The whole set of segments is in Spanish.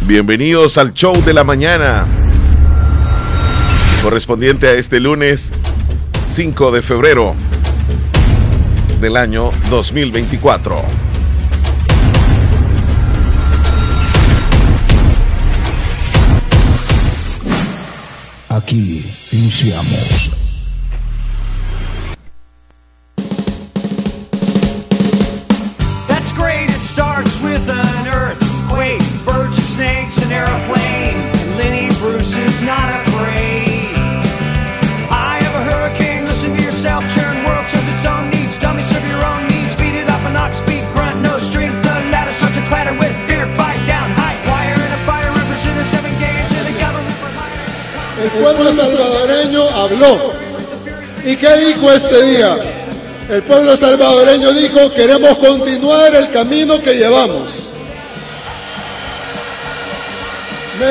Bienvenidos al show de la mañana, correspondiente a este lunes 5 de febrero del año 2024. Aquí iniciamos. That's great, it starts with an earthquake, birds and snakes, an airplane, and Lenny Bruce is not afraid. I have a hurricane, listen to yourself, churn world serves its own needs, dummy serve your own needs, beat it up an ox, speak, grunt, no strength, the ladder starts to clatter with fear, fight down, high wire and a fire, represented 7 games in the government for hire. El pueblo salvadoreño habló. ¿Y qué dijo este día? El pueblo salvadoreño dijo: queremos continuar el camino que llevamos. Me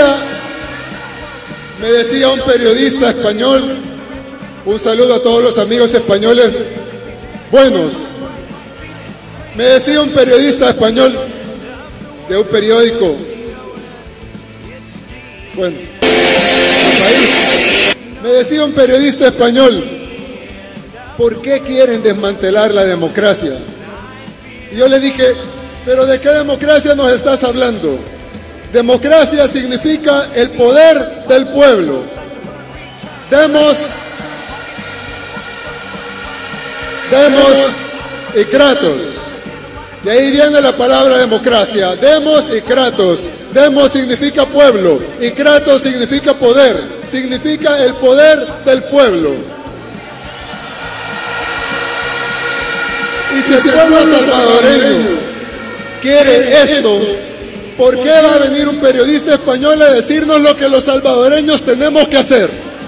decía un periodista español, un saludo a todos los amigos españoles buenos. Me decía un periodista español de un periódico, bueno, me decía un periodista español: ¿por qué quieren desmantelar la democracia? Y yo le dije: ¿pero de qué democracia nos estás hablando? Democracia significa el poder del pueblo. Demos y kratos. De ahí viene la palabra democracia. Demos y kratos. Demos significa pueblo y kratos significa poder. Significa el poder del pueblo. Y si el pueblo salvadoreño quiere esto, ¿por qué va a venir un periodista español a decirnos lo que los salvadoreños tenemos que hacer?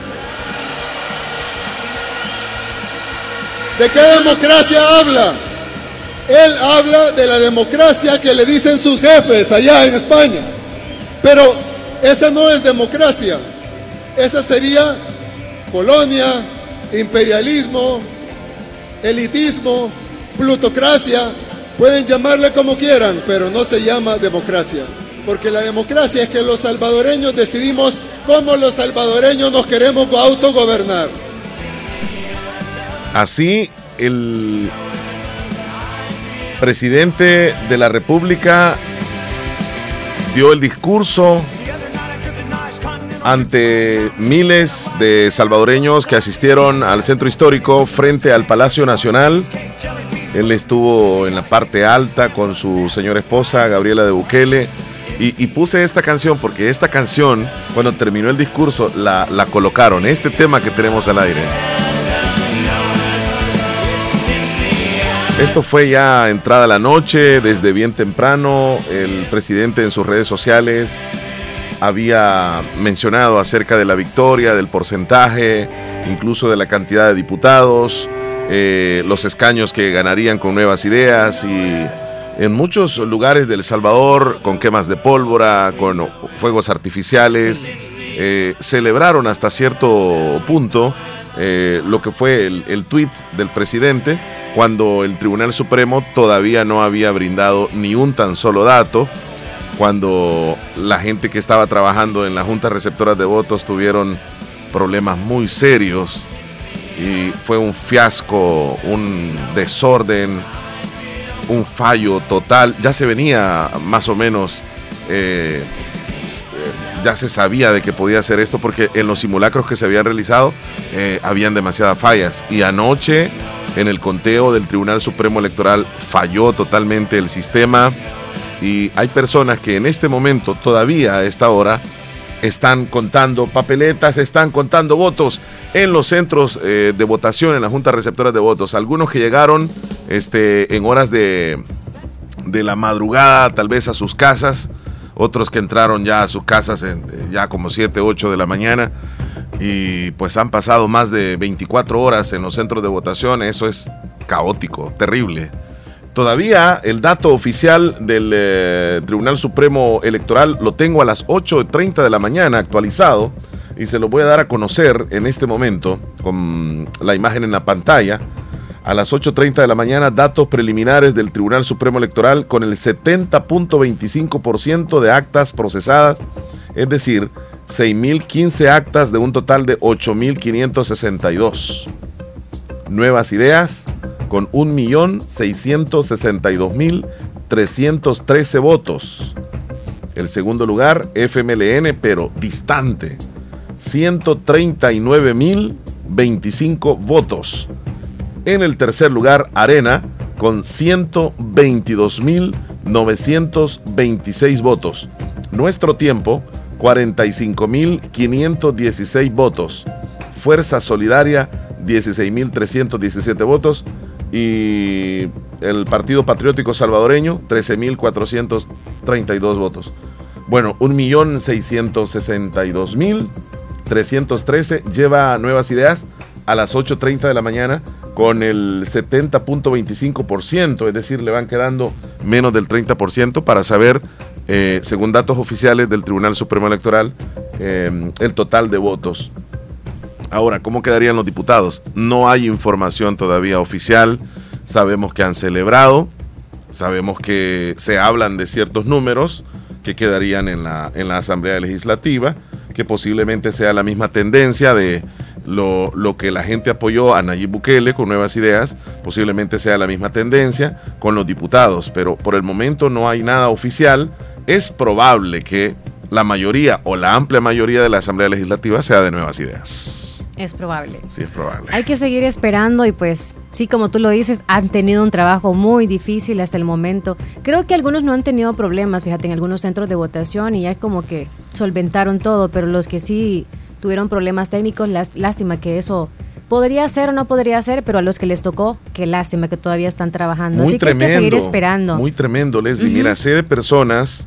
¿De qué democracia habla? Él habla de la democracia que le dicen sus jefes allá en España. Pero esa no es democracia. Esa sería colonia, imperialismo, elitismo, plutocracia. Pueden llamarle como quieran, pero no se llama democracia. Porque la democracia es que los salvadoreños decidimos cómo los salvadoreños nos queremos autogobernar. Así, el presidente de la República dio el discurso ante miles de salvadoreños que asistieron al centro histórico frente al Palacio Nacional. Él estuvo en la parte alta con su señora esposa, Gabriela de Bukele, y puse esta canción porque esta canción, cuando terminó el discurso, la colocaron, este tema que tenemos al aire. Esto fue ya entrada la noche, desde bien temprano. El presidente en sus redes sociales había mencionado acerca de la victoria, del porcentaje, incluso de la cantidad de diputados, los escaños que ganarían con Nuevas Ideas, y en muchos lugares de El Salvador, con quemas de pólvora, con fuegos artificiales, celebraron hasta cierto punto lo que fue el tuit del presidente, cuando el Tribunal Supremo todavía no había brindado ni un tan solo dato, cuando la gente que estaba trabajando en las juntas receptoras de votos tuvieron problemas muy serios y fue un fiasco, un desorden, un fallo total. Ya se venía más o menos, ya se sabía de que podía hacer esto porque en los simulacros que se habían realizado habían demasiadas fallas, y anoche en el conteo del Tribunal Supremo Electoral falló totalmente el sistema, y hay personas que en este momento, todavía a esta hora, están contando papeletas, están contando votos en los centros de votación, en las juntas receptoras de votos. Algunos que llegaron en horas de la madrugada, tal vez a sus casas, otros que entraron ya a sus casas ya como 7, 8 de la mañana, y pues han pasado más de 24 horas en los centros de votación. Eso es caótico, terrible. Todavía el dato oficial del Tribunal Supremo Electoral lo tengo a las 8:30 de la mañana actualizado, y se lo voy a dar a conocer en este momento con la imagen en la pantalla. A las 8:30 de la mañana, datos preliminares del Tribunal Supremo Electoral con el 70.25% de actas procesadas, es decir, 6.015 actas de un total de 8.562. Nuevas Ideas con 1.662.313 votos. El segundo lugar, FMLN, pero distante, 139.025 votos. En el tercer lugar, Arena, con 122.926 votos. Nuestro Tiempo, 45.516 votos. Fuerza Solidaria, 16.317 votos. Y el Partido Patriótico Salvadoreño, 13.432 votos. Bueno, 1.662.313 lleva Nuevas Ideas a las 8:30 de la mañana con el 70.25%, es decir, le van quedando menos del 30% para saber, según datos oficiales del Tribunal Supremo Electoral, el total de votos. Ahora, ¿cómo quedarían los diputados? No hay información todavía oficial. Sabemos que han celebrado, sabemos que se hablan de ciertos números que quedarían en la Asamblea Legislativa, que posiblemente sea la misma tendencia de lo que la gente apoyó a Nayib Bukele con Nuevas Ideas, posiblemente sea la misma tendencia con los diputados, pero por el momento no hay nada oficial. Es probable que la mayoría o la amplia mayoría de la Asamblea Legislativa sea de Nuevas Ideas. Es probable. Sí, es probable. Hay que seguir esperando y pues sí, como tú lo dices, han tenido un trabajo muy difícil hasta el momento. Creo que algunos no han tenido problemas, fíjate, en algunos centros de votación y ya es como que solventaron todo, pero los que sí tuvieron problemas técnicos, lástima que eso podría ser o no podría ser, pero a los que les tocó, qué lástima que todavía están trabajando. Muy Así tremendo, que hay que seguir esperando. Muy tremendo, Leslie. Mira, sé de personas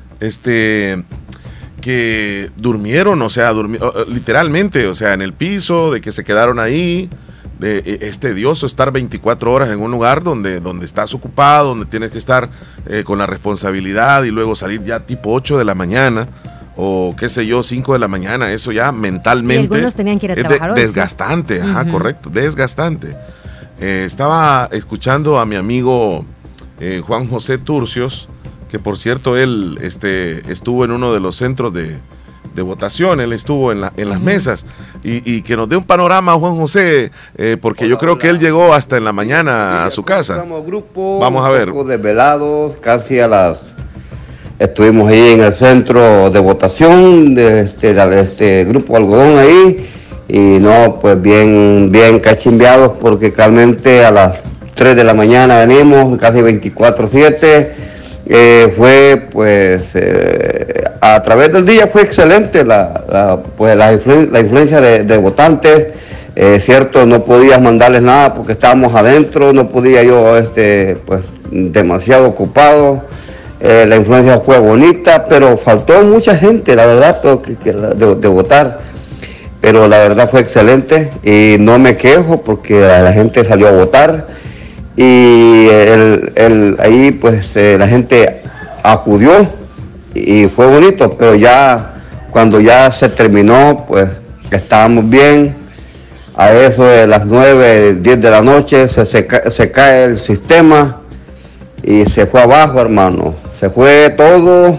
que durmieron, o sea, literalmente, o sea, en el piso, de que se quedaron ahí. Es tedioso estar 24 horas en un lugar donde estás ocupado, donde tienes que estar con la responsabilidad y luego salir ya tipo 8 de la mañana o qué sé yo, 5 de la mañana. Eso ya mentalmente y algunos tenían que ir a trabajar hoy, desgastante, ¿sí? Ajá, correcto, desgastante. Estaba escuchando a mi amigo Juan José Turcios, que por cierto él estuvo en uno de los centros de votación, él estuvo en las mesas y que nos dé un panorama, Juan José, porque yo creo que él llegó hasta en la mañana a su casa. Grupo, vamos a ver. Un poco desvelados, casi estuvimos ahí en el centro de votación de este grupo Algodón ahí y no, pues bien cachimbeados porque realmente a las 3 de la mañana venimos, casi 24/7. Fue pues a través del día fue excelente la influencia de votantes. Cierto, no podías mandarles nada porque estábamos adentro, no podía yo pues demasiado ocupado. La influencia fue bonita, pero faltó mucha gente, la verdad, de votar. Pero la verdad fue excelente y no me quejo porque la gente salió a votar. Y ahí pues la gente acudió y fue bonito, pero ya cuando ya se terminó pues estábamos bien. A eso de las 9, 10 de la noche se cae el sistema y se fue abajo, hermano, se fue todo,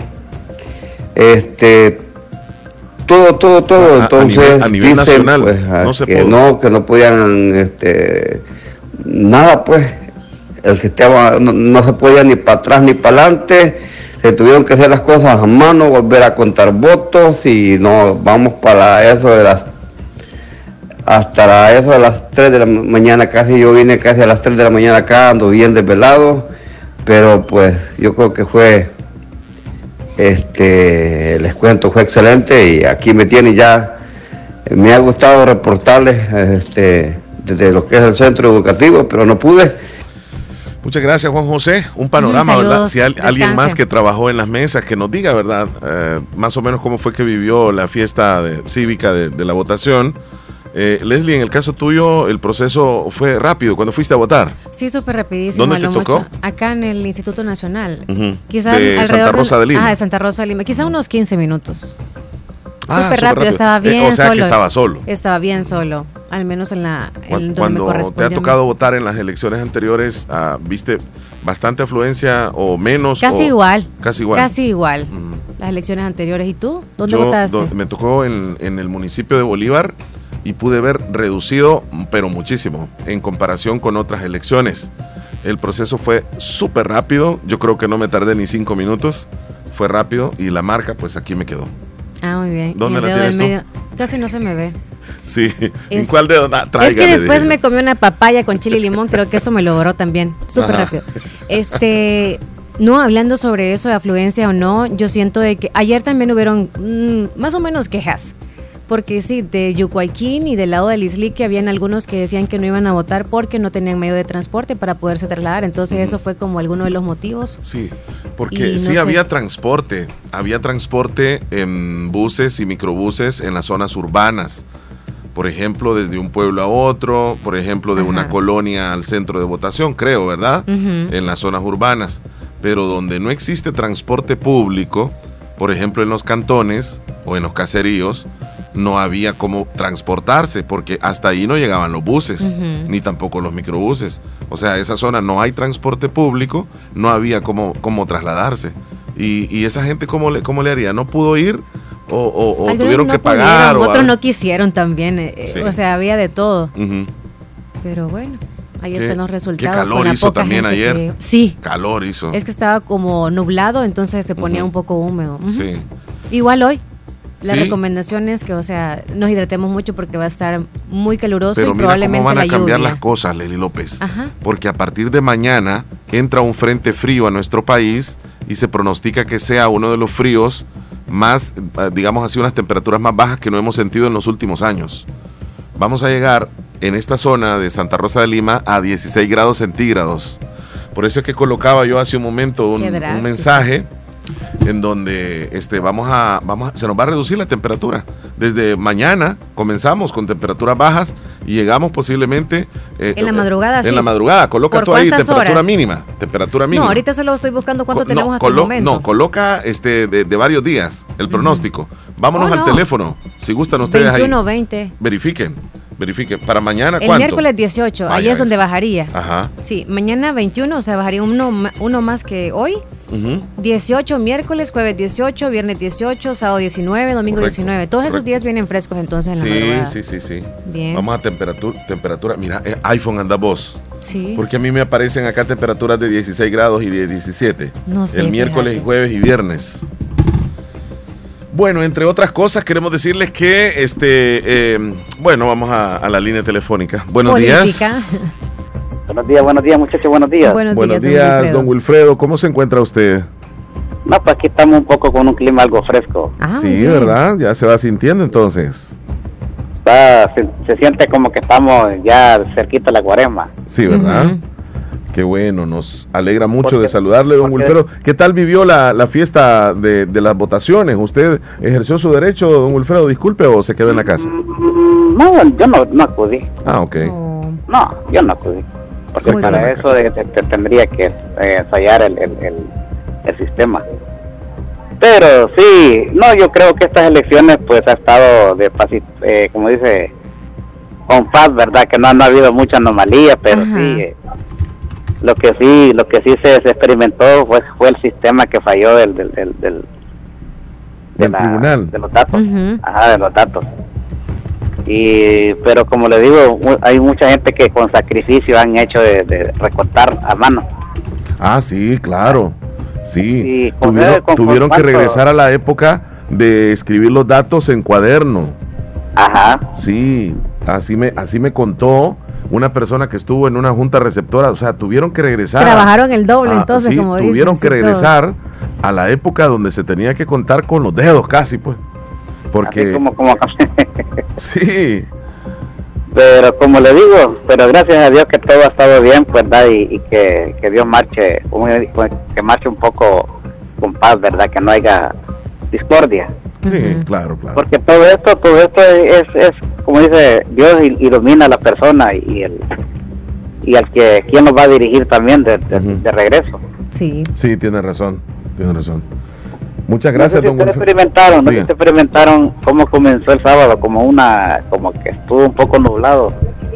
todo. Entonces a nivel dicen, nacional, pues, no se que pudo. no podían nada, pues el sistema no se podía ni para atrás ni para adelante, se tuvieron que hacer las cosas a mano, volver a contar votos y no, vamos para eso de las 3 de la mañana casi, yo vine casi a las 3 de la mañana acá, ando bien desvelado, pero pues yo creo que fue, les cuento, fue excelente y aquí me tiene ya, me ha gustado reportarles desde lo que es el centro educativo, pero no pude. Muchas gracias, Juan José. Un panorama, saludos, ¿verdad? Si alguien descanse. más que trabajó en las mesas, que nos diga, ¿verdad? Más o menos cómo fue que vivió la fiesta cívica de la votación. Leslie, en el caso tuyo, el proceso fue rápido. ¿Cuándo fuiste a votar? Sí, súper rapidísimo. ¿Dónde te tocó? Acá en el Instituto Nacional. Uh-huh. Quizás de Santa Rosa de Lima. De Santa Rosa de Lima. Quizás unos 15 minutos. Súper rápido, estaba bien o sea solo. que estaba solo. Estaba bien solo. Al menos en donde me Cuando corresponde. te ha tocado votar en las elecciones anteriores, ¿viste bastante afluencia o menos? Casi igual. Casi igual. Casi igual. Las elecciones anteriores. ¿Y tú? ¿Dónde votaste? Me tocó en el municipio de Bolívar y pude ver reducido, pero muchísimo, en comparación con otras elecciones. El proceso fue súper rápido. Yo creo que no me tardé ni 5 minutos. Fue rápido y la marca, pues aquí me quedó. Ah, muy bien. ¿Dónde la tienes tú? Casi no se me ve. Sí. ¿En cuál dedo? Es que después me comí una papaya con chile y limón. Creo que eso me logró también. Súper rápido. No, hablando sobre eso de afluencia o no, yo siento de que ayer también hubieron más o menos quejas. Porque sí, de Yucuayquín y del lado del Islique habían algunos que decían que no iban a votar porque no tenían medio de transporte para poderse trasladar. Entonces eso fue como alguno de los motivos. Sí, porque sí había transporte en buses y microbuses en las zonas urbanas. Por ejemplo, desde un pueblo a otro, por ejemplo, de una colonia al centro de votación, creo, ¿verdad? En las zonas urbanas. Pero donde no existe transporte público, por ejemplo, en los cantones o en los caseríos, no había cómo transportarse, porque hasta ahí no llegaban los buses, ni tampoco los microbuses. O sea, esa zona no hay transporte público, no había cómo trasladarse. Y esa gente, ¿cómo le haría? ¿No pudo ir? ¿O tuvieron que pagar? Otros no quisieron también. Sí. O sea, había de todo. Pero bueno, ahí están los resultados. ¿Qué calor hizo también ayer? Sí. Calor hizo. Es que estaba como nublado, entonces se ponía un poco húmedo. Sí. Igual hoy. La recomendación es que, o sea, nos hidratemos mucho porque va a estar muy caluroso. Pero y probablemente cómo van a cambiar lluvia. las cosas, Lely López. Porque a partir de mañana entra un frente frío a nuestro país y se pronostica que sea uno de los fríos más, digamos así, unas temperaturas más bajas que no hemos sentido en los últimos años. Vamos a llegar en esta zona de Santa Rosa de Lima a 16 grados centígrados. Por eso es que colocaba yo hace un momento un mensaje en donde se nos va a reducir la temperatura. Desde mañana comenzamos con temperaturas bajas y llegamos posiblemente en la madrugada. En la madrugada, coloca tú ahí temperatura mínima. No, ahorita solo estoy buscando cuánto tenemos hasta el momento. No, coloca de varios días el pronóstico. Vámonos al teléfono. Si gustan ustedes 21, ahí. 20. Verifiquen. Para mañana, ¿cuánto? El miércoles 18, ahí es donde bajaría. Ajá. Sí, mañana 21, o sea, bajaría uno más que hoy. 18 miércoles, jueves 18, viernes 18, sábado 19, domingo 19. Todos esos días vienen frescos entonces en la madrugada. Sí. Bien. Vamos a temperatura. Mira, iPhone anda vos. Sí. Porque a mí me aparecen acá temperaturas de 16 grados y de 17. No sé. El miércoles, y jueves y viernes. Bueno, entre otras cosas, queremos decirles que, vamos a la línea telefónica. Buenos días. Buenos días, muchachos, buenos días. Buenos días, don Wilfredo. ¿Cómo se encuentra usted? No, pues aquí estamos un poco con un clima algo fresco. Sí, ¿verdad? Ya se va sintiendo entonces. Se siente como que estamos ya cerquita de la Cuaresma. Sí, ¿verdad? Qué bueno, nos alegra mucho de saludarle, don Wilfredo. ¿Qué tal vivió la fiesta de las votaciones? ¿Usted ejerció su derecho, don Wilfredo, disculpe, o se quedó en la casa? No, yo no acudí. Ah, ok. No, yo no acudí. Porque para eso tendría que ensayar el sistema. Pero sí, yo creo que estas elecciones pues ha estado como dice, con paz, ¿verdad? Que no ha habido mucha anomalía, pero sí, lo que sí se experimentó fue el sistema que falló del tribunal. De los datos. De los datos. Pero como le digo, hay mucha gente que con sacrificio han hecho de recortar a mano. Ah, sí, claro. Sí, tuvieron que regresar a la época de escribir los datos en cuaderno. Sí, así me contó una persona que estuvo en una junta receptora. O sea, tuvieron que regresar. Trabajaron el doble, entonces, como dicen. Tuvieron que regresar a la época donde se tenía que contar con los dedos casi, pues. Porque sí, pero como le digo, pero gracias a Dios que todo ha estado bien, ¿verdad? Y que Dios marche un poco con paz, ¿verdad? Que no haya discordia. Sí, claro. Porque todo esto es como dice, Dios ilumina a la persona y al que quien nos va a dirigir también de regreso. Sí, tiene razón. Muchas gracias, don Wilfredo. No sé si experimentaron cómo comenzó el sábado, como que estuvo un poco nublado.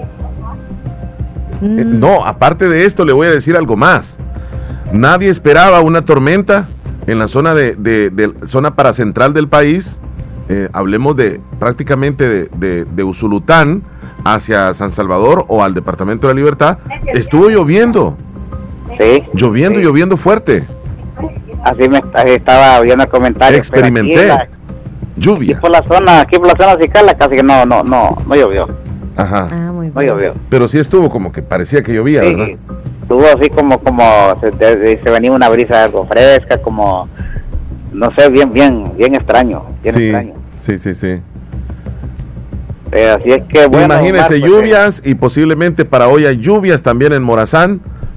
No, aparte de esto, le voy a decir algo más. Nadie esperaba una tormenta en la zona de zona paracentral del país. Hablemos de prácticamente de Usulután hacia San Salvador o al Departamento de la Libertad. Estuvo lloviendo. Sí. Lloviendo fuerte. Así estaba viendo comentarios. Experimenté lluvia. Aquí por la zona Cicala casi que no llovió. Ajá. No llovió. Pero sí estuvo como que parecía que llovía, sí, ¿verdad? Estuvo así como se venía una brisa algo fresca, como no sé, bien extraño. Extraño. Sí. Así es que bueno. Imagínense, lluvias y posiblemente para hoy hay lluvias también en Morazán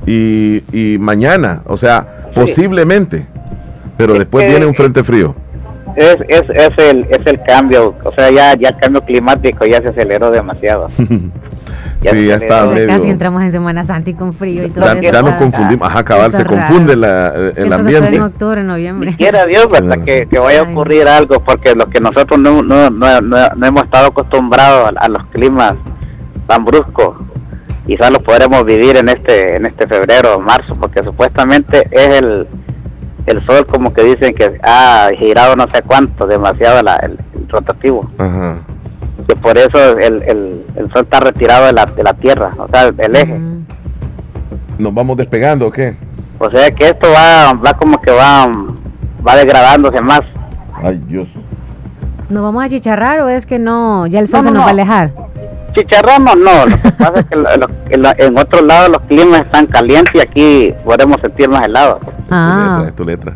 y mañana, o sea, posiblemente. Pero después viene un frente frío. Es el cambio, o sea, ya el cambio climático ya se aceleró demasiado. Ya está medio... Casi entramos en Semana Santa y con frío y todo eso. Ya nos confundimos, cabal, se confunde el ambiente. Que en octubre, noviembre. Quiera Dios, hasta que vaya a ocurrir algo, porque lo que nosotros no hemos estado acostumbrados a los climas tan bruscos, quizás los podremos vivir en este febrero o marzo, porque supuestamente es el sol, como que dicen que ha girado no sé cuánto, demasiado el rotativo. Ajá. Que por eso el sol está retirado de la tierra, o sea, el eje. ¿Nos vamos despegando o qué? O sea que esto va como que va degradándose más. Ay, Dios. ¿Nos vamos a chicharrar o es que no, ya el sol se nos va a alejar? Chicharramos no, lo que pasa es que en otros lados los climas están calientes y aquí podemos sentir más helado. Es tu letra.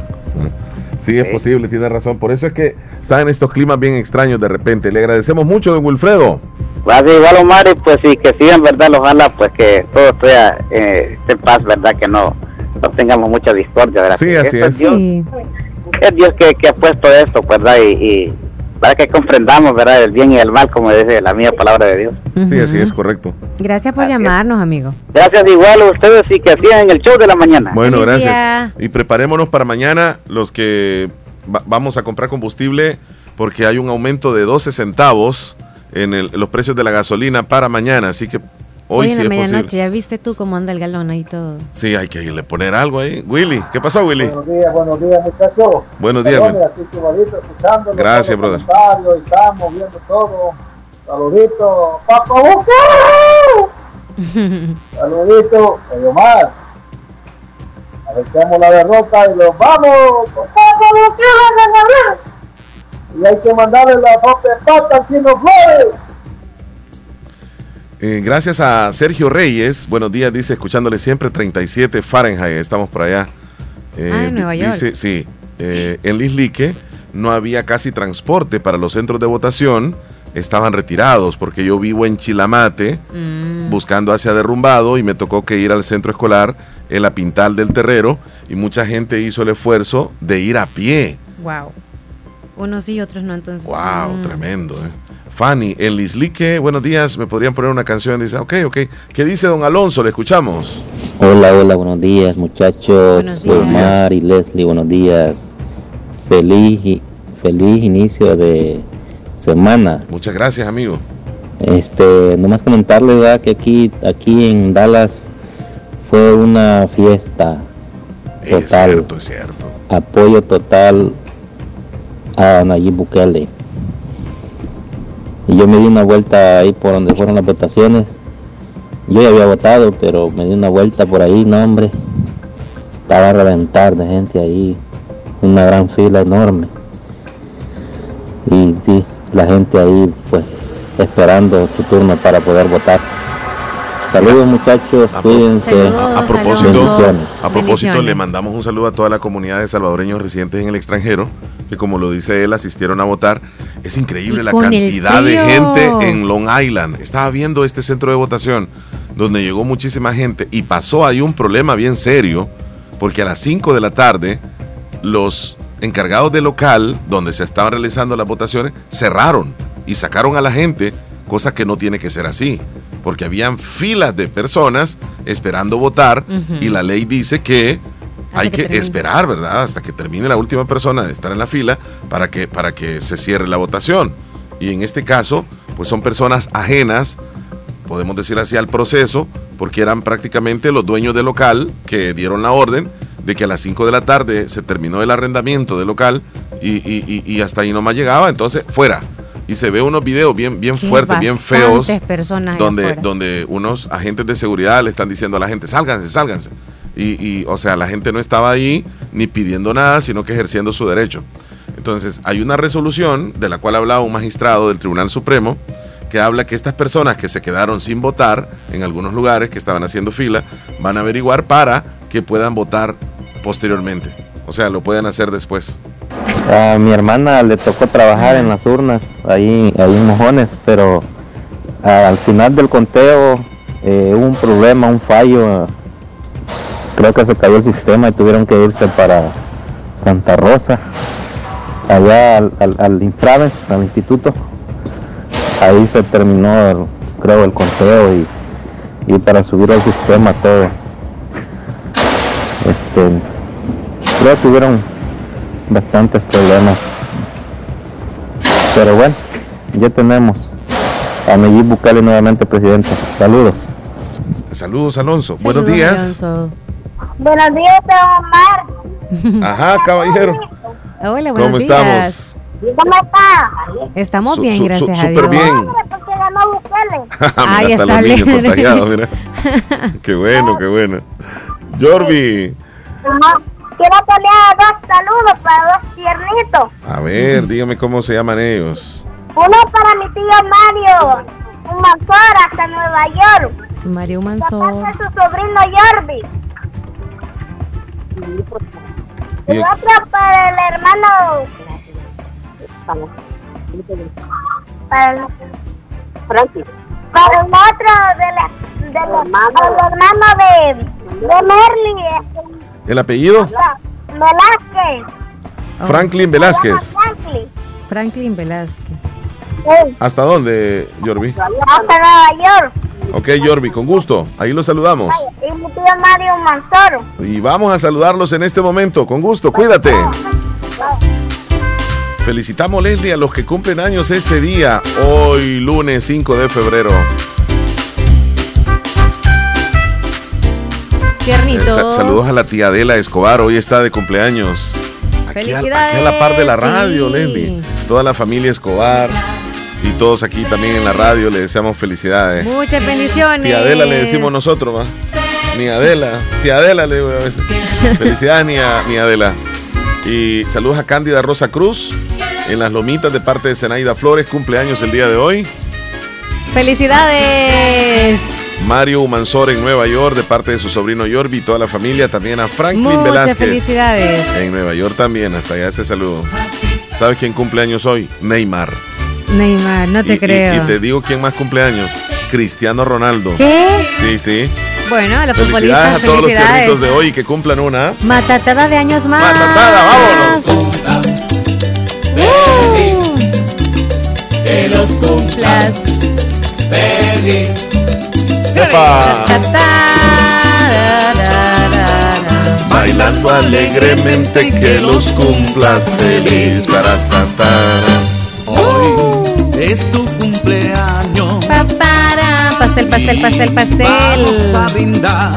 Sí, es posible, tiene razón. Por eso es que están estos climas bien extraños de repente. Le agradecemos mucho, don Wilfredo. Pues igual, Omar, y pues sí, que sí, en verdad, ojalá pues que todo esté en paz, verdad, que no tengamos mucha discordia, ¿verdad? Sí, así es. Es Dios que ha puesto esto, ¿verdad? Y para que comprendamos, ¿verdad?, el bien y el mal, como dice la misma palabra de Dios. Sí, así es, correcto. Gracias por llamarnos, amigo. Gracias igual a ustedes y que sigan en el show de la mañana. Bueno, gracias. Y preparémonos para mañana los que vamos a comprar combustible, porque hay un aumento de 12 centavos en los precios de la gasolina para mañana, así que hoy sí es posible. En la medianoche, ¿ya viste tú cómo anda el galón ahí todo? Sí, hay que irle poner algo ahí. Willy, ¿qué pasó, Willy? Buenos días, muchachos. Buenos días, escuchando. Gracias, brother. Estamos viendo todo. Saludito, Papo Buque. Saludito, Omar. Arrechamos la derrota y los vamos con Papo Buque. Y hay que mandarle la foto de pata al Chino Flores. Gracias a Sergio Reyes, buenos días, dice, escuchándole siempre, 37 Fahrenheit, estamos por allá. En Nueva York. Dice, sí, en Lislique no había casi transporte para los centros de votación, estaban retirados porque yo vivo en Chilamate, buscando hacia Derrumbado, y me tocó que ir al centro escolar, en la Pintal del Terrero, y mucha gente hizo el esfuerzo de ir a pie. Wow. Unos sí y otros no, entonces. Wow, tremendo, Fanny, en Lislique, buenos días, me podrían poner una canción, dice, ok, ¿qué dice don Alonso? Le escuchamos. Hola, buenos días, muchachos. Buenos días. Omar y Leslie, buenos días. Feliz inicio de semana. Muchas gracias, amigo. Nomás comentarles, ¿verdad?, que aquí en Dallas fue una fiesta total. Es cierto. Apoyo total a Nayib Bukele. Y yo me di una vuelta ahí por donde fueron las votaciones. Yo ya había votado, pero me di una vuelta por ahí, no, hombre. Estaba a reventar de gente ahí, una gran fila enorme. Y sí, la gente ahí, pues, esperando su turno para poder votar. Saludos, muchachos, cuídense. A propósito, le mandamos un saludo a toda la comunidad de salvadoreños residentes en el extranjero, que como lo dice él, asistieron a votar. Es increíble la cantidad de gente en Long Island. Estaba viendo este centro de votación donde llegó muchísima gente y pasó ahí un problema bien serio, porque a las 5 de la tarde los encargados del local donde se estaban realizando las votaciones cerraron y sacaron a la gente, cosa que no tiene que ser así, porque habían filas de personas esperando votar y la ley dice que hay que esperar, ¿verdad? Hasta que termine la última persona de estar en la fila para que se cierre la votación. Y en este caso, pues son personas ajenas, podemos decir así, al proceso, porque eran prácticamente los dueños del local que dieron la orden de que a las 5 de la tarde se terminó el arrendamiento del local y hasta ahí nomás llegaba, entonces fuera. Y se ve unos videos bien fuertes, bien feos, donde unos agentes de seguridad le están diciendo a la gente, sálganse. Y o sea, la gente no estaba ahí ni pidiendo nada, sino que ejerciendo su derecho. Entonces, hay una resolución de la cual hablaba un magistrado del Tribunal Supremo que habla que estas personas que se quedaron sin votar en algunos lugares, que estaban haciendo fila, van a averiguar para que puedan votar posteriormente. O sea, lo pueden hacer después. A mi hermana le tocó trabajar en las urnas, ahí en Mojones, pero al final del conteo hubo un problema, un fallo. Creo que se cayó el sistema y tuvieron que irse para Santa Rosa, allá al Infraves, al instituto. Ahí se terminó, creo, el conteo y para subir al sistema todo. Creo que tuvieron bastantes problemas. Pero bueno, ya tenemos a Nayib Bukele nuevamente presidente. Saludos. Saludos, Alonso. Buenos días. Alonso. Buenos días, don Omar. Ajá, caballero. Hola, buenos ¿Cómo días. estamos? ¿Cómo está? Estamos bien, gracias a Dios. Súper bien. Porque ganó Bukele. Ahí está está los niños bien. contagiados, mira. Qué bueno. Jorvi. Quiero poner 2 saludos para 2 tiernitos. A ver, dígame cómo se llaman ellos. Uno para mi tío Mario Mansor hasta Nueva York. Mario Mansor. De su sobrino Jordi. Y otro para el hermano. Para el Francis. Para el otro del hermano de Merly. ¿El apellido? Velázquez. Franklin Velázquez. Franklin Velázquez. Sí. ¿Hasta dónde, Jorvi? Hasta Nueva York. Ok, Jorvi, con gusto. Ahí los saludamos. Y mi tío Mario Mansor. Y vamos a saludarlos en este momento. Con gusto, cuídate. Felicitamos, Leslie, a los que cumplen años este día. Hoy, lunes 5 de febrero. Tiernitos. Saludos a la tía Adela Escobar, hoy está de cumpleaños. Felicidades. Aquí a la par de la radio, sí. Leslie. Toda la familia Escobar y todos aquí también en la radio le deseamos felicidades. Muchas bendiciones. Tía Adela le decimos nosotros, ¿va? Ni Adela. Tía Adela le digo a veces. Felicidades, ni Adela. Y saludos a Cándida Rosa Cruz en Las Lomitas de parte de Zenaida Flores, cumpleaños el día de hoy. Felicidades. Mario Mansor en Nueva York de parte de su sobrino Jorvi y toda la familia. También a Franklin Muchas Velázquez. felicidades. En Nueva York también, hasta allá ese saludo. ¿Sabes quién cumple años hoy? Neymar. Neymar, no te creo. Y te digo quién más cumple años. Cristiano Ronaldo. ¿Qué? Sí. Bueno, a los felicidades futbolistas, a todos los felicidades. tiernitos de hoy y que cumplan una. Matatada de años más. Matatada, vámonos. Que los cumplas feliz. ¡Epa! Bailando alegremente que los cumplas feliz. Hoy es tu cumpleaños. Pastel. Vamos a brindar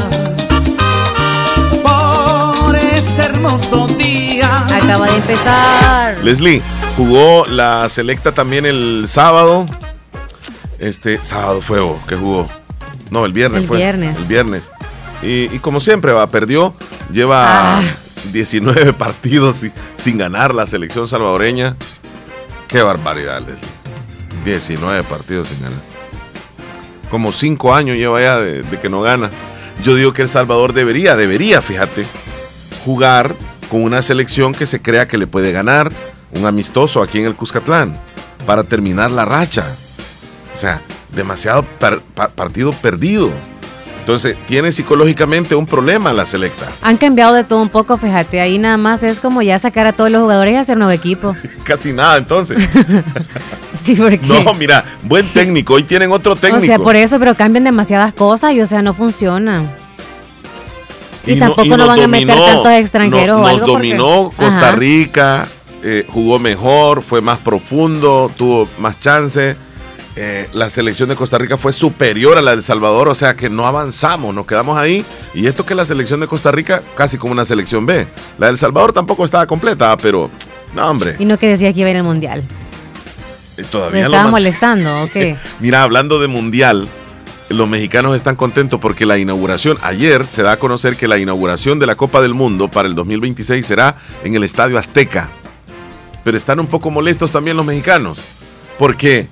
por este hermoso día. Acaba de empezar. Leslie, jugó la selecta también el sábado. Sábado fue que jugó. No, el viernes fue. El viernes. Y como siempre, perdió. Lleva 19 partidos sin ganar la selección salvadoreña. Qué barbaridad, Leslie. 19 partidos sin ganar. Como 5 años lleva ya de que no gana. Yo digo que El Salvador debería, fíjate, jugar con una selección que se crea que le puede ganar, un amistoso aquí en el Cuscatlán, para terminar la racha. O sea, demasiado partido perdido. Entonces, tiene psicológicamente un problema la selecta. Han cambiado de todo un poco, fíjate. Ahí nada más es como ya sacar a todos los jugadores y hacer nuevo equipo. Casi nada, entonces. Sí, porque... No, mira, buen técnico. Hoy tienen otro técnico. O sea, por eso, pero cambian demasiadas cosas y, o sea, no funciona. Y tampoco no van a meter tantos extranjeros o algo. Nos dominó Costa Rica, jugó mejor, fue más profundo, tuvo más chance. La selección de Costa Rica fue superior a la de El Salvador, o sea que no avanzamos, nos quedamos ahí. Y esto que la selección de Costa Rica casi como una selección B. La de El Salvador tampoco estaba completa, pero no, hombre. Y no que decía que iba a ir al Mundial. Todavía ¿Me estaba molestando o qué? Mira, hablando de Mundial, los mexicanos están contentos porque la inauguración, ayer se da a conocer que la inauguración de la Copa del Mundo para el 2026 será en el Estadio Azteca. Pero están un poco molestos también los mexicanos, porque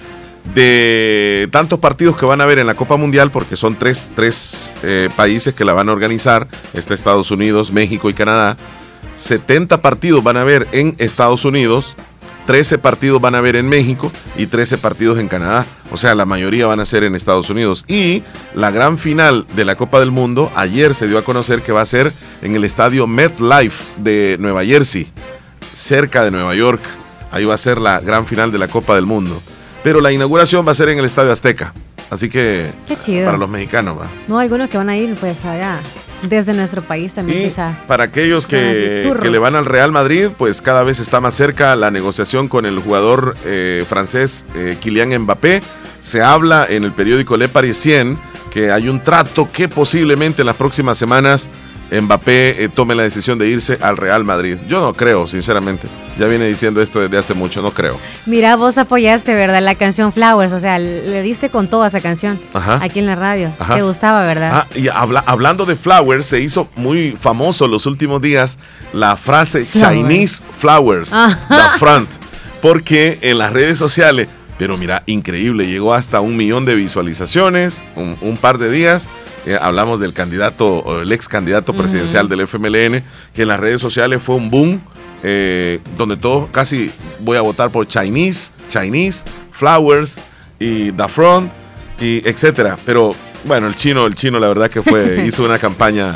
de tantos partidos que van a haber en la Copa Mundial, porque son tres países que la van a organizar, está Estados Unidos, México y Canadá, 70 partidos van a haber en Estados Unidos, 13 partidos van a haber en México y 13 partidos en Canadá. O sea, la mayoría van a ser en Estados Unidos. Y la gran final de la Copa del Mundo, ayer se dio a conocer que va a ser en el estadio MetLife de Nueva Jersey, cerca de Nueva York. Ahí va a ser la gran final de la Copa del Mundo. Pero la inauguración va a ser en el Estadio Azteca. Así que, qué chido. Para los mexicanos, ¿va? No, algunos que van a ir pues allá. Desde nuestro país también y quizá. Para aquellos que le van al Real Madrid, pues cada vez está más cerca la negociación con el jugador francés Kylian Mbappé. Se habla en el periódico Le Parisien que hay un trato que posiblemente en las próximas semanas Mbappé tome la decisión de irse al Real Madrid. Yo no creo, sinceramente. Ya viene diciendo esto desde hace mucho, no creo. Mira, vos apoyaste, ¿verdad? La canción Flowers, o sea, le diste con toda esa canción. Ajá. Aquí en la radio. Ajá. Te gustaba, ¿verdad? Y hablando de Flowers, se hizo muy famoso los últimos días la frase Chinese Flowers, the front, porque en las redes sociales, pero mira, increíble, llegó hasta 1 millón de visualizaciones, un par de días. Hablamos del candidato, el ex candidato presidencial del FMLN, que en las redes sociales fue un boom, donde todos casi voy a votar por Chinese, Flowers y The Front, y etcétera. Pero bueno, el chino la verdad que hizo una campaña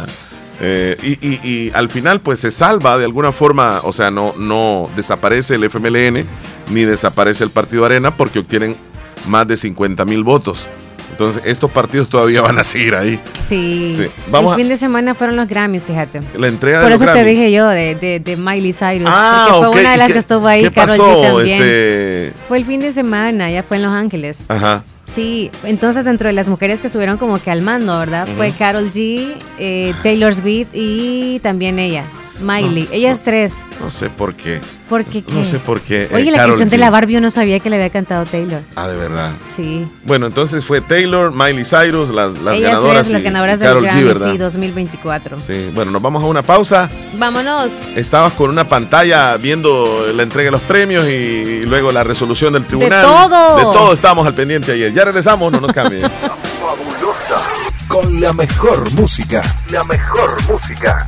y al final pues se salva de alguna forma, o sea, no desaparece el FMLN ni desaparece el Partido Arena porque obtienen más de 50,000 votos. Entonces, estos partidos todavía van a seguir ahí. Sí. El fin de semana fueron los Grammys, fíjate. La entrega de los Grammys. Por eso te dije yo, de Miley Cyrus. Porque fue una de las que estuvo ahí, Karol G también. Fue el fin de semana, ya fue en Los Ángeles. Ajá. Sí, entonces dentro de las mujeres que estuvieron como que al mando, ¿verdad? Fue Karol G, Taylor Swift y también ella, Miley. Ellas tres. No sé por qué. ¿Por qué qué? No sé por qué. Oye, la canción de la Barbie yo no sabía que le había cantado Taylor. Ah, ¿de verdad? Sí. Bueno, entonces fue Taylor, Miley Cyrus, las ganadoras. Las ganadoras del Karol Grammy, ¿verdad? sí, 2024. Sí, bueno, nos vamos a una pausa. Vámonos. Estabas con una pantalla viendo la entrega de los premios y luego la resolución del tribunal. De todo. De todo estábamos al pendiente ayer. Ya regresamos, no nos cambien. Fabulosa. Con la mejor música. La mejor música.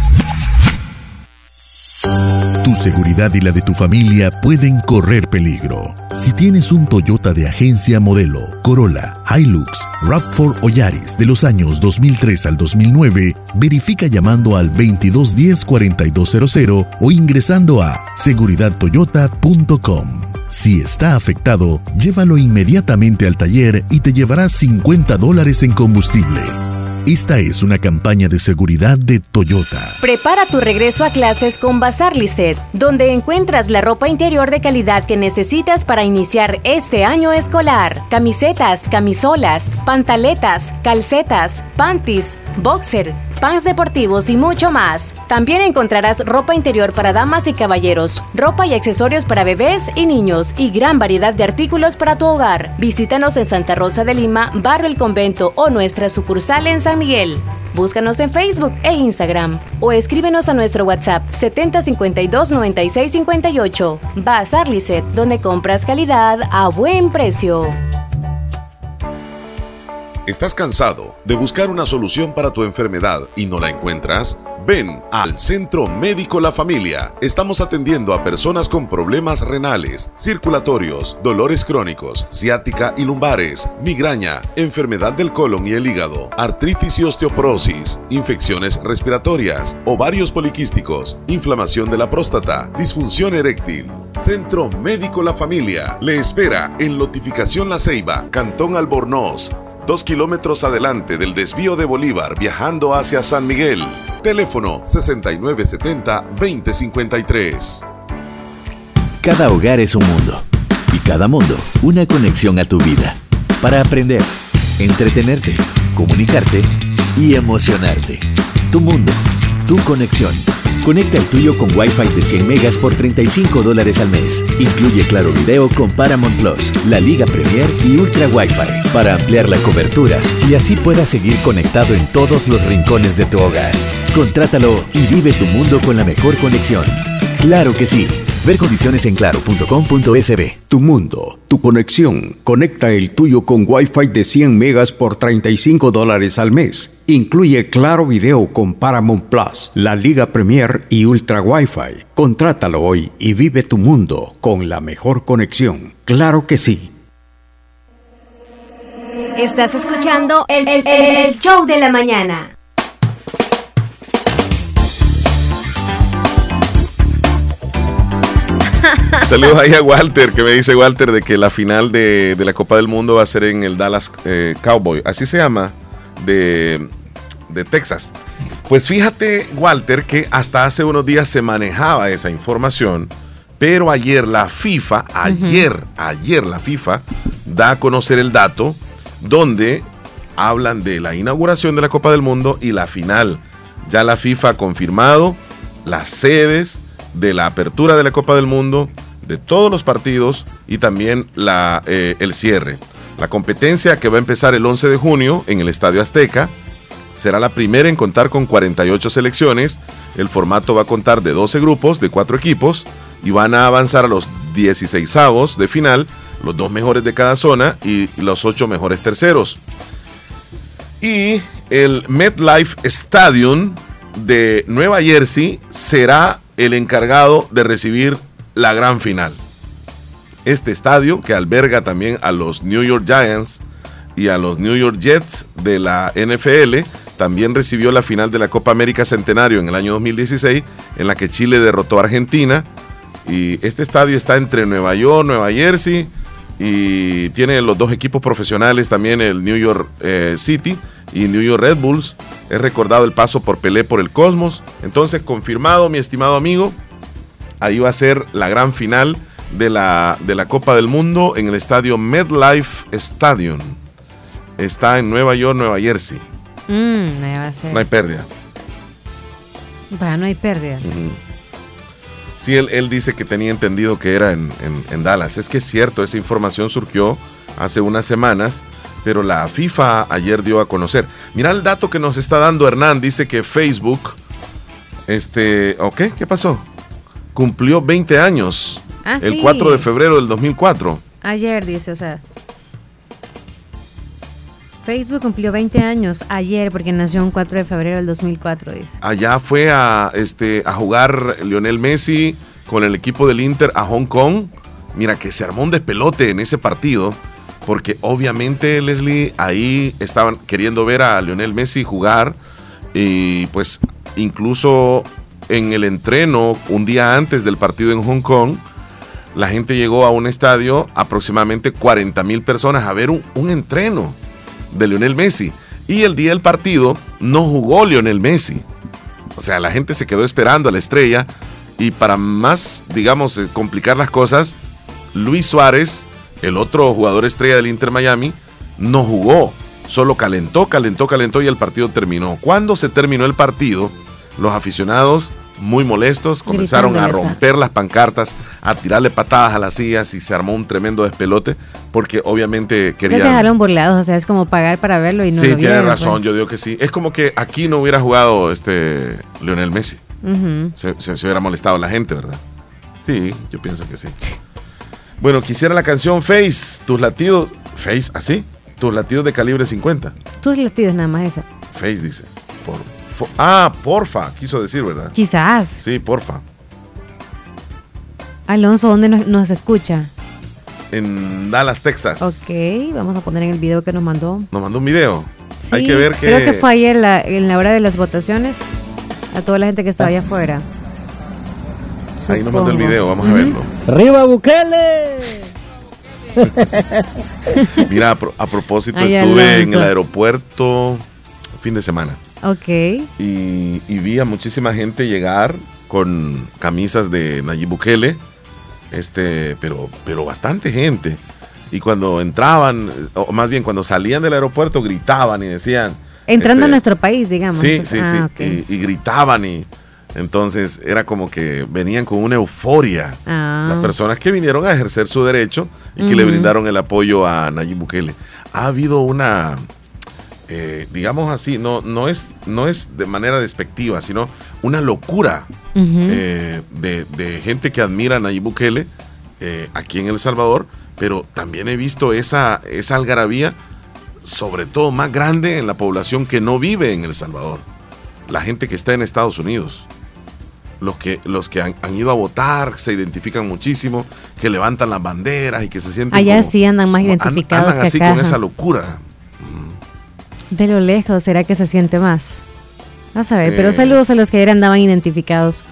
Tu seguridad y la de tu familia pueden correr peligro. Si tienes un Toyota de agencia modelo, Corolla, Hilux, RAV4 o Yaris de los años 2003 al 2009, verifica llamando al 2210-4200 o ingresando a seguridadtoyota.com. Si está afectado, llévalo inmediatamente al taller y te llevarás $50 en combustible. Esta es una campaña de seguridad de Toyota. Prepara tu regreso a clases con Bazar Lisset, donde encuentras la ropa interior de calidad que necesitas para iniciar este año escolar. Camisetas, camisolas, pantaletas, calcetas, panties, boxer, pants deportivos y mucho más. También encontrarás ropa interior para damas y caballeros, ropa y accesorios para bebés y niños y gran variedad de artículos para tu hogar. Visítanos en Santa Rosa de Lima, Barrio El Convento o nuestra sucursal en San Miguel. Búscanos en Facebook e Instagram o escríbenos a nuestro WhatsApp 7052-9658. Bazar Lisset, donde compras calidad a buen precio. ¿Estás cansado de buscar una solución para tu enfermedad y no la encuentras? Ven al Centro Médico La Familia. Estamos atendiendo a personas con problemas renales, circulatorios, dolores crónicos, ciática y lumbares, migraña, enfermedad del colon y el hígado, artritis y osteoporosis, infecciones respiratorias, ovarios poliquísticos, inflamación de la próstata, disfunción eréctil. Centro Médico La Familia le espera en Lotificación La Ceiba, Cantón Albornoz, 2 kilómetros adelante del desvío de Bolívar viajando hacia San Miguel. Teléfono 6970-2053. Cada hogar es un mundo y cada mundo una conexión a tu vida para aprender, entretenerte, comunicarte y emocionarte. Tu mundo, tu conexión. Conecta el tuyo con Wi-Fi de 100 megas por $35 al mes. Incluye Claro Video con Paramount Plus, la Liga Premier y Ultra Wi-Fi para ampliar la cobertura y así puedas seguir conectado en todos los rincones de tu hogar. Contrátalo y vive tu mundo con la mejor conexión. ¡Claro que sí! Ver condiciones en claro.com.sb. Tu mundo, tu conexión. Conecta el tuyo con Wi-Fi de 100 megas por $35 al mes. Incluye Claro Video con Paramount Plus, la Liga Premier y Ultra Wi-Fi. Contrátalo hoy y vive tu mundo con la mejor conexión. ¡Claro que sí! Estás escuchando el show de la mañana. Saludos ahí a Walter, que me dice Walter de que la final de la Copa del Mundo va a ser en el Dallas Cowboy, así se llama, de Texas. Pues fíjate, Walter, que hasta hace unos días se manejaba esa información, pero ayer la FIFA, ayer la FIFA da a conocer el dato donde hablan de la inauguración de la Copa del Mundo y la final. Ya la FIFA ha confirmado las sedes de la apertura de la Copa del Mundo, de todos los partidos y también el cierre. La competencia, que va a empezar el 11 de junio en el Estadio Azteca, será la primera en contar con 48 selecciones. El formato va a contar de 12 grupos de 4 equipos y van a avanzar a los 16avos de final, los 2 mejores de cada zona y los 8 mejores terceros. Y el MetLife Stadium de Nueva Jersey será el encargado de recibir la gran final. Este estadio, que alberga también a los New York Giants y a los New York Jets de la NFL, también recibió la final de la Copa América Centenario en el año 2016, en la que Chile derrotó a Argentina. Y este estadio está entre Nueva York, Nueva Jersey, y tiene los 2 equipos profesionales, también el New York City y New York Red Bulls. Es recordado el paso por Pelé por el Cosmos. Entonces, confirmado, mi estimado amigo, ahí va a ser la gran final de la Copa del Mundo en el estadio MetLife Stadium. Está en Nueva York, Nueva Jersey. Ahí va a ser. No hay pérdida. Bueno, no hay pérdida. Sí, él dice que tenía entendido que era en Dallas. Es que es cierto, esa información surgió hace unas semanas, pero la FIFA ayer dio a conocer. Mira el dato que nos está dando Hernán. Dice que Facebook, ¿qué pasó? Cumplió 20 años. El 4 de febrero del 2004. Ayer, dice, o sea. Facebook cumplió 20 años ayer porque nació un 4 de febrero del 2004, dice. Allá fue a jugar Lionel Messi con el equipo del Inter a Hong Kong. Mira que se armó un despelote en ese partido, porque obviamente, Leslie, ahí estaban queriendo ver a Lionel Messi jugar, y pues incluso en el entreno un día antes del partido en Hong Kong, la gente llegó a un estadio, aproximadamente 40,000 personas, a ver un entreno de Lionel Messi. Y el día del partido no jugó Lionel Messi. O sea, la gente se quedó esperando a la estrella, y para más, digamos, complicar las cosas, Luis Suárez, el otro jugador estrella del Inter Miami, no jugó, solo calentó y el partido terminó. Cuando se terminó el partido, los aficionados, muy molestos, comenzaron a romper las pancartas, a tirarle patadas a las sillas, y se armó un tremendo despelote, porque obviamente querían... Se dejaron burlados, o sea, es como pagar para verlo y no lo vieron. Sí, tiene razón, pues. Yo digo que sí. Es como que aquí no hubiera jugado Lionel Messi. Se hubiera molestado la gente, ¿verdad? Sí, yo pienso que sí. Bueno, quisiera la canción Face, tus latidos... Face, ¿así? Tus latidos de calibre 50. Tus latidos, nada más esa. Face dice. Porfa, quiso decir, ¿verdad? Quizás. Sí, porfa. Alonso, ¿dónde nos escucha? En Dallas, Texas. Ok, vamos a poner en el video que nos mandó. ¿Nos mandó un video? Sí, hay que ver que... creo que fue ayer en la hora de las votaciones, a toda la gente que estaba allá afuera. Ahí nos mandó el video, vamos a verlo. ¡Arriba, Bukele! Mira, a propósito, estuve en el aeropuerto fin de semana. Ok. Y vi a muchísima gente llegar con camisas de Nayib Bukele, pero bastante gente. Y cuando entraban, o más bien cuando salían del aeropuerto, gritaban y decían... Entrando a nuestro país, digamos. Sí, pues, sí. Okay. Y gritaban y... Entonces era como que venían con una euforia las personas que vinieron a ejercer su derecho y que le brindaron el apoyo a Nayib Bukele. Ha habido una, digamos así, no es de manera despectiva, sino una locura de gente que admira a Nayib Bukele aquí en El Salvador, pero también he visto esa algarabía, sobre todo más grande en la población que no vive en El Salvador, la gente que está en Estados Unidos. Los que han ido a votar se identifican muchísimo, que levantan las banderas y que se sienten allá como, sí andan más identificados andan así que acá, con esa locura. De lo lejos, ¿será que se siente más? A saber, pero saludos a los que ayer andaban identificados.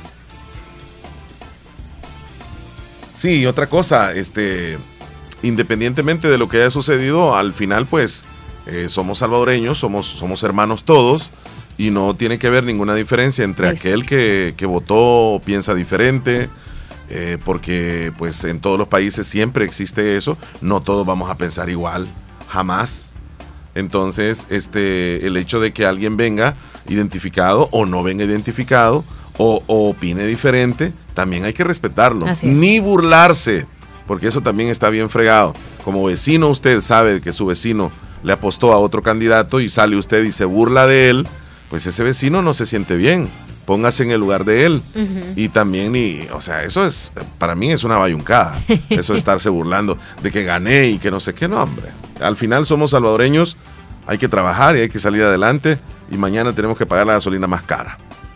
Sí, otra cosa, independientemente de lo que haya sucedido, al final pues somos salvadoreños, somos hermanos todos. Y no tiene que haber ninguna diferencia entre aquel que votó o piensa diferente, porque pues en todos los países siempre existe eso, no todos vamos a pensar igual, jamás. Entonces, el hecho de que alguien venga identificado o no venga identificado o opine diferente, también hay que respetarlo, ni burlarse, porque eso también está bien fregado. Como vecino usted sabe que su vecino le apostó a otro candidato y sale usted y se burla de él, pues ese vecino no se siente bien, póngase en el lugar de él. Y también, o sea, eso es, para mí es una bayuncada, eso de estarse burlando de que gané y que no sé qué, no, hombre. Al final somos salvadoreños, hay que trabajar y hay que salir adelante, y mañana tenemos que pagar la gasolina más cara.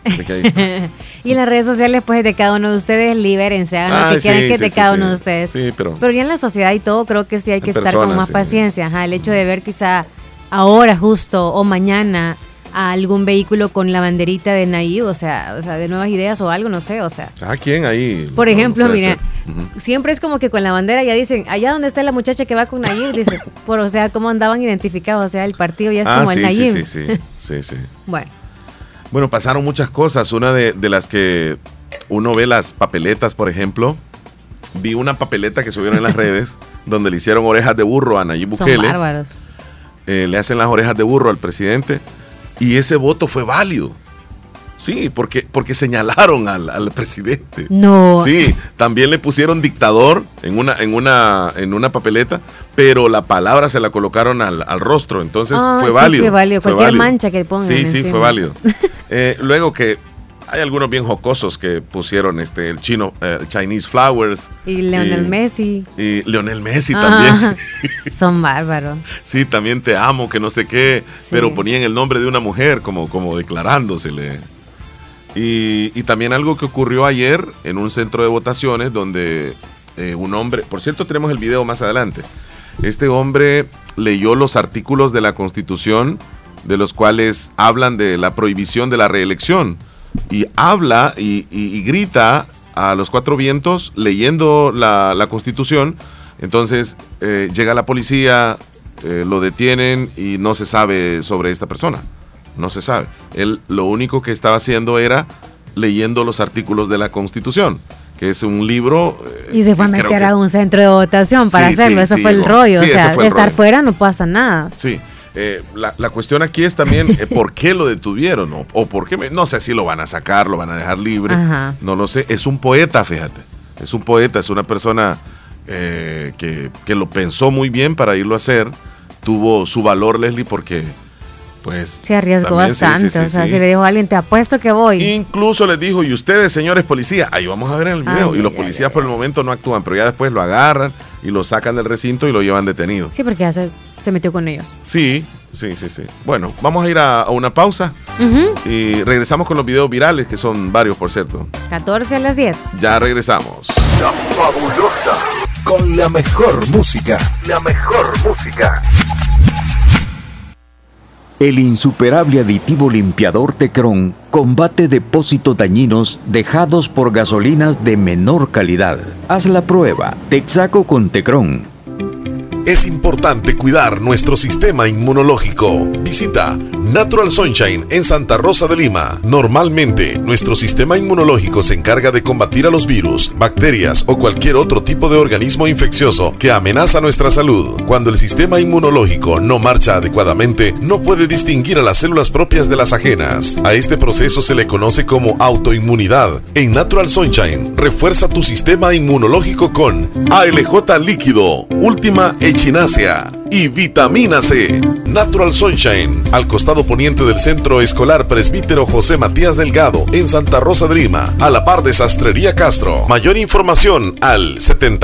Y en las redes sociales, pues, de cada uno de ustedes, libérense, hagan lo que quieran de cada uno de ustedes. Sí, pero ya en la sociedad y todo, creo que sí hay que estar con más paciencia. El hecho de ver quizá ahora justo o mañana a algún vehículo con la banderita de Nayib, o sea, de nuevas ideas o algo, no sé, o sea. ¿A quién ahí? Por ejemplo, mira, siempre es como que con la bandera ya dicen, allá donde está la muchacha que va con Nayib, dice, o sea, cómo andaban identificados, o sea, el partido ya es como el Nayib. Sí. Bueno, pasaron muchas cosas, una de las que uno ve las papeletas, por ejemplo, vi una papeleta que subieron en las redes, donde le hicieron orejas de burro a Nayib Bukele. Son bárbaros. Le hacen las orejas de burro al presidente. Y ese voto fue válido. Sí, porque señalaron al presidente. No. Sí, también le pusieron dictador en una papeleta, pero la palabra se la colocaron al rostro, entonces fue válido. Fue válido. Cualquier mancha que pongan. Sí, fue válido. Luego que hay algunos bien jocosos que pusieron el Chinese Flowers. Y Lionel Messi. Y Lionel Messi también. Son bárbaros. Sí, también te amo, que no sé qué. Sí. Pero ponían el nombre de una mujer como declarándosele. Y también algo que ocurrió ayer en un centro de votaciones donde un hombre, por cierto tenemos el video más adelante, este hombre leyó los artículos de la Constitución de los cuales hablan de la prohibición de la reelección. Y habla y grita a los cuatro vientos leyendo la Constitución. Entonces llega la policía, lo detienen y no se sabe sobre esta persona. No se sabe. Él lo único que estaba haciendo era leyendo los artículos de la Constitución, que es un libro. Y se fue a meter a un centro de votación para hacerlo. Eso fue el rollo. O sea, de estar fuera no pasa nada. Sí. La cuestión aquí es también por qué lo detuvieron, ¿no? O por qué, no sé si lo van a sacar, lo van a dejar libre, no lo sé. Es un poeta, fíjate, es un poeta, es una persona que lo pensó muy bien para irlo a hacer, tuvo su valor, Leslie, porque pues se arriesgó bastante, o sea, si le dijo a alguien, te apuesto que voy. Incluso les dijo, y ustedes, señores policías, ahí vamos a ver en el video, y los policías por el momento no actúan, pero ya después lo agarran y lo sacan del recinto y lo llevan detenido. Sí, porque ya se metió con ellos. Sí. Bueno, vamos a ir a una pausa y regresamos con los videos virales, que son varios, por cierto. 14 a las 10. Ya regresamos. La Fabulosa, con la mejor música. La mejor música. El insuperable aditivo limpiador Tecron combate depósitos dañinos dejados por gasolinas de menor calidad. Haz la prueba. Texaco con Tecron. Es importante cuidar nuestro sistema inmunológico. Visita Natural Sunshine en Santa Rosa de Lima. Normalmente, nuestro sistema inmunológico se encarga de combatir a los virus, bacterias o cualquier otro tipo de organismo infeccioso que amenaza nuestra salud. Cuando el sistema inmunológico no marcha adecuadamente, no puede distinguir a las células propias de las ajenas. A este proceso se le conoce como autoinmunidad. En Natural Sunshine, refuerza tu sistema inmunológico con ALJ líquido, Última Echinacea y vitamina C. Natural Sunshine, al costado poniente del Centro Escolar Presbítero José Matías Delgado, en Santa Rosa de Lima, a la par de Sastrería Castro. Mayor información al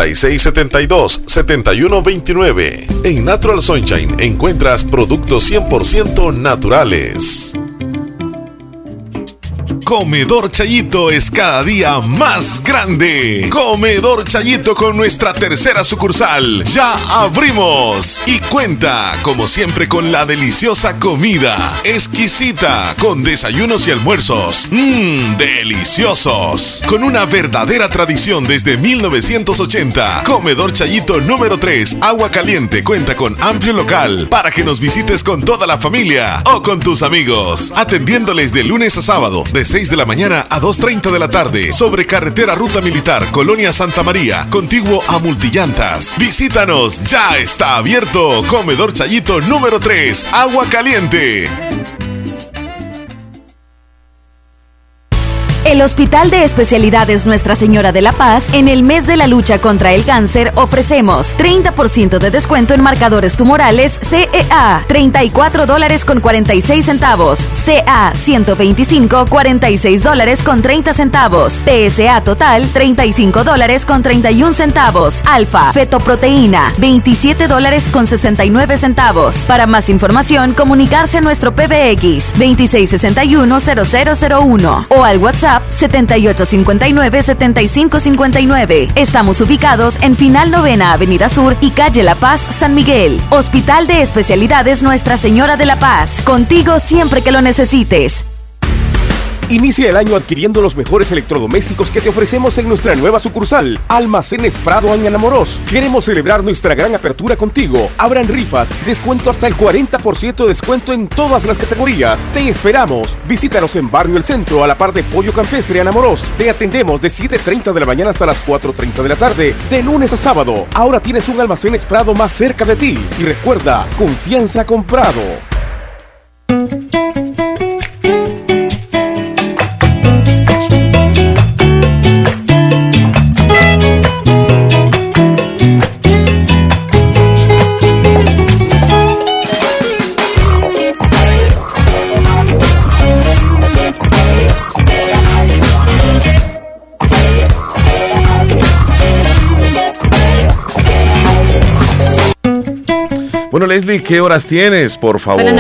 7672-7129. En Natural Sunshine encuentras productos 100% naturales. Comedor Chayito es cada día más grande. Comedor Chayito con nuestra tercera sucursal. Ya abrimos y cuenta, como siempre, con la deliciosa comida exquisita, con desayunos y almuerzos. Deliciosos. Con una verdadera tradición desde 1980. Comedor Chayito número 3, Agua Caliente, cuenta con amplio local para que nos visites con toda la familia o con tus amigos. Atendiéndoles de lunes a sábado, de 6 de la mañana a 2:30 de la tarde, sobre carretera Ruta Militar, Colonia Santa María, contiguo a Multillantas. Visítanos, ya está abierto. Comedor Chayito número 3, Agua Caliente. El Hospital de Especialidades Nuestra Señora de la Paz, en el mes de la lucha contra el cáncer, ofrecemos 30% de descuento en marcadores tumorales CEA, $34.46, CA 125, $46.30. PSA total, $35.31. Alfa, fetoproteína, $27.69. Para más información, comunicarse a nuestro PBX 2661-0001 o al WhatsApp 7859-7559. Estamos ubicados en Final Novena Avenida Sur y Calle La Paz, San Miguel. Hospital de Especialidades Nuestra Señora de la Paz. Contigo siempre que lo necesites. Inicia el año adquiriendo los mejores electrodomésticos que te ofrecemos en nuestra nueva sucursal, Almacenes Prado en Anamorós. Queremos celebrar nuestra gran apertura contigo. Habrán rifas, descuento hasta el 40% de descuento en todas las categorías. Te esperamos. Visítanos en Barrio El Centro, a la par de Pollo Campestre Anamorós. Te atendemos de 7:30 de la mañana hasta las 4:30 de la tarde, de lunes a sábado. Ahora tienes un Almacenes Prado más cerca de ti. Y recuerda, confianza con Prado. Bueno, Leslie, ¿qué horas tienes, por favor? Son las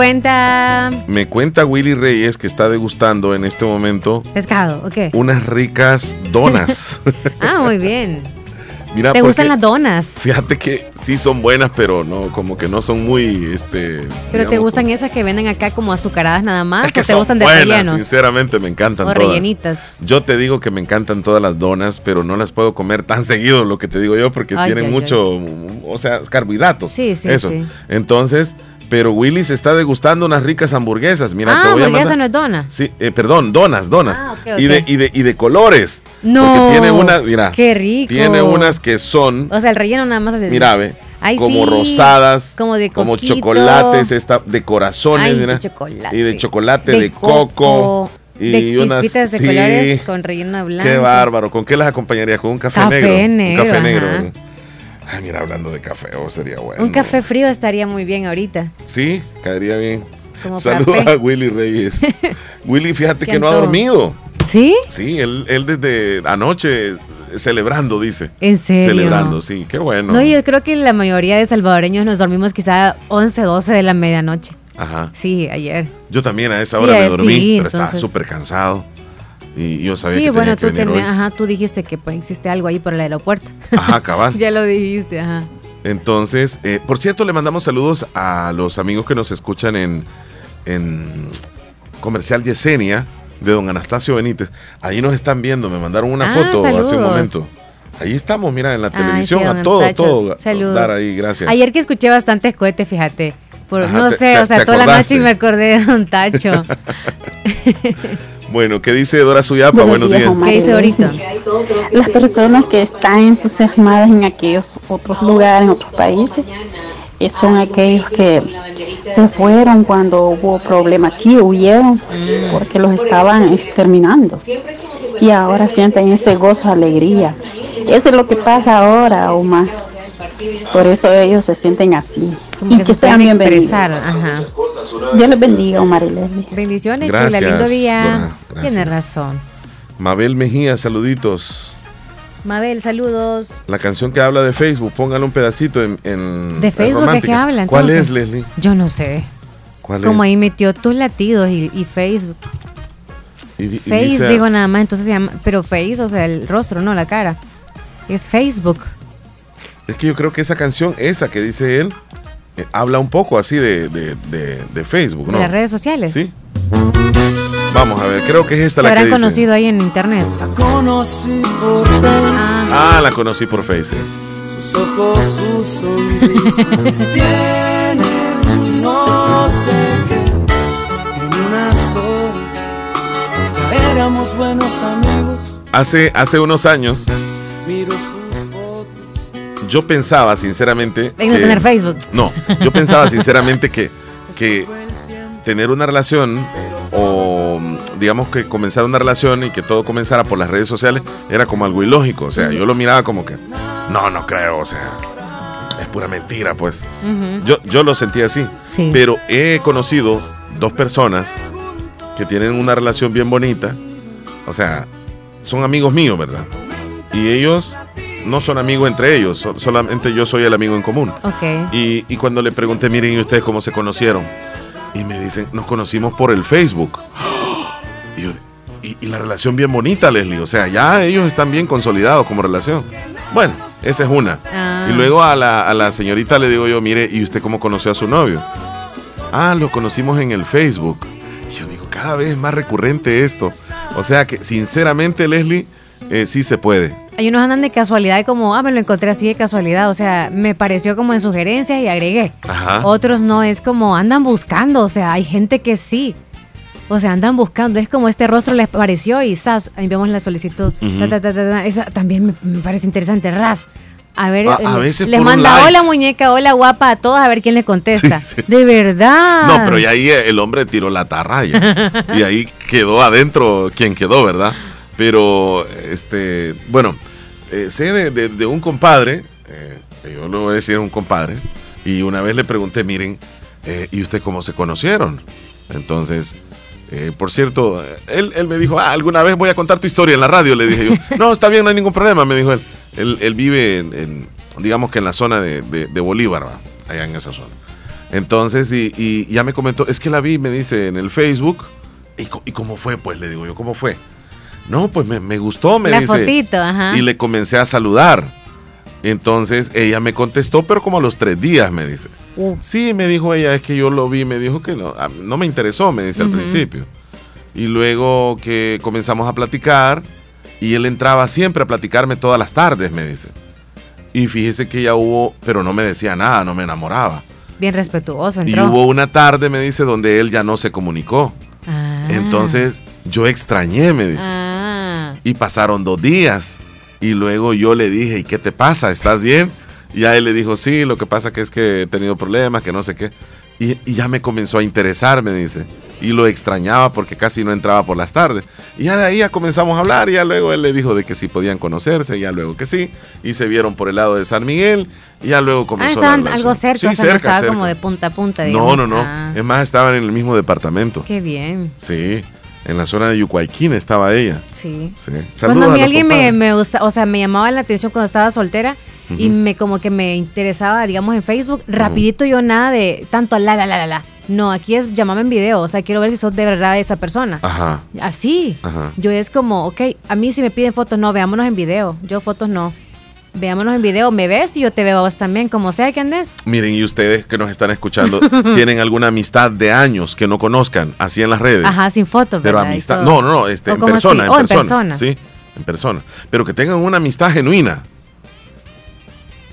9:50. Me cuenta Willy Reyes que está degustando en este momento ¿Pescado o qué? unas ricas donas. Ah, muy bien. Mira, ¿te gustan las donas? Fíjate que sí son buenas, pero no, como que no son muy, ¿Pero te gustan esas que venden acá como azucaradas nada más? Es que ¿O te son gustan de buenas, rellenos? sinceramente me encantan O todas. rellenitas. Yo te digo que me encantan todas las donas, pero no las puedo comer tan seguido, lo que te digo yo, porque tienen mucho, o sea, carbohidratos. Sí, sí, eso. sí. Entonces, pero Willy se está degustando unas ricas hamburguesas. Mira, te voy a hamburguesa mandar. no es dona. Sí, perdón, donas. Ah, ok, Y, ok. de colores. No. Porque tiene unas, mira. Qué rico. Tiene unas que son, O sea, el relleno nada más es de... mira, ve, Ay, como sí, rosadas, como de como coquito. chocolates, de corazones, Ay, de mira, chocolate. y de chocolate, De de coco. de Y unas, chispitas de sí, colores con relleno blanco. Qué bárbaro. ¿Con qué las acompañaría? Con un café, Café negro. Un café negro, negro. ajá. Ay, mira, hablando de café, sería bueno. Un café frío estaría muy bien ahorita. Sí, caería bien. Como Saludos frappé. a Willy Reyes. Willy, fíjate Qué que no ha antojo. dormido. ¿Sí? Sí, él desde anoche celebrando, dice. ¿En serio? Celebrando, sí, qué bueno. No, yo creo que la mayoría de salvadoreños nos dormimos quizá 11, 12 de la medianoche. Ajá. Sí, ayer. Yo también a esa Sí, hora me dormí, sí, pero estaba entonces- súper cansado. Y yo sabía Sí, que bueno, tenía que venir hoy. tú dijiste que pues existe algo ahí por el aeropuerto. Ajá, cabal. Ya lo dijiste, ajá. Entonces, por cierto, le mandamos saludos a los amigos que nos escuchan en Comercial Yesenia, de don Anastasio Benítez. Ahí nos están viendo, me mandaron una foto saludos. hace un momento. Ahí estamos, mira, en la Ay, televisión, sí, a don todo, Antacho. todo. Saludos. Dar ahí, gracias. Ayer que escuché bastantes cohetes, fíjate. No sé, o sea, toda la noche me acordé de Don Tacho. Bueno, ¿qué dice Dora Suyapa? Buenos días. ¿Qué dice ahorita? Las personas que están entusiasmadas en aquellos otros lugares, en otros países, son aquellos que se fueron cuando hubo problema aquí, huyeron porque los estaban exterminando y ahora sienten ese gozo, alegría. Eso es lo que pasa ahora, Omar. Por eso ellos se sienten así. Como y que sean bienvenidos. Ajá. Dios les bendiga, Omar y Leslie. Bendiciones, Gracias, Chula, lindo día. Dora, Tienes razón. Mabel Mejía, saluditos. Mabel, saludos. La canción que habla de Facebook, póngale un pedacito en ¿De Facebook de qué habla entonces? ¿Cuál es, Leslie? Yo no sé. ¿Cuál Como es? ahí metió tus latidos y Facebook. Face, dice, digo nada más, entonces se llama, pero Face, o sea, el rostro, no la cara. Es Facebook. Es que yo creo que esa canción, esa que dice él, habla un poco así de Facebook, ¿no? De las redes sociales. Sí. Vamos a ver, creo que es esta Se la que habrán dice. conocido ahí en internet. Conocí por Facebook. Ah, la conocí por Facebook. Sus ojos, su sonrisa tienen no sé qué. En unas horas ya éramos buenos amigos. Hace unos años Miro sus fotos. yo pensaba sinceramente Vengo a tener Facebook. No, yo pensaba sinceramente que tener una relación o digamos que comenzar una relación y que todo comenzara por las redes sociales era como algo ilógico. O sea, yo lo miraba como que no creo, o sea, es pura mentira, pues. Yo lo sentía así. Sí. Pero he conocido dos personas que tienen una relación bien bonita. O sea, son amigos míos, ¿verdad? Y ellos no son amigos entre ellos, solamente yo soy el amigo en común. Ok. Y cuando le pregunté, miren, ¿y ustedes cómo se conocieron? Y me dicen, nos conocimos por el Facebook. Y la relación bien bonita, Leslie. O sea, ya ellos están bien consolidados como relación. Bueno, esa es una. Y luego a la señorita le digo yo, mire, ¿y usted cómo conoció a su novio? Ah, lo conocimos en el Facebook. Y yo digo, cada vez es más recurrente esto. O sea que, sinceramente, Leslie, sí se puede. Hay unos andan de casualidad y como, me lo encontré así de casualidad. O sea, me pareció como en sugerencias y agregué. Ajá. Otros no, es como andan buscando. O sea, hay gente que sí. O sea, andan buscando. Es como este rostro les pareció y ¡zas! Enviamos la solicitud. Esa también me parece interesante. Ras. A ver, a veces les por manda likes. hola muñeca, hola guapa a todos a ver quién le contesta. Sí, sí. De verdad. No, pero ya ahí el hombre tiró la tarraya. Y ahí quedó adentro quien quedó, ¿verdad? Pero, bueno, sé de un compadre, yo le voy a decir un compadre, y una vez le pregunté, miren, ¿y usted cómo se conocieron? Entonces, por cierto, él me dijo, alguna vez voy a contar tu historia en la radio, le dije yo. No, está bien, no hay ningún problema, me dijo él. Él vive digamos que en la zona de Bolívar, ¿va? Allá en esa zona. Entonces, y ya me comentó, es que la vi, me dice, en el Facebook. ¿Y cómo fue? Pues le digo yo, ¿cómo fue? No, pues me gustó, me dice. La fotito, ajá. Y le comencé a saludar. Entonces ella me contestó, pero como a los 3 días, me dice. Sí, me dijo ella, es que yo lo vi, me dijo que no me interesó, me dice al principio. Y luego que comenzamos a platicar, y él entraba siempre a platicarme todas las tardes, me dice. Y fíjese que ya hubo, pero no me decía nada, no me enamoraba. Bien respetuoso, entró. Y hubo una tarde, me dice, donde él ya no se comunicó. Entonces yo extrañé, me dice. Y pasaron 2 días. Y luego yo le dije, ¿y qué te pasa? ¿Estás bien? Y a él le dijo, sí, lo que pasa que es que he tenido problemas, que no sé qué. Y ya me comenzó a interesar, me dice. Y lo extrañaba porque casi no entraba por las tardes. Y ya de ahí ya comenzamos a hablar. Y ya luego él le dijo de que sí podían conocerse. Y ya luego que sí. Y se vieron por el lado de San Miguel. Y ya luego comenzó la estaban relación. algo cerca, Sí, o sea, no cerca, estaba cerca. como de punta a punta, digamos. No. Es más, estaban en el mismo departamento. Qué bien. Sí, en la zona de Yucuayquín estaba ella. Sí. Saludos Cuando a mí los alguien compadres. me gusta, o sea, me llamaba la atención cuando estaba soltera y como que me interesaba, digamos, en Facebook, rapidito yo nada de tanto la. No, aquí es llamame en video, o sea, quiero ver si sos de verdad esa persona. Ajá. Así. Ajá. Yo es como, ok, a mí si me piden fotos, no, veámonos en video. Yo fotos no. Veámonos en video, me ves y yo te veo a vos también, como sea que andes. Miren, y ustedes que nos están escuchando, ¿tienen alguna amistad de años que no conozcan, así en las redes? Ajá, sin fotos, Pero ¿verdad? amistad, Y todo. no, ¿O en cómo persona, así? En persona. Sí, en persona. Pero que tengan una amistad genuina.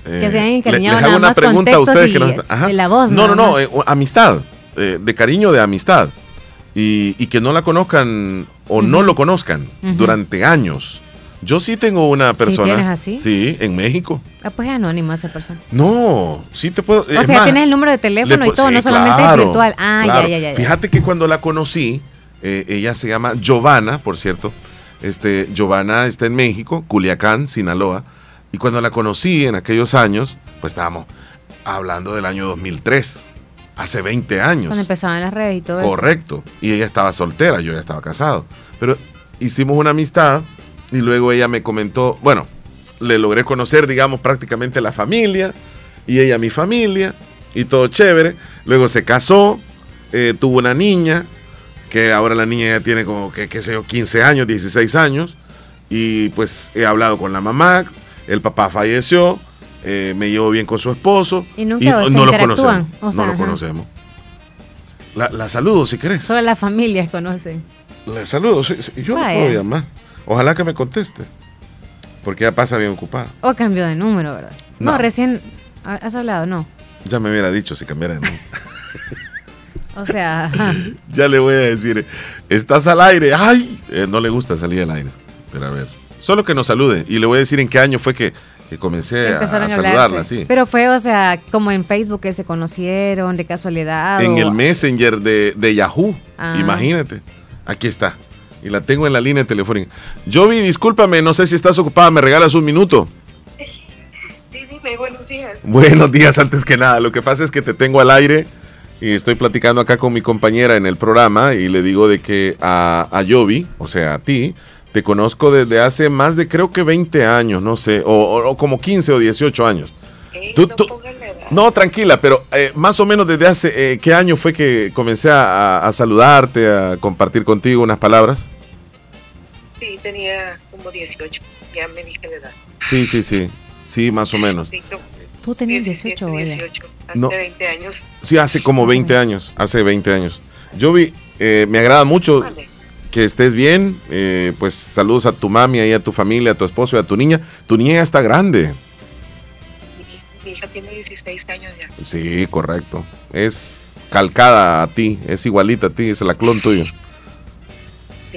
Que se han encariñado les hago nada una más pregunta con a ustedes textos que no, de la voz. No, amistad, de cariño, de amistad. Y que no la conozcan o no lo conozcan durante años. Yo sí tengo una persona. ¿Sí tienes así? Sí, en México. Ah, pues es anónima esa persona. No, sí te puedo. O sea, tienes el número de teléfono y todo, sí, no solamente claro, es virtual. Ah, claro. ya. Fíjate que cuando la conocí, ella se llama Giovanna, por cierto. Giovanna está en México, Culiacán, Sinaloa. Y cuando la conocí en aquellos años, pues estábamos hablando del año 2003. Hace 20 años. Cuando empezaban las redes y todo eso. Correcto. Y ella estaba soltera, yo ya estaba casado. Pero hicimos una amistad y luego ella me comentó, bueno, le logré conocer, digamos, prácticamente la familia y ella mi familia y todo chévere. Luego se casó, tuvo una niña, que ahora la niña ya tiene como, qué sé yo, 15 años, 16 años. Y pues he hablado con la mamá, el papá falleció. Me llevo bien con su esposo y nunca no lo conocemos. No lo conocemos. La saludo si querés. Solo las familias conocen. La saludo, sí, yo la puedo llamar. Ojalá que me conteste. Porque ella pasa bien ocupada. O cambió de número, ¿verdad? No, recién has hablado, no. Ya me hubiera dicho si cambiara de número. O sea, ya le voy a decir, estás al aire. ¡Ay! No le gusta salir al aire. Pero a ver, solo que nos salude. Y le voy a decir en qué año fue que comencé a saludarla, sí. Pero fue, o sea, como en Facebook que se conocieron de casualidad. En el Messenger de Yahoo, imagínate. Aquí está. Y la tengo en la línea telefónica. Jovi, discúlpame, no sé si estás ocupada, ¿me regalas un minuto? Sí, dime, buenos días. Buenos días, antes que nada. Lo que pasa es que te tengo al aire y estoy platicando acá con mi compañera en el programa y le digo de que a Jovi, o sea, a ti, te conozco desde hace más de creo que 20 años, no sé, o como 15 o 18 años. No, tranquila, pero más o menos desde hace, ¿qué año fue que comencé a saludarte, a compartir contigo unas palabras? Sí, tenía como 18, ya me dije la edad. Sí, más o menos. Sí, ¿Tú tenías 18 o 18, hace 20 años. Sí, hace como 20 años, Jovi, me agrada mucho. Vale. Que estés bien, pues saludos a tu mami, ahí a tu familia, a tu esposo y a tu niña. Tu niña ya está grande. Mi hija tiene 16 años ya. Sí, correcto. Es calcada a ti, es igualita a ti, es la clon tuyo. Sí.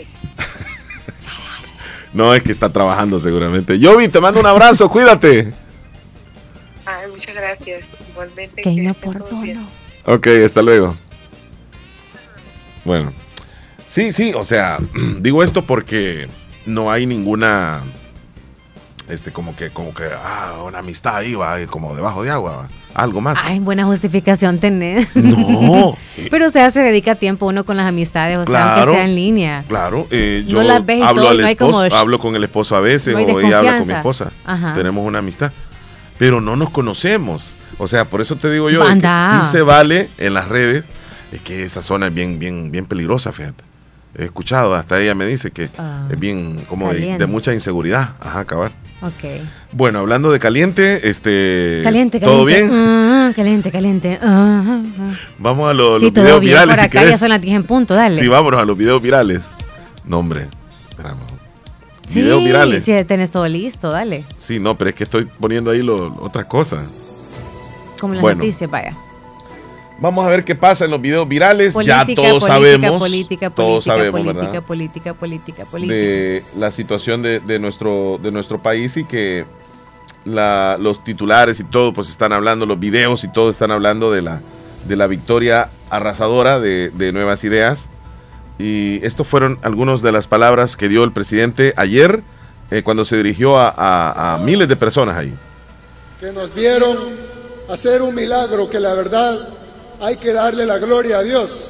No, es que está trabajando seguramente. Jovi, te mando un abrazo, cuídate. Ay, muchas gracias. Igualmente. Que no por tono. Ok, hasta luego. Bueno. Sí, o sea, digo esto porque no hay ninguna, como que, una amistad ahí, va, como debajo de agua, va, algo más. Ay, buena justificación tenés. No. Pero, o sea, se dedica tiempo uno con las amistades, o sea, aunque sea en línea. Claro, yo no las ves y hablo todo, al no hay esposo, como, hablo con el esposo a veces, no o ella habla con mi esposa. Ajá. Tenemos una amistad, pero no nos conocemos. O sea, por eso te digo yo, que sí se vale en las redes, es que esa zona es bien peligrosa, fíjate. He escuchado, hasta ella me dice que es bien como de mucha inseguridad. Ajá, cabal. Ok. Bueno, hablando de caliente, caliente. ¿todo bien? Caliente. Vamos a los videos virales. Sí, todo bien, por acá ya son las 10 en punto, dale. Sí, vámonos a los videos virales. No, hombre, esperamos. Sí, videos virales. Sí, tenés todo listo, dale. Sí, no, pero es que estoy poniendo ahí otras cosas. Como las noticias, vaya. Vamos a ver qué pasa en los videos virales. Política, ya todos sabemos. Todos sabemos, ¿verdad? Política. De la situación de nuestro país y que los titulares y todo, pues están hablando, los videos y todo están hablando de la victoria arrasadora de Nuevas Ideas. Y estos fueron algunas de las palabras que dio el presidente ayer cuando se dirigió a miles de personas ahí. Que nos vieron hacer un milagro que la verdad hay que darle la gloria a Dios.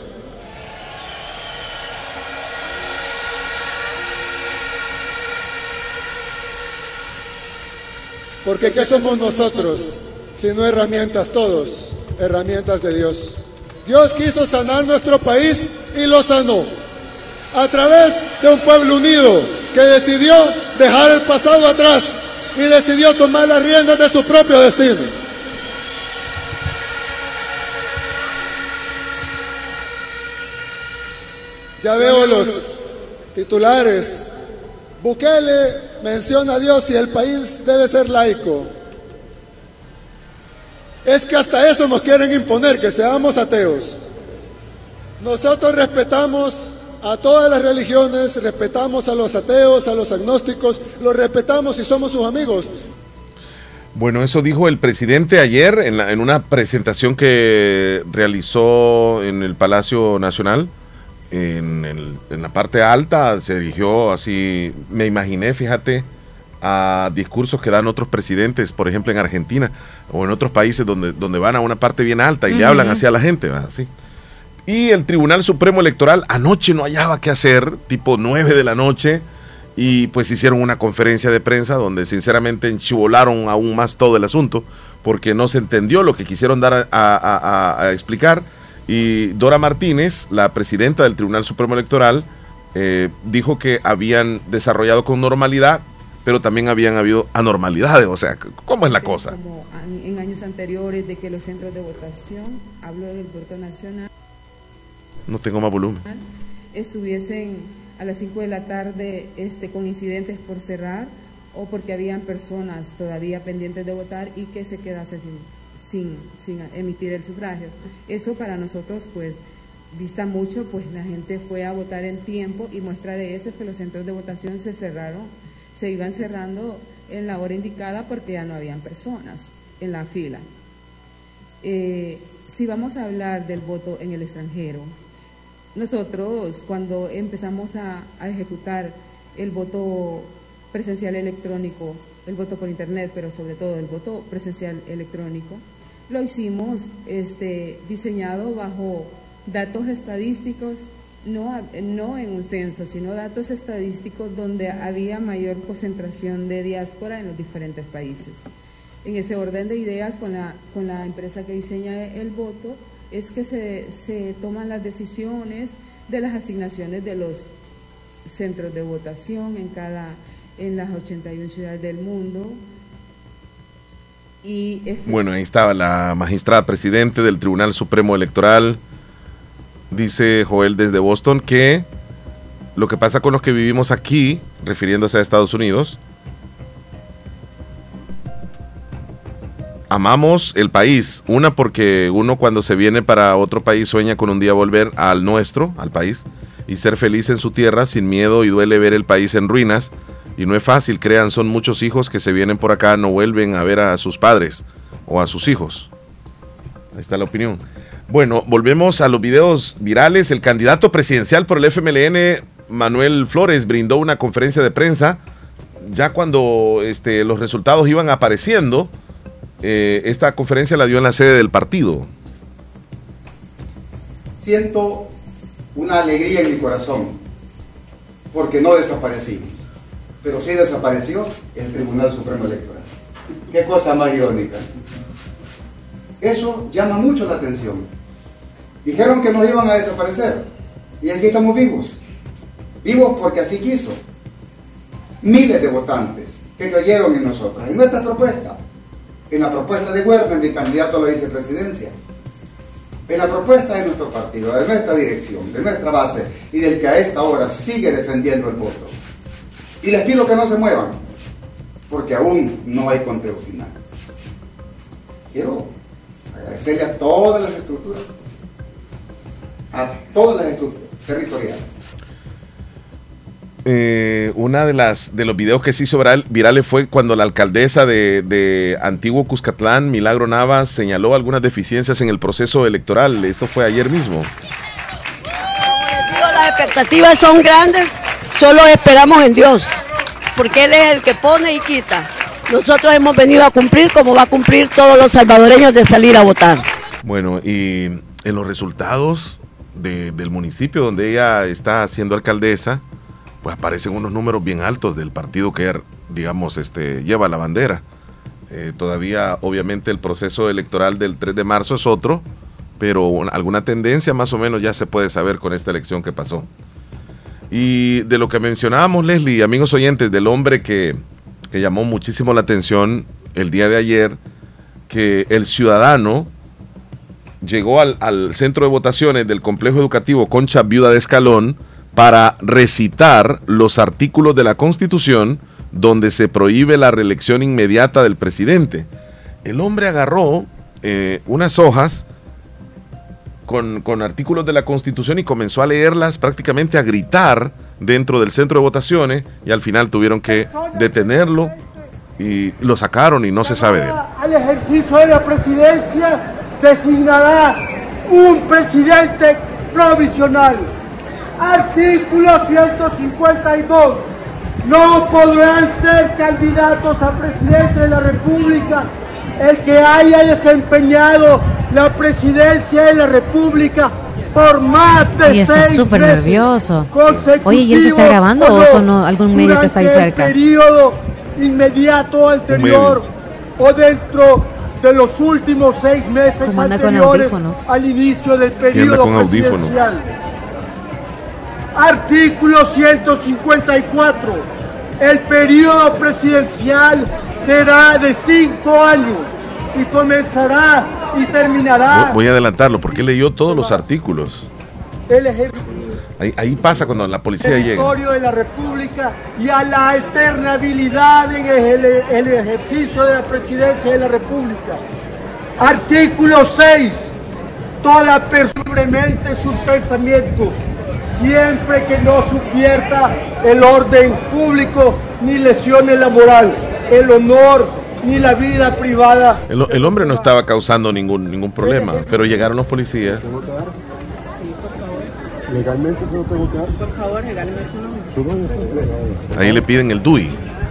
Porque ¿qué somos nosotros? Sino herramientas todos, herramientas de Dios. Dios quiso sanar nuestro país y lo sanó. A través de un pueblo unido que decidió dejar el pasado atrás y decidió tomar las riendas de su propio destino. Ya veo los titulares. Bukele menciona a Dios y el país debe ser laico. es que hasta eso nos quieren imponer, que seamos ateos. Nosotros respetamos a todas las religiones, respetamos a los ateos, a los agnósticos, los respetamos y somos sus amigos. Bueno, eso dijo el presidente ayer en una presentación que realizó en el Palacio Nacional. En la parte alta se dirigió así, me imaginé, fíjate, a discursos que dan otros presidentes, por ejemplo en Argentina o en otros países donde van a una parte bien alta y le hablan hacia la gente, así. Y el Tribunal Supremo Electoral anoche no hallaba qué hacer, tipo 9 de la noche, y pues hicieron una conferencia de prensa donde sinceramente enchivolaron aún más todo el asunto, porque no se entendió lo que quisieron dar a explicar. Y Dora Martínez, la presidenta del Tribunal Supremo Electoral, dijo que habían desarrollado con normalidad, pero también habían habido anormalidades. O sea, ¿cómo es la cosa? Como en años anteriores, de que los centros de votación, hablo del voto nacional, no tengo más volumen, estuviesen a las 5 de la tarde con incidentes por cerrar o porque habían personas todavía pendientes de votar y que se quedasen sin emitir el sufragio. Eso para nosotros pues dista mucho, pues la gente fue a votar en tiempo, y muestra de eso es que los centros de votación se iban cerrando en la hora indicada porque ya no habían personas en la fila. Si vamos a hablar del voto en el extranjero, nosotros cuando empezamos a ejecutar el voto presencial electrónico, el voto por internet, pero sobre todo el voto presencial electrónico, lo hicimos diseñado bajo datos estadísticos, no en un censo, sino datos estadísticos donde había mayor concentración de diáspora en los diferentes países. En ese orden de ideas, con la empresa que diseña el voto, es que se toman las decisiones de las asignaciones de los centros de votación en las 81 ciudades del mundo. Bueno, ahí estaba la magistrada presidente del Tribunal Supremo Electoral. Dice Joel desde Boston que lo que pasa con los que vivimos aquí, refiriéndose a Estados Unidos, amamos el país. Una, porque uno cuando se viene para otro país sueña con un día volver al nuestro, al país, y ser feliz en su tierra sin miedo, y duele ver el país en ruinas. Y no es fácil, crean, son muchos hijos que se vienen por acá, no vuelven a ver a sus padres o a sus hijos. Ahí está la opinión. Bueno, volvemos a los videos virales. El candidato presidencial por el FMLN, Manuel Flores, brindó una conferencia de prensa ya cuando los resultados iban apareciendo. Esta conferencia la dio en la sede del partido. Siento una alegría en mi corazón porque no desaparecimos, pero sí desapareció el Tribunal Supremo Electoral. Qué cosa más irónica. Eso llama mucho la atención. Dijeron que nos iban a desaparecer y aquí estamos vivos. Vivos porque así quiso. Miles de votantes que creyeron en nosotros, en nuestra propuesta, en la propuesta de Werner, mi candidato a la vicepresidencia, en la propuesta de nuestro partido, de nuestra dirección, de nuestra base y del que a esta hora sigue defendiendo el voto. Y les pido que no se muevan, porque aún no hay conteo final. Quiero agradecerle a todas las estructuras, territoriales. Una de los videos que se hizo virales fue cuando la alcaldesa de Antiguo Cuscatlán, Milagro Navas, señaló algunas deficiencias en el proceso electoral. Esto fue ayer mismo. Las expectativas son grandes, solo esperamos en Dios, porque Él es el que pone y quita. Nosotros hemos venido a cumplir como va a cumplir todos los salvadoreños de salir a votar. Bueno, y en los resultados del municipio donde ella está siendo alcaldesa, pues aparecen unos números bien altos del partido que, digamos, lleva la bandera. Todavía, obviamente, el proceso electoral del 3 de marzo es otro, pero alguna tendencia más o menos ya se puede saber con esta elección que pasó. Y de lo que mencionábamos, Leslie, amigos oyentes, del hombre que llamó muchísimo la atención el día de ayer, que el ciudadano llegó al centro de votaciones del complejo educativo Concha Viuda de Escalón para recitar los artículos de la Constitución donde se prohíbe la reelección inmediata del presidente. El hombre agarró unas hojas con artículos de la Constitución y comenzó a leerlas, prácticamente a gritar dentro del centro de votaciones, y al final tuvieron que detenerlo y lo sacaron y no se sabe de él. Al ejercicio de la presidencia designará un presidente provisional. Artículo 152. No podrán ser candidatos a presidente de la República el que haya desempeñado la presidencia de la República por más de 6 meses. Y está súper nervioso. Oye, ¿y él se está grabando o son algún medio que está ahí cerca? El periodo inmediato anterior o dentro de los últimos 6 meses anteriores al inicio del periodo presidencial. Artículo 154. El periodo presidencial será de 5 años y comenzará y terminará. Voy a adelantarlo porque leyó todos los artículos. Ahí pasa cuando la policía llega. Territorio de la República y a la alternabilidad en el ejercicio de la presidencia de la República. Artículo 6. Toda persona libremente sus pensamientos, siempre que no subvierta el orden público ni lesione la moral, el honor ni la vida privada. El hombre no estaba causando ningún problema, pero llegaron los policías. Legalmente se lo tengo que dar. Por favor, regáleme su nombre. Ahí le piden el DUI.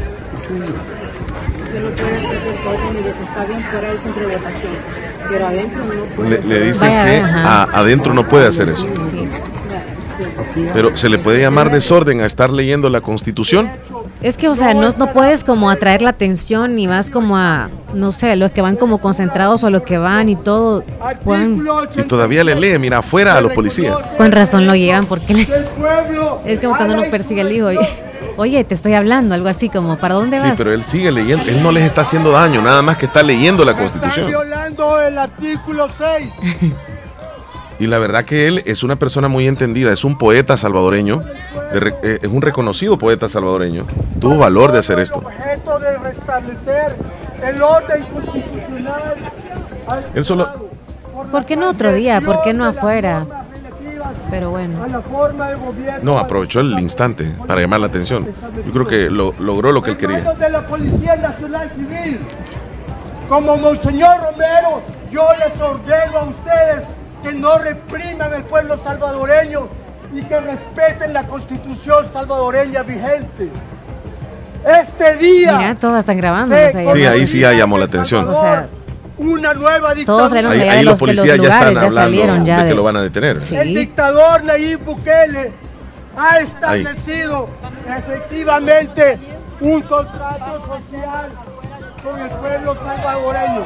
Se lo puede hacer desorden y de que está bien fuera del centro de votación, pero adentro no puede. Le dicen que adentro no puede hacer eso. Sí. Pero ¿se le puede llamar desorden a estar leyendo la Constitución? Es que, o sea, no puedes como atraer la atención y vas como a, no sé, los que van como concentrados o los que van y todo. Y todavía le lee, mira, afuera a los policías. Con razón lo llevan porque es como cuando uno persigue al hijo. Oye, te estoy hablando, algo así como, ¿para dónde vas? Sí, pero él sigue leyendo, él no les está haciendo daño, nada más que está leyendo la Constitución. Está violando el artículo 6. Y la verdad que él es una persona muy entendida, es un poeta salvadoreño, es un reconocido poeta salvadoreño. Tuvo valor de hacer esto. Objeto de restablecer el orden constitucional. Él solo... ¿Por qué no otro día? ¿Por qué no afuera? Pero bueno. No, aprovechó el instante para llamar la atención. Yo creo que logró lo que él quería. De la Policía Nacional Civil, como Monseñor Romero, yo les ordeno a ustedes que no repriman al pueblo salvadoreño y que respeten la Constitución salvadoreña vigente. Este día... Mira, todos están grabando. Sí, ahí sí ya llamó la atención. O sea, una nueva dictadura. Ahí los policías ya están hablando de que lo van a detener. Sí. El dictador Nayib Bukele ha establecido efectivamente un contrato social con el pueblo salvadoreño.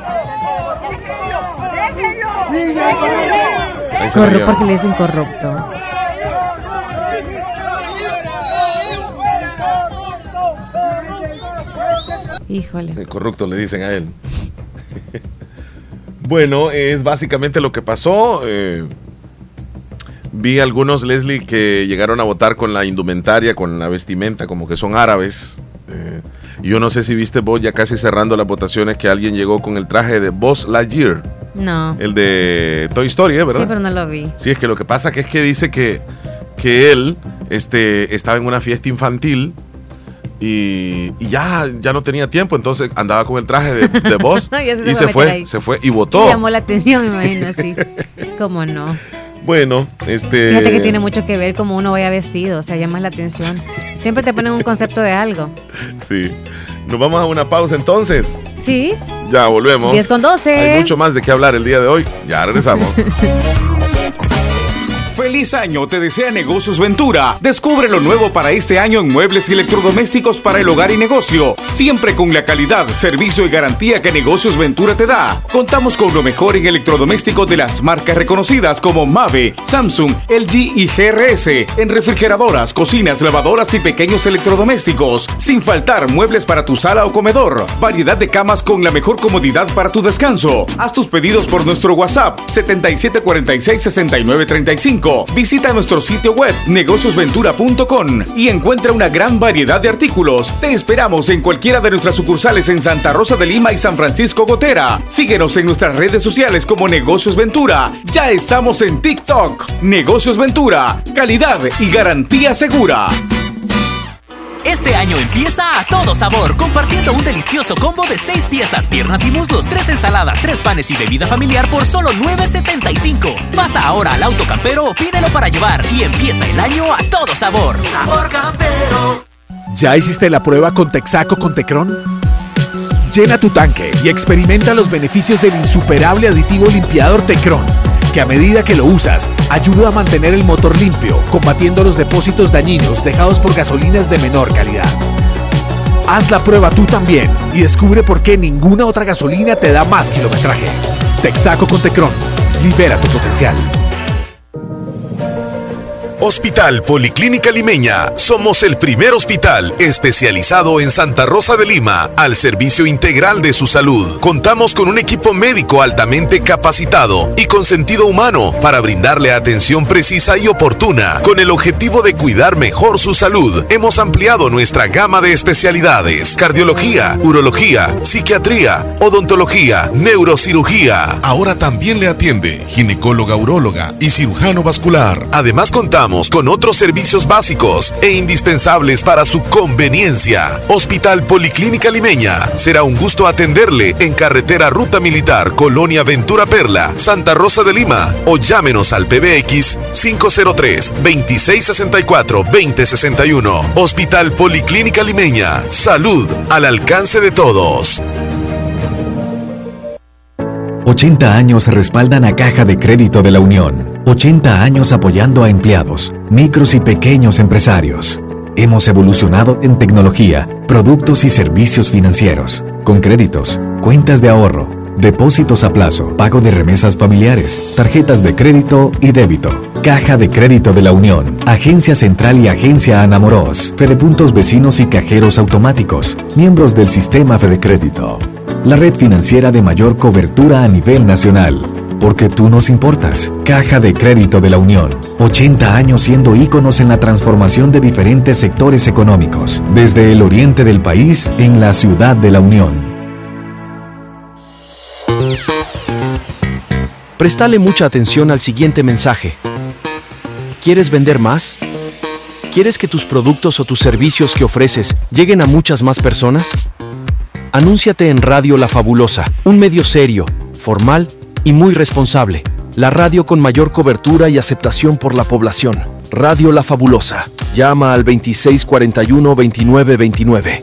Porque le dicen corrupto. Híjole. El corrupto le dicen a él. Bueno, es básicamente lo que pasó. Vi algunos, Leslie, que llegaron a votar con la indumentaria, con la vestimenta, como que son árabes. Yo no sé si viste vos, ya casi cerrando las votaciones, que alguien llegó con el traje de Buzz Lightyear. No. El de Toy Story, ¿verdad? Sí, pero no lo vi. Sí, es que lo que pasa que es que dice que él estaba en una fiesta infantil y ya no tenía tiempo, entonces andaba con el traje de Buzz y se fue y votó. Me llamó la atención, me imagino, así. ¿Cómo no? Bueno, Fíjate que tiene mucho que ver cómo uno vaya vestido, o sea, llama la atención. Siempre te ponen un concepto de algo. Sí. Nos vamos a una pausa entonces. Sí. Ya volvemos. 10:12. Hay mucho más de qué hablar el día de hoy. Ya regresamos. ¡Feliz año! Te desea Negocios Ventura. Descubre lo nuevo para este año en muebles y electrodomésticos para el hogar y negocio. Siempre con la calidad, servicio y garantía que Negocios Ventura te da. Contamos con lo mejor en electrodomésticos de las marcas reconocidas como Mave, Samsung, LG y GRS. En refrigeradoras, cocinas, lavadoras y pequeños electrodomésticos. Sin faltar muebles para tu sala o comedor. Variedad de camas con la mejor comodidad para tu descanso. Haz tus pedidos por nuestro WhatsApp 7746-6935 México. Visita nuestro sitio web negociosventura.com y encuentra una gran variedad de artículos. Te esperamos en cualquiera de nuestras sucursales en Santa Rosa de Lima y San Francisco Gotera. Síguenos en nuestras redes sociales como Negocios Ventura. Ya estamos en TikTok. Negocios Ventura, calidad y garantía segura. Este año empieza a todo sabor, compartiendo un delicioso combo de 6 piezas, piernas y muslos, 3 ensaladas, 3 panes y bebida familiar por solo $9.75. Pasa ahora al Auto Campero o pídelo para llevar y empieza el año a todo sabor. Sabor Campero. ¿Ya hiciste la prueba con Texaco con Tecron? Llena tu tanque y experimenta los beneficios del insuperable aditivo limpiador Tecron, que a medida que lo usas, ayuda a mantener el motor limpio, combatiendo los depósitos dañinos dejados por gasolinas de menor calidad. Haz la prueba tú también y descubre por qué ninguna otra gasolina te da más kilometraje. Texaco con Tecron. Libera tu potencial. Hospital Policlínica Limeña. Somos el primer hospital especializado en Santa Rosa de Lima al servicio integral de su salud. Contamos con un equipo médico altamente capacitado y con sentido humano para brindarle atención precisa y oportuna. Con el objetivo de cuidar mejor su salud, hemos ampliado nuestra gama de especialidades: cardiología, urología, psiquiatría, odontología, neurocirugía. Ahora también le atiende ginecóloga, uróloga y cirujano vascular. Además, contamos con otros servicios básicos e indispensables para su conveniencia. Hospital Policlínica Limeña. Será un gusto atenderle en carretera Ruta Militar, Colonia Ventura Perla, Santa Rosa de Lima, o llámenos al PBX 503-2664-2061. Hospital Policlínica Limeña. Salud al alcance de todos. 80 años respaldan a Caja de Crédito de la Unión. 80 años apoyando a empleados, micros y pequeños empresarios. Hemos evolucionado en tecnología, productos y servicios financieros, con créditos, cuentas de ahorro, depósitos a plazo, pago de remesas familiares, tarjetas de crédito y débito. Caja de Crédito de la Unión, Agencia Central y Agencia Anamoros, Fedepuntos Vecinos y Cajeros Automáticos, miembros del Sistema Fedecrédito. La red financiera de mayor cobertura a nivel nacional. Porque tú nos importas. Caja de Crédito de la Unión. 80 años siendo íconos en la transformación de diferentes sectores económicos. Desde el oriente del país, en la ciudad de la Unión. Préstale mucha atención al siguiente mensaje. ¿Quieres vender más? ¿Quieres que tus productos o tus servicios que ofreces lleguen a muchas más personas? Anúnciate en Radio La Fabulosa, un medio serio, formal y muy responsable. La radio con mayor cobertura y aceptación por la población. Radio La Fabulosa. Llama al 2641-2929.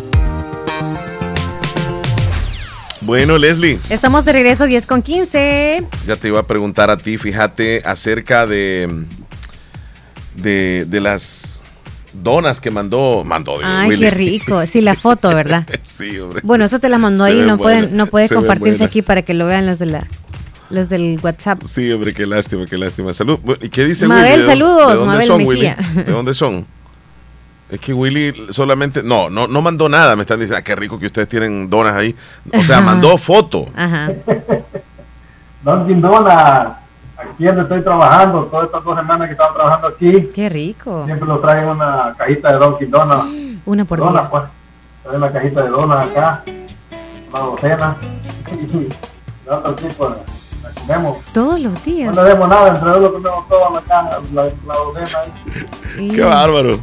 Bueno, Leslie. Estamos de regreso 10:15. Ya te iba a preguntar a ti, fíjate, acerca de las donas que mandó Ay, Willy. qué rico. Sí, la foto, ¿verdad? Sí, hombre. Bueno, eso te la mandó Se ahí, ve no buena, puede se ve compartirse buena. aquí para que lo vean los del WhatsApp. Sí, hombre, qué lástima, qué lástima. Salud. ¿Y qué dice Mabel, Willy? saludos, ¿De dónde Mabel son, Mejía. Willy? ¿De dónde son? Es que Willy solamente... No mandó nada. Me están diciendo, qué rico que ustedes tienen donas ahí. O sea, mandó foto. Ajá. Dunkin' Donuts, aquí donde estoy trabajando, todas estas 2 semanas que estaba trabajando aquí. Qué rico. Siempre nos traen una cajita de Dunkin' Donuts. Una por Donuts, día. pues. Traen una cajita de donuts acá, una docena. Y otro tipo la comemos. Todos los días. No le demos nada, entre dos lo comemos todo la caja, la docena. Sí. Qué bárbaro.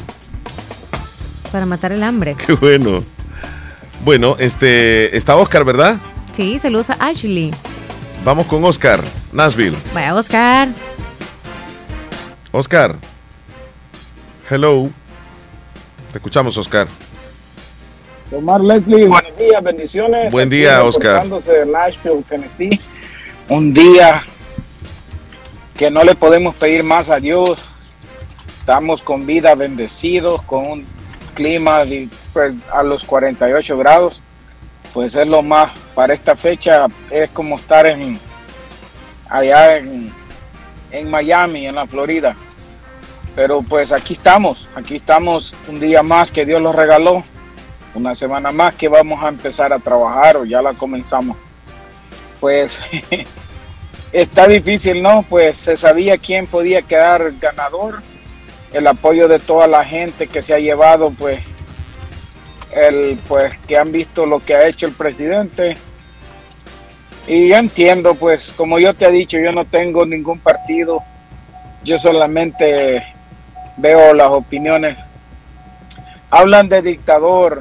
Para matar el hambre. Qué bueno. Bueno, está Oscar, ¿verdad? Sí, saludos a Ashley. Vamos con Oscar, Nashville. Vaya, Oscar. Oscar. Hello. Te escuchamos, Oscar. Omar, Leslie, buenos días, bendiciones. Buen día, Aquí Oscar. reportándose de Nashville, Tennessee. Un día que no le podemos pedir más a Dios. Estamos con vida, bendecidos, con un clima pues, a los 48 grados. Pues es lo más, para esta fecha es como estar allá en Miami, en la Florida. Pero pues aquí estamos un día más que Dios nos regaló, una semana más que vamos a empezar a trabajar o ya la comenzamos. Pues está difícil, ¿no? Pues se sabía quién podía quedar ganador, el apoyo de toda la gente que se ha llevado, pues que han visto lo que ha hecho el presidente. Y yo entiendo, pues como yo te he dicho, yo no tengo ningún partido, yo solamente veo las opiniones. Hablan de dictador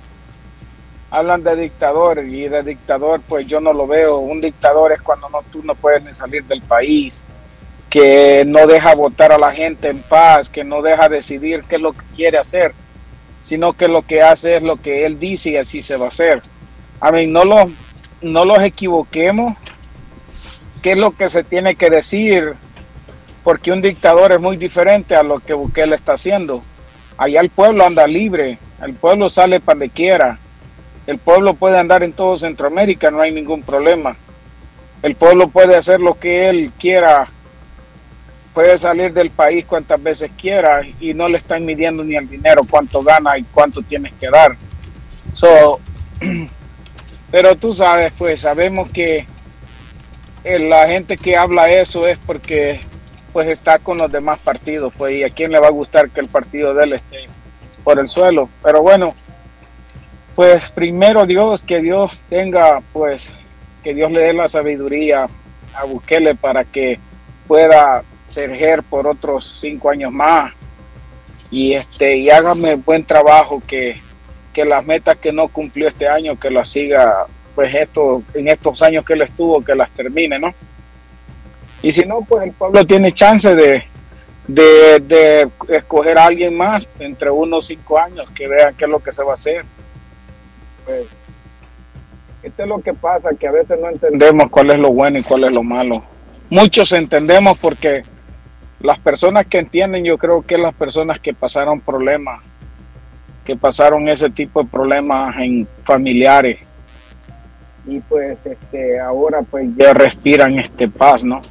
y de dictador pues yo no lo veo. Un dictador es cuando tú no puedes ni salir del país, que no deja votar a la gente en paz, que no deja decidir qué es lo que quiere hacer, sino que lo que hace es lo que él dice y así se va a hacer. A mí no los equivoquemos, qué es lo que se tiene que decir, porque un dictador es muy diferente a lo que Bukele está haciendo. Allá el pueblo anda libre, el pueblo sale para donde quiera, el pueblo puede andar en todo Centroamérica, no hay ningún problema. El pueblo puede hacer lo que él quiera, puede salir del país cuantas veces quiera y no le están midiendo ni el dinero, cuánto gana y cuánto tienes que dar. Pero tú sabes, pues sabemos que la gente que habla eso es porque pues está con los demás partidos, pues, y a quién le va a gustar que el partido de él esté por el suelo. Pero bueno, pues primero Dios, que Dios tenga, pues, que Dios le dé la sabiduría a Bukele para que pueda ser por otros 5 años más y hágame buen trabajo, que las metas que no cumplió este año, que las siga, pues en estos años que él estuvo, que las termine, ¿no? Y si no, pues el pueblo tiene chance de escoger a alguien más entre unos 5 años, que vean qué es lo que se va a hacer. Pues, esto es lo que pasa, que a veces no entendemos cuál es lo bueno y cuál es lo malo. Muchos entendemos porque las personas que entienden, yo creo que las personas que pasaron problemas, que pasaron ese tipo de problemas en familiares, y pues ahora pues ya respiran paz, ¿no?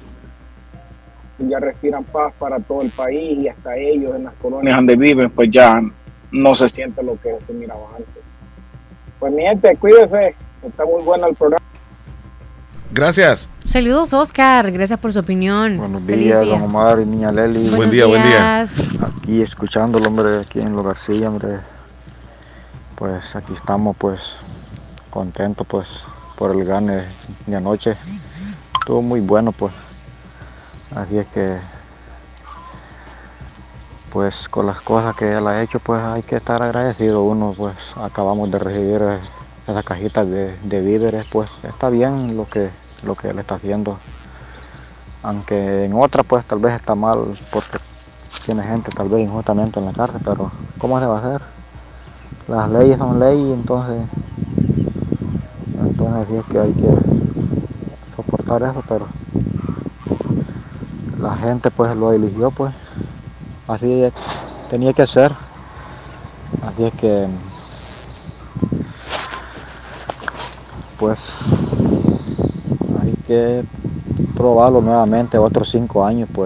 Ya respiran paz para todo el país, y hasta ellos en las colonias donde viven pues ya no se siente lo que se miraba antes. Pues mi gente, cuídese, está muy bueno el programa. Gracias. Saludos, Oscar, gracias por su opinión. Buenos días, don Omar y niña Leli. Buen día. Aquí escuchándolo, hombre, aquí en Los García, hombre. Pues aquí estamos, pues, contentos, pues, por el gane de anoche. Estuvo muy bueno, pues. Así es que, pues, con las cosas que él ha hecho, pues, hay que estar agradecido. Uno, pues, acabamos de recibir esas cajitas de víveres, pues, está bien lo que él está haciendo. Aunque en otra, pues, tal vez está mal, porque tiene gente, tal vez, injustamente en la cárcel, pero ¿cómo se va a hacer? Las leyes son leyes, entonces sí es que hay que soportar eso, pero la gente pues lo eligió, pues así tenía que ser. Así es que pues hay que probarlo nuevamente otros 5 años, pues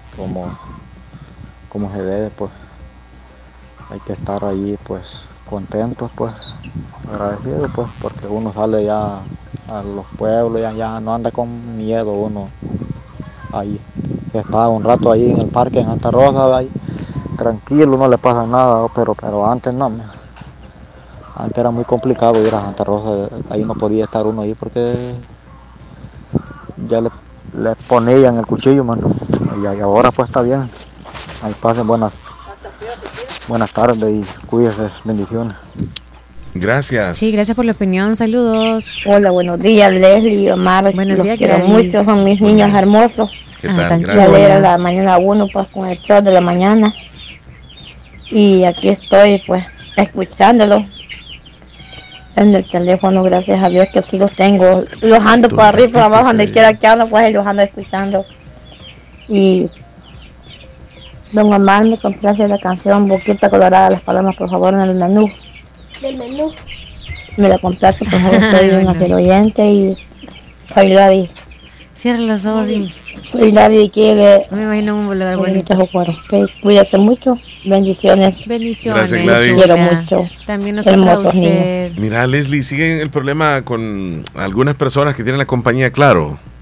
como se debe, pues hay que estar ahí, pues contentos, pues agradecidos, pues, porque uno sale ya a los pueblos, ya no anda con miedo uno. Ahí está un rato ahí en el parque en Santa Rosa, ahí, tranquilo, no le pasa nada, pero antes no, antes era muy complicado ir a Santa Rosa, ahí no podía estar uno ahí porque ya le ponían el cuchillo, mano, y ahora pues está bien. Ahí pasen buenas tardes y cuídense, bendiciones. Gracias. Sí, gracias por la opinión, saludos. Hola, buenos días, Leslie y Omar. Buenos días, quiero Gladys. mucho, son mis niños hermosos. ¿Qué tal? Me Gracias. alegra la mañana 1 pues con el show de la mañana. Y aquí estoy pues escuchándolo en el teléfono, gracias a Dios que sí los tengo. Los ando por arriba, por abajo, donde quiera que ando, pues los ando escuchando. Y don Omar, me complace la canción Boquita Colorada, las palabras por favor en el menú. Del menú. Me la complace, por favor, soy una fiel oyente y soy Ladi. Cierra los ojos y... Soy Ladi y quiere... Me imagino un lugar bonito. Cuídese mucho, bendiciones. Bendiciones. Gracias, Gladys. Quiero mucho. También nosotros a Hermosos usted. Mira, Leslie, sigue el problema con algunas personas que tienen la compañía Claro.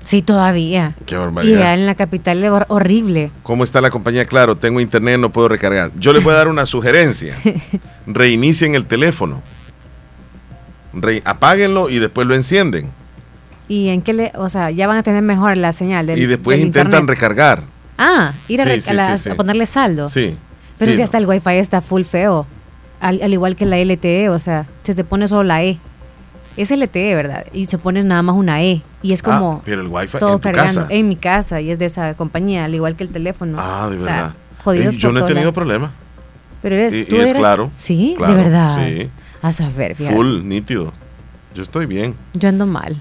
Sí, todavía. Qué barbaridad. Y ya en la capital es horrible. ¿Cómo está la compañía? Claro, tengo internet, no puedo recargar. Yo les voy a dar una sugerencia. Reinicien el teléfono. Apáguenlo y después lo encienden. ¿Y en qué o sea, ya van a tener mejor la señal del, y después del intentan internet? recargar. Ir a ponerle saldo. Sí. Pero sí, si hasta el Wi-Fi está full feo. Al igual que la LTE, o sea, se te pone solo la E. Es LTE, ¿verdad? Y se pone nada más una E. Y es como pero el Wi-Fi todo en tu cargando. casa. En mi casa, y es de esa compañía, al igual que el teléfono. De verdad. Jodidos Yo por no he todos tenido lados. problema. Pero tú es eres... claro. Sí, claro, de verdad. Sí. A saber, fíjate. Full, nítido. Yo estoy bien. Yo ando mal.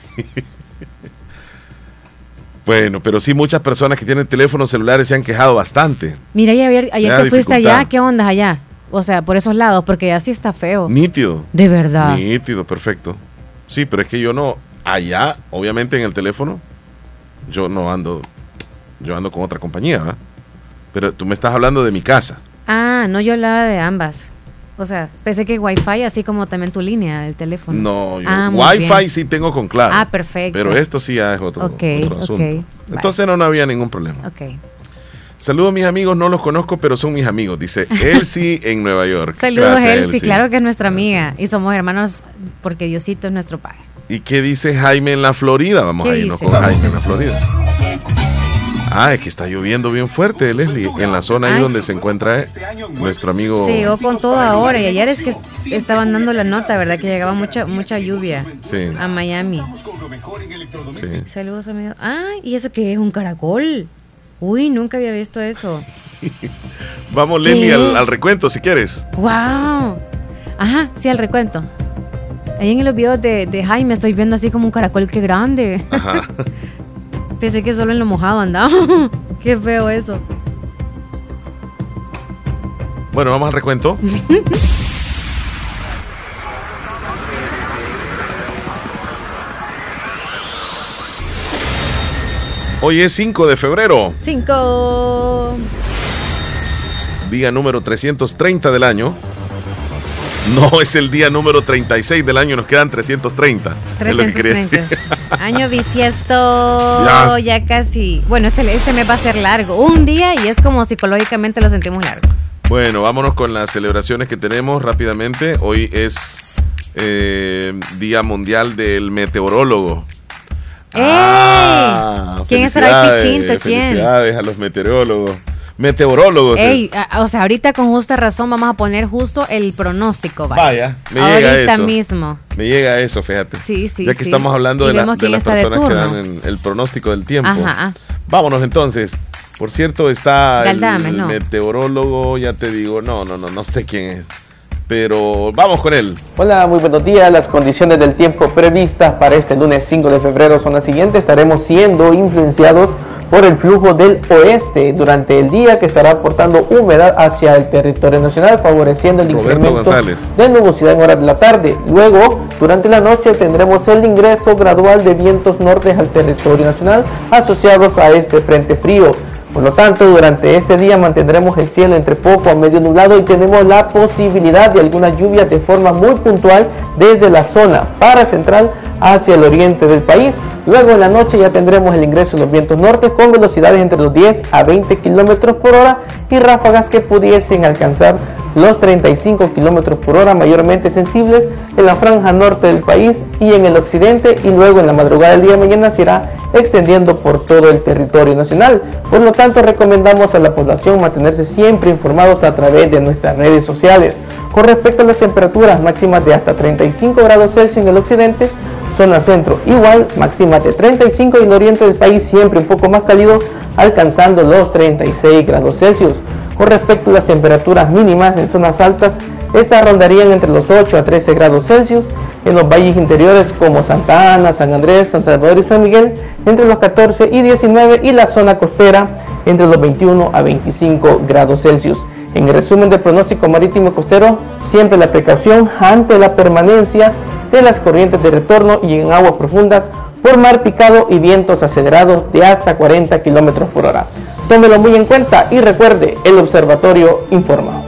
Bueno, pero sí muchas personas que tienen teléfonos celulares se han quejado bastante. Mira, ayer que fuiste allá, ¿qué onda allá? O sea, por esos lados, porque ya sí está feo. Nítido. De verdad. Nítido, perfecto. Sí, pero es que yo no, allá, obviamente en el teléfono, yo ando con otra compañía, ¿verdad? Pero tú me estás hablando de mi casa. No, yo hablaba de ambas. O sea, pensé que Wi-Fi, así como también tu línea del teléfono. No, yo Wi-Fi sí tengo con Claro. Perfecto. Pero esto sí ya es otro asunto. Okay, entonces no había ningún problema. Ok. Saludos a mis amigos, no los conozco, pero son mis amigos, dice Elsie en Nueva York. Saludos, Elsie, claro que es nuestra amiga. Y somos hermanos porque Diosito es nuestro padre. ¿Y qué dice Jaime en la Florida? Vamos a irnos con Jaime en la Florida. Es que está lloviendo bien fuerte, Leslie, en la zona ahí donde se encuentra nuestro amigo. Sí, con todo ahora. Y ayer es que estaban dando la nota, ¿verdad? Que llegaba mucha lluvia a Miami. Sí. Saludos, amigos. ¿Y eso qué es? ¿Un caracol? Uy, nunca había visto eso. Vamos, Leslie, al recuento, si quieres. ¡Wow! Ajá, sí, al recuento. Ahí en los videos de Jaime estoy viendo así como un caracol, qué grande. Ajá. Pensé que solo en lo mojado andaba. Qué feo eso. Bueno, vamos al recuento. Hoy es 5 de febrero. 5. Día número 330 del año. No, es el día número 36 del año, nos quedan 330. 330. Año bisiesto, ya casi. Bueno, este mes va a ser largo. Un día y es como psicológicamente lo sentimos largo. Bueno, vámonos con las celebraciones que tenemos rápidamente. Hoy es Día Mundial del Meteorólogo. ¿Quién estará ahí, Pichinto? ¿Quién? Felicidades a los meteorólogos. O sea, ahorita con justa razón vamos a poner justo el pronóstico. Vaya, me ahorita llega eso. Ahorita mismo. Me llega eso, fíjate. Sí. Ya que estamos hablando de las personas que dan el pronóstico del tiempo. Ajá. Vámonos entonces. Por cierto, está Galdame, el meteorólogo, ya te digo, no sé quién es. Pero vamos con él. Hola, muy buenos días. Las condiciones del tiempo previstas para este lunes 5 de febrero son las siguientes. Estaremos siendo influenciados por el flujo del oeste durante el día, que estará aportando humedad hacia el territorio nacional, favoreciendo el incremento de nubosidad en horas de la tarde. Luego, durante la noche, tendremos el ingreso gradual de vientos nortes al territorio nacional asociados a este frente frío. Por lo tanto, durante este día mantendremos el cielo entre poco a medio nublado y tenemos la posibilidad de algunas lluvias de forma muy puntual desde la zona paracentral hacia el oriente del país. Luego en la noche ya tendremos el ingreso de los vientos nortes con velocidades entre los 10 a 20 kilómetros por hora y ráfagas que pudiesen alcanzar los 35 kilómetros por hora, mayormente sensibles en la franja norte del país y en el occidente, y luego en la madrugada del día de mañana se irá extendiendo por todo el territorio nacional. Por lo tanto, recomendamos a la población mantenerse siempre informados a través de nuestras redes sociales. Con respecto a las temperaturas máximas de hasta 35 grados Celsius en el occidente, zona centro igual, máximas de 35 y en el oriente del país siempre un poco más cálido, alcanzando los 36 grados Celsius. Con respecto a las temperaturas mínimas en zonas altas, estas rondarían entre los 8 a 13 grados Celsius, en los valles interiores como Santa Ana, San Andrés, San Salvador y San Miguel entre los 14 y 19, y la zona costera entre los 21 a 25 grados Celsius. En el resumen del pronóstico marítimo costero, siempre la precaución ante la permanencia de las corrientes de retorno y en aguas profundas por mar picado y vientos acelerados de hasta 40 kilómetros por hora. Tómelo muy en cuenta y recuerde, el observatorio informa.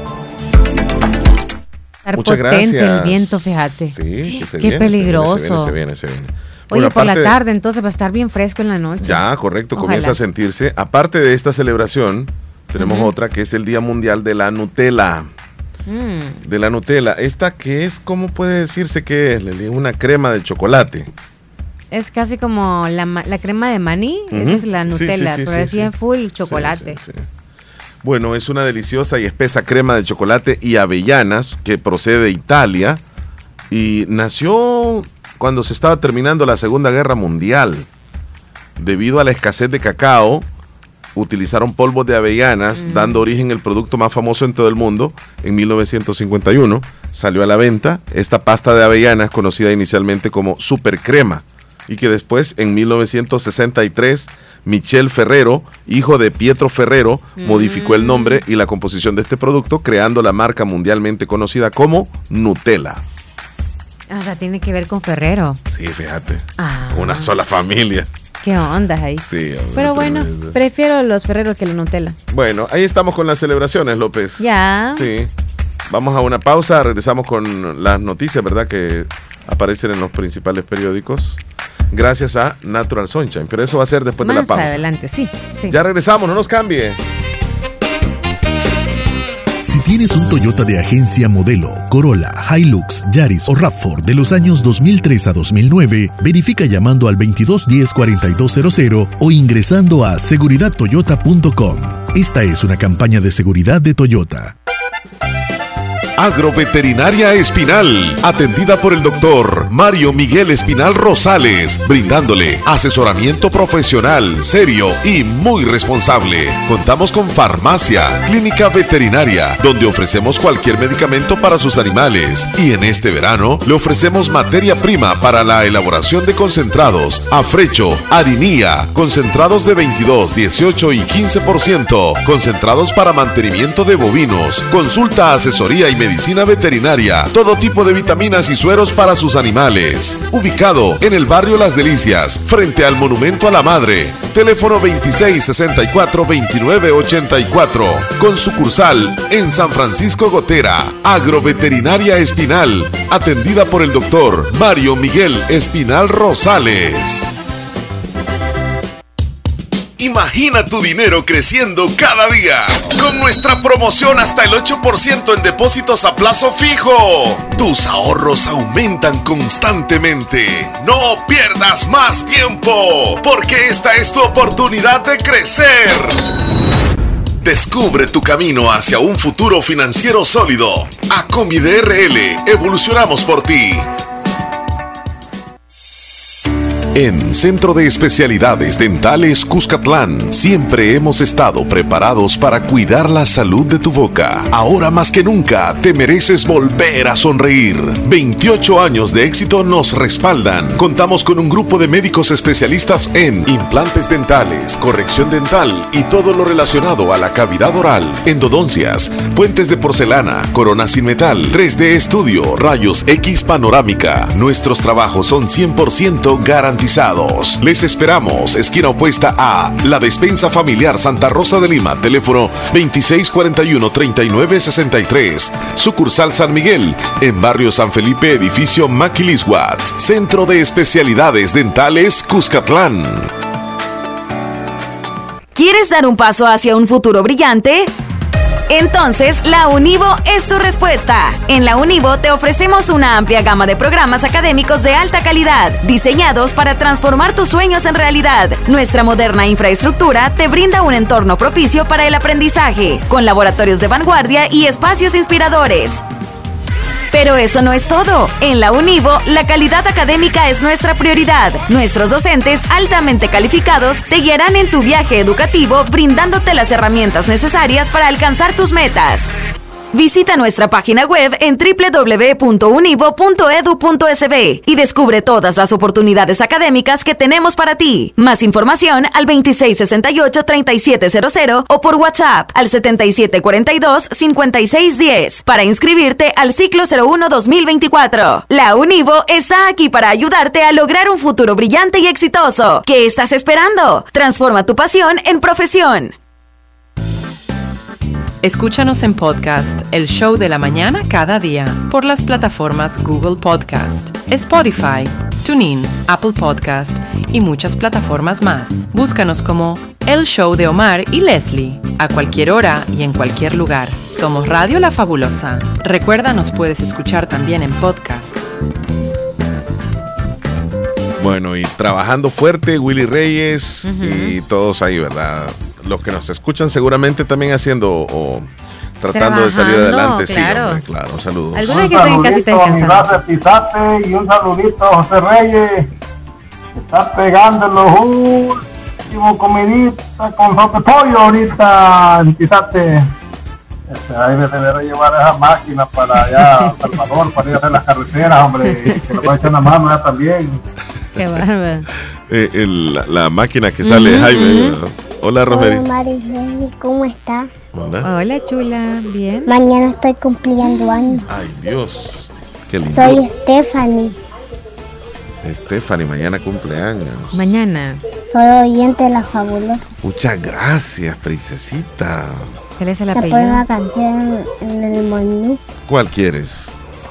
Muchas gracias. El viento, fíjate. Sí, que se Qué viene, peligroso. Se viene. Oye, por la tarde, entonces va a estar bien fresco en la noche. Ya, correcto, Ojalá. comienza a sentirse. Aparte de esta celebración, tenemos otra que es el Día Mundial de la Nutella. De la Nutella. Esta que es, ¿cómo puede decirse que es? Una crema de chocolate. Es casi como la crema de maní, esa es la Nutella, pero así en full chocolate. Sí. Bueno, es una deliciosa y espesa crema de chocolate y avellanas que procede de Italia y nació cuando se estaba terminando la Segunda Guerra Mundial. Debido a la escasez de cacao, utilizaron polvos de avellanas, dando origen al producto más famoso en todo el mundo. En 1951 salió a la venta esta pasta de avellanas conocida inicialmente como Super Crema y que después en 1963 Michel Ferrero, hijo de Pietro Ferrero, modificó el nombre y la composición de este producto, creando la marca mundialmente conocida como Nutella. O sea, tiene que ver con Ferrero. Sí, fíjate. Una sola familia. ¿Qué onda ahí? Sí. Pero bueno, prefiero los Ferreros que la Nutella. Bueno, ahí estamos con las celebraciones, López. Ya. Sí. Vamos a una pausa, regresamos con las noticias, ¿verdad? Que aparecen en los principales periódicos. Gracias a Natural Sunshine. Pero eso va a ser después de la pausa. Más adelante, sí. Ya regresamos, no nos cambie. Si tienes un Toyota de agencia modelo, Corolla, Hilux, Yaris o RAV4 de los años 2003 a 2009, verifica llamando al 2210-4200 o ingresando a seguridadtoyota.com. Esta es una campaña de seguridad de Toyota. Agroveterinaria Espinal, atendida por el doctor Mario Miguel Espinal Rosales, brindándole asesoramiento profesional, serio y muy responsable. Contamos con farmacia, clínica veterinaria, donde ofrecemos cualquier medicamento para sus animales. Y en este verano le ofrecemos materia prima para la elaboración de concentrados, afrecho, harinía, concentrados de 22, 18 y 15%, concentrados para mantenimiento de bovinos, consulta, asesoría y medicina veterinaria, todo tipo de vitaminas y sueros para sus animales. Ubicado en el barrio Las Delicias, frente al Monumento a la Madre. Teléfono 2664-2984. Con sucursal en San Francisco Gotera. Agroveterinaria Espinal, atendida por el doctor Mario Miguel Espinal Rosales. Imagina tu dinero creciendo cada día con nuestra promoción hasta el 8% en depósitos a plazo fijo. Tus ahorros aumentan constantemente. No pierdas más tiempo, porque esta es tu oportunidad de crecer. Descubre tu camino hacia un futuro financiero sólido. Acomi DRL, evolucionamos por ti. En Centro de Especialidades Dentales Cuscatlán, siempre hemos estado preparados para cuidar la salud de tu boca. Ahora más que nunca, te mereces volver a sonreír. 28 años de éxito nos respaldan. Contamos con un grupo de médicos especialistas en implantes dentales, corrección dental y todo lo relacionado a la cavidad oral, endodoncias, puentes de porcelana, coronas sin metal, 3D estudio, rayos X panorámica. Nuestros trabajos son 100% garantizados. Les esperamos, esquina opuesta a La Despensa Familiar Santa Rosa de Lima, teléfono 2641-3963, sucursal San Miguel, en barrio San Felipe, edificio Maquilisguat, Centro de Especialidades Dentales Cuscatlán. ¿Quieres dar un paso hacia un futuro brillante? Entonces, la Univo es tu respuesta. En la Univo te ofrecemos una amplia gama de programas académicos de alta calidad, diseñados para transformar tus sueños en realidad. Nuestra moderna infraestructura te brinda un entorno propicio para el aprendizaje, con laboratorios de vanguardia y espacios inspiradores. Pero eso no es todo. En la Univo, la calidad académica es nuestra prioridad. Nuestros docentes altamente calificados te guiarán en tu viaje educativo, brindándote las herramientas necesarias para alcanzar tus metas. Visita nuestra página web en www.univo.edu.sb y descubre todas las oportunidades académicas que tenemos para ti. Más información al 2668-3700 o por WhatsApp al 7742-5610 para inscribirte al ciclo 01-2024. La Univo está aquí para ayudarte a lograr un futuro brillante y exitoso. ¿Qué estás esperando? Transforma tu pasión en profesión. Escúchanos en podcast El Show de la Mañana cada día por las plataformas Google Podcast, Spotify, TuneIn, Apple Podcast y muchas plataformas más. Búscanos como El Show de Omar y Leslie, a cualquier hora y en cualquier lugar. Somos Radio La Fabulosa. Recuerda, nos puedes escuchar también en podcast. Bueno, y trabajando fuerte, Willy Reyes y todos ahí, ¿verdad? Los que nos escuchan seguramente también haciendo o tratando de salir adelante. Claro. Sí, hombre, claro, saludos. Algunos que están en casita descansando. Pisate, y un saludito a José Reyes. Está pegando los últimos comiditas con sopa de pollo ahorita en Pisate. Ahí me debería llevar esa máquina para allá a Salvador, para ir a hacer las carreteras, hombre, y que lo va a echar una mano ya también. Qué bárbaro. La máquina que sale, Jaime. Hola, Rosemary. Hola, Marilyn, ¿cómo está? Hola. Hola, chula, bien. Mañana estoy cumpliendo años. Ay, Dios, qué lindo. Soy Stephanie, mañana cumpleaños. Mañana. Soy oyente de La Fabulosa. Muchas gracias, princesita. ¿Cuál es el ¿Te apellido? puedo una canción en el menú? ¿Cuál quieres?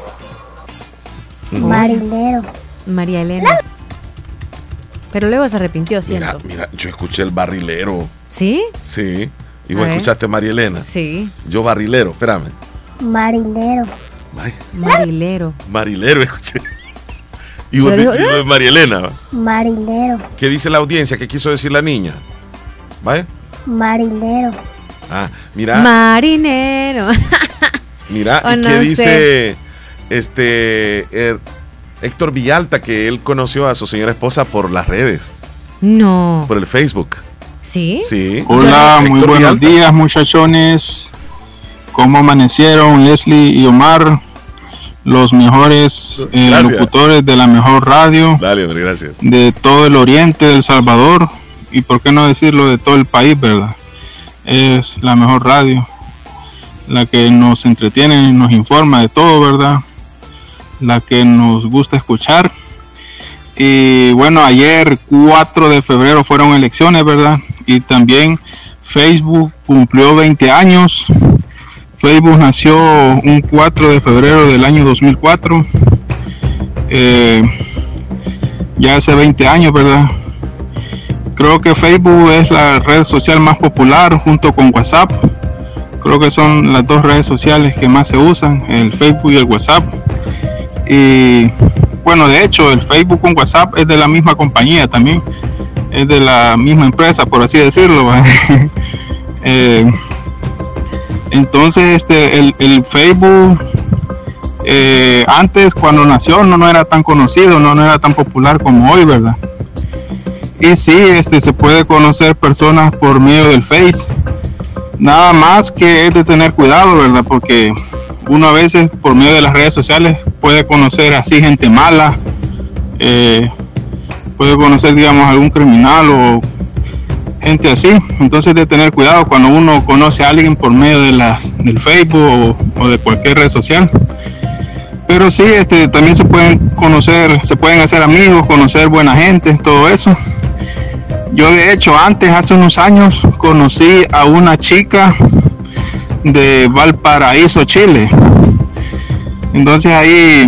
Marilero. María Elena. Pero luego se arrepintió, siento. Mira, yo escuché el barrilero. ¿Sí? Sí. ¿Y vos A ver. escuchaste María Elena? Sí. Yo barrilero, espérame. Marilero. Marilero escuché. Y vos María Elena. Marilero. ¿Qué dice la audiencia? ¿Qué quiso decir la niña? ¿Vale? Marilero. Ah, mira. Marinero. Mira, Oh, ¿y no qué sé. dice Héctor Villalta, que él conoció a su señora esposa por las redes? No. Por el Facebook. ¿Sí? Sí. Hola, muy Héctor buenos Villalta. días, muchachones. ¿Cómo amanecieron, Leslie y Omar? Los mejores locutores de la mejor radio. Dale, hombre, gracias. De todo el oriente de El Salvador. Y por qué no decirlo de todo el país, ¿verdad? Es la mejor radio. La que nos entretiene, nos informa de todo, ¿verdad? La que nos gusta escuchar. Y bueno, ayer 4 de febrero fueron elecciones, ¿verdad? Y también Facebook cumplió 20 años. Facebook nació un 4 de febrero del año 2004. Ya hace 20 años, ¿verdad? Creo que Facebook es la red social más popular junto con WhatsApp. Creo que son las dos redes sociales que más se usan, el Facebook y el WhatsApp. Y bueno, de hecho, el Facebook con WhatsApp es de la misma compañía también. Es de la misma empresa, por así decirlo. Entonces, el Facebook antes, cuando nació, no era tan conocido, no era tan popular como hoy, ¿verdad? Y sí, se puede conocer personas por medio del Face. Nada más que es de tener cuidado, ¿verdad? Porque uno a veces por medio de las redes sociales puede conocer así gente mala, puede conocer, digamos, algún criminal o gente así. Entonces de tener cuidado cuando uno conoce a alguien por medio de del Facebook o de cualquier red social. Pero sí, también se pueden conocer, se pueden hacer amigos, conocer buena gente, todo eso. Yo de hecho antes, hace unos años, conocí a una chica de Valparaíso, Chile. Entonces ahí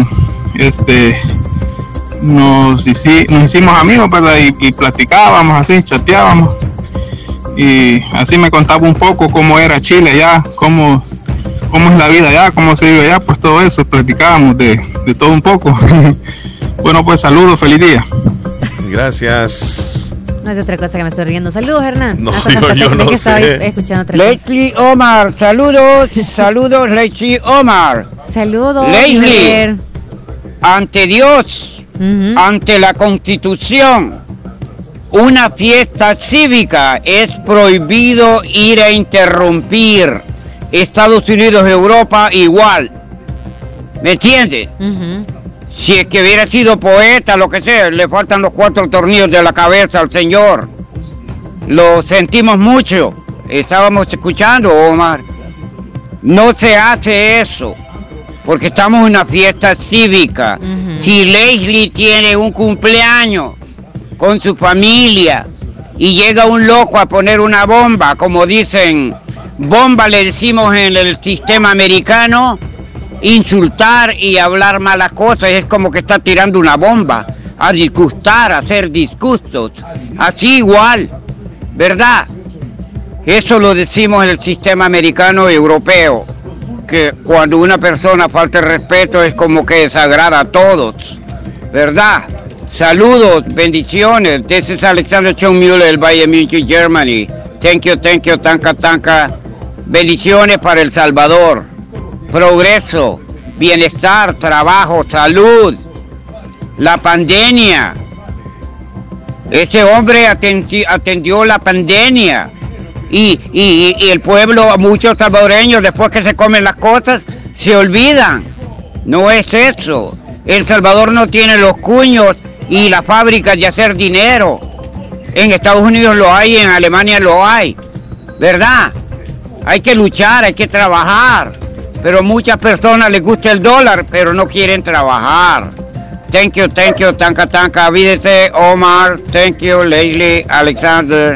nos hicimos amigos, ¿verdad? Y platicábamos así, chateábamos. Y así me contaba un poco cómo era Chile allá, cómo es la vida allá, cómo se vive allá, pues todo eso, platicábamos de todo un poco. Bueno, pues saludos, feliz día. Gracias. No es otra cosa que me estoy riendo. Saludos, Hernán. No, Hasta Santa yo Fe, no que estaba sé. escuchando otra cosa. Leslie Omar, saludos, saludos Leslie Omar. Saludos, Leslie, Javier. ante Dios, ante la Constitución, una fiesta cívica es prohibido ir a interrumpir. Estados Unidos, Europa, igual. ¿Me entiendes? Si es que hubiera sido poeta, lo que sea, le faltan los 4 tornillos de la cabeza al señor. Lo sentimos mucho. Estábamos escuchando, Omar. No se hace eso, porque estamos en una fiesta cívica. Si Leslie tiene un cumpleaños con su familia y llega un loco a poner una bomba, como dicen, bomba le decimos en el sistema americano, insultar y hablar malas cosas, es como que está tirando una bomba. a disgustar, a hacer disgustos. Así igual, ¿verdad? Eso lo decimos en el sistema americano y europeo, que cuando una persona falta el respeto es como que desagrada a todos, ¿verdad? Saludos, bendiciones. This is Alexander Schoenmüller del Bayern Munich, Germany. Thank you, tanka. Bendiciones para El Salvador. Progreso, bienestar, trabajo, salud. La pandemia. Ese hombre atendió la pandemia. Y el pueblo, muchos salvadoreños, después que se comen las cosas, se olvidan. No es eso. El Salvador no tiene los cuños y las fábricas de hacer dinero. En Estados Unidos lo hay, en Alemania lo hay, ¿verdad? Hay que luchar, hay que trabajar. Pero a muchas personas les gusta el dólar, pero no quieren trabajar. Thank you, tanka. Vídese, Omar. Thank you, Leslie, Alexander.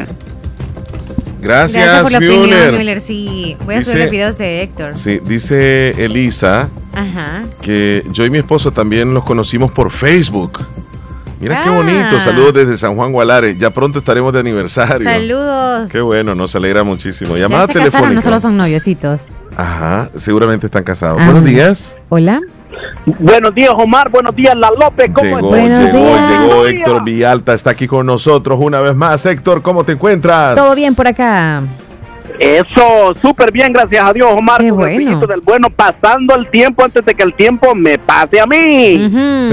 Gracias por la opinión, Müller. Müller. Sí, voy a subir los videos de Héctor. Sí, dice Elisa que yo y mi esposo también los conocimos por Facebook. Mira qué bonito. Saludos desde San Juan Gualare. Ya pronto estaremos de aniversario. Saludos. Qué bueno, nos alegra muchísimo. Llamada Ya se telefónica. casaron, no solo son noviecitos. Ajá, seguramente están casados. Buenos días. Hola. Buenos días, Omar. Buenos días, La López. ¿Cómo estás? Llegó Héctor Villalta, está aquí con nosotros una vez más. Héctor, ¿cómo te encuentras? Todo bien por acá. Eso, súper bien, gracias a Dios, Omar. Qué con el bueno. pellizco del bueno, pasando el tiempo antes de que el tiempo me pase a mí.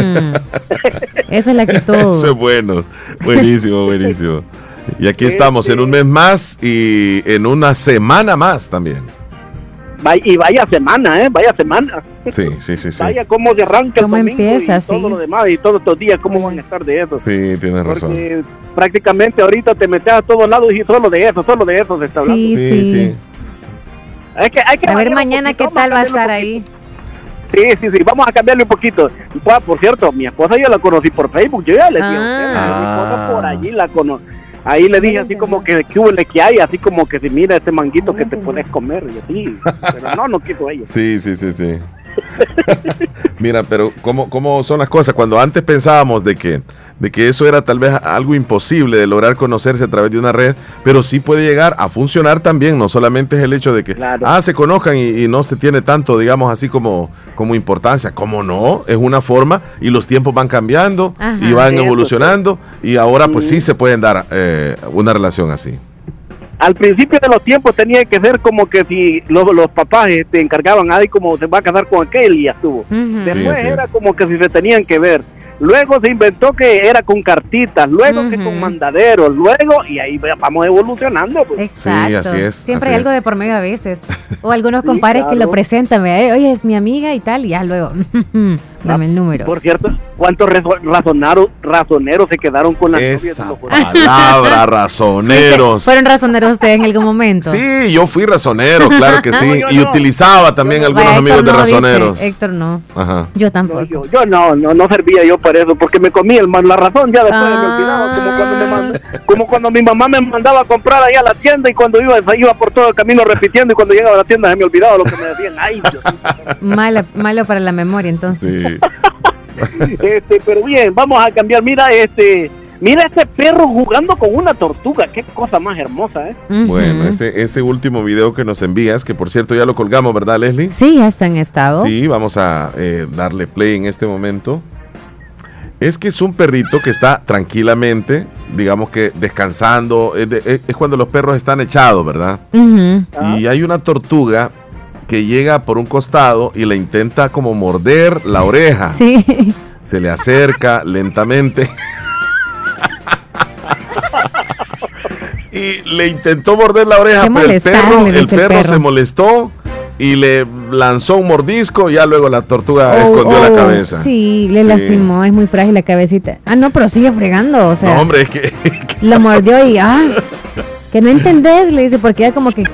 Esa es la actitud. Eso es bueno. Buenísimo. Y aquí estamos en un mes más y en una semana más también. Y vaya semana, vaya semana. Sí. Vaya cómo se arranca ¿Cómo el domingo empieza, y sí? todo lo demás y todos estos días, cómo van a estar de eso. Sí, tienes razón. Porque prácticamente ahorita te metes a todos lados y solo de eso se está hablando. Sí. Hay que A ver mañana qué tal va a estar ahí. Sí, vamos a cambiarle un poquito. Por cierto, mi esposa yo la conocí por Facebook, yo ya le dije a usted, mi esposa por allí la conocí. Ahí le dije así como que ¿qué hay? Así como que si mira este manguito que te puedes comer y así. Pero no quiso ella. Sí. Mira, pero ¿cómo son las cosas? Cuando antes pensábamos de que eso era tal vez algo imposible de lograr conocerse a través de una red, pero sí puede llegar a funcionar también. No solamente es el hecho de que se conozcan y no se tiene tanto, digamos así como importancia. ¿Cómo no? Es una forma y los tiempos van cambiando y van evolucionando y ahora pues sí se pueden dar una relación así. Al principio de los tiempos tenía que ser como que si los papás te encargaban, como se va a casar con aquel y ya estuvo. Después era como que si se tenían que ver. Luego se inventó que era con cartitas, luego que con mandaderos, y ahí vamos evolucionando. Pues. Exacto. Sí, así es. Siempre hay algo de por medio a veces. O algunos compadres que lo presentan, oye, es mi amiga y tal, y ya luego, dame el número. Por cierto, ¿cuántos razoneros se quedaron con las novias? Palabra, razoneros. ¿Fueron razoneros ustedes en algún momento? Sí, yo fui razonero, claro que sí. Y utilizaba también algunos amigos de razoneros. Héctor no. Ajá. Yo tampoco. Yo no servía yo para eso, porque me comí la razón, ya después me olvidaba, como cuando mi mamá me mandaba a comprar ahí a la tienda y cuando iba por todo el camino repitiendo y cuando llegaba a la tienda se me olvidaba lo que me decían. Ay, Dios. Malo para la memoria, entonces. Sí. Pero bien, vamos a cambiar. Mira este perro jugando con una tortuga, qué cosa más hermosa, Bueno, ese último video que nos envías, que por cierto ya lo colgamos, ¿verdad, Leslie? Sí, ya está en estado. Sí, vamos a darle play en este momento. Es que es un perrito que está tranquilamente, digamos que descansando, es cuando los perros están echados, ¿verdad? Y hay una tortuga que llega por un costado y le intenta como morder la oreja. Sí. Se le acerca lentamente. Y le intentó morder la oreja, pero el perro se molestó y le lanzó un mordisco y ya luego la tortuga escondió la cabeza. Sí, le lastimó, es muy frágil la cabecita. No, pero sigue fregando, o sea. No, hombre, es que lo mordió y que no entendés, le dice, porque ya como que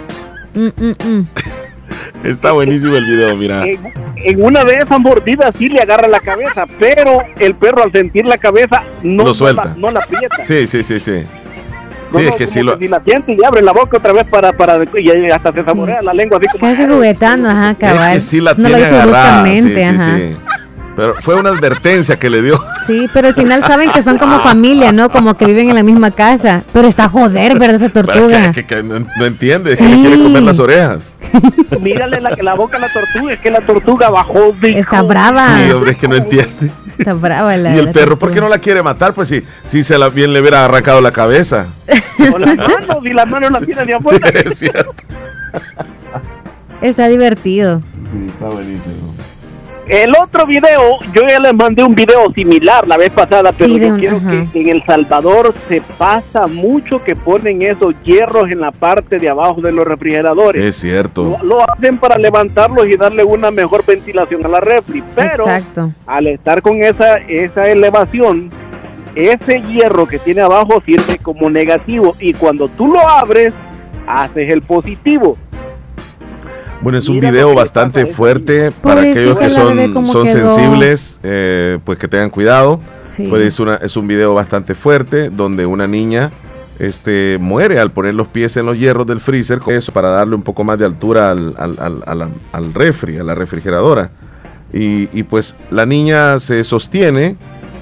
Está buenísimo el video, mira. En una de esas mordidas sí le agarra la cabeza, pero el perro al sentir la cabeza no lo suelta. No la aprieta. Sí. Sí, es que sí lo... Si la siente y abre la boca otra vez y hasta se saborea la lengua así como... Casi juguetando, cabal. Es que sí la no lo hizo bruscamente, ajá. Sí. Pero fue una advertencia que le dio. Sí, pero al final saben que son como familia, ¿no? Como que viven en la misma casa. Pero está joder, ¿verdad? Esa tortuga. Que no entiende, sí. Que le quiere comer las orejas. Mírale la boca a la tortuga, es que la tortuga bajó. Está brava. Sí, hombre, es que no entiende. Está brava la. Y el perro, ¿por qué no la quiere matar? Pues si se la bien le hubiera arrancado la cabeza. Con las manos, y las manos las tiene de afuera. Es cierto. Está divertido. Sí, está buenísimo. El otro video, yo ya les mandé un video similar la vez pasada, pero yo quiero que en El Salvador se pasa mucho que ponen esos hierros en la parte de abajo de los refrigeradores. Es cierto. Lo hacen para levantarlos y darle una mejor ventilación a la refri, pero al estar con esa elevación, ese hierro que tiene abajo sirve como negativo y cuando tú lo abres, haces el positivo. Bueno, es un video bastante fuerte para aquellos que son sensibles, pues que tengan cuidado. Sí. Pues es un video bastante fuerte donde una niña muere al poner los pies en los hierros del freezer, eso para darle un poco más de altura al refri, a la refrigeradora. Y pues la niña se sostiene.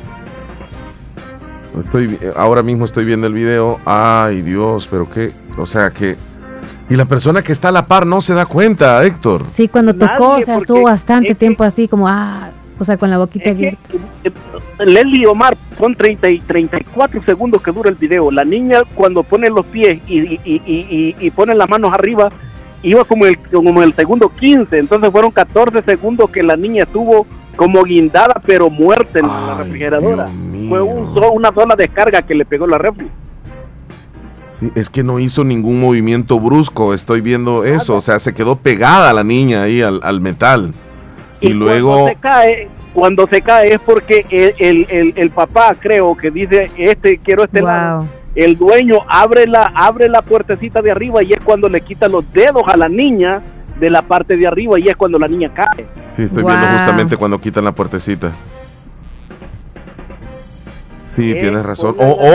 Ahora mismo estoy viendo el video. Ay, Dios, pero qué, o sea que... Y la persona que está a la par no se da cuenta, Héctor. Sí, cuando tocó, o sea, estuvo bastante tiempo así como, o sea, con la boquita abierta. Leslie, Omar, son 30 y 34 segundos que dura el video. La niña cuando pone los pies y pone las manos arriba, iba como el segundo 15, entonces fueron 14 segundos que la niña estuvo como guindada, pero muerta en la refrigeradora. Fue una sola descarga que le pegó la refri. Sí, es que no hizo ningún movimiento brusco, estoy viendo eso, o sea, se quedó pegada la niña ahí al metal. Y luego... Cuando se cae es porque el papá, creo que dice, quiero lado. El dueño abre la puertecita de arriba y es cuando le quita los dedos a la niña de la parte de arriba y es cuando la niña cae. Sí, estoy viendo justamente cuando quitan la puertecita. Sí, tienes razón.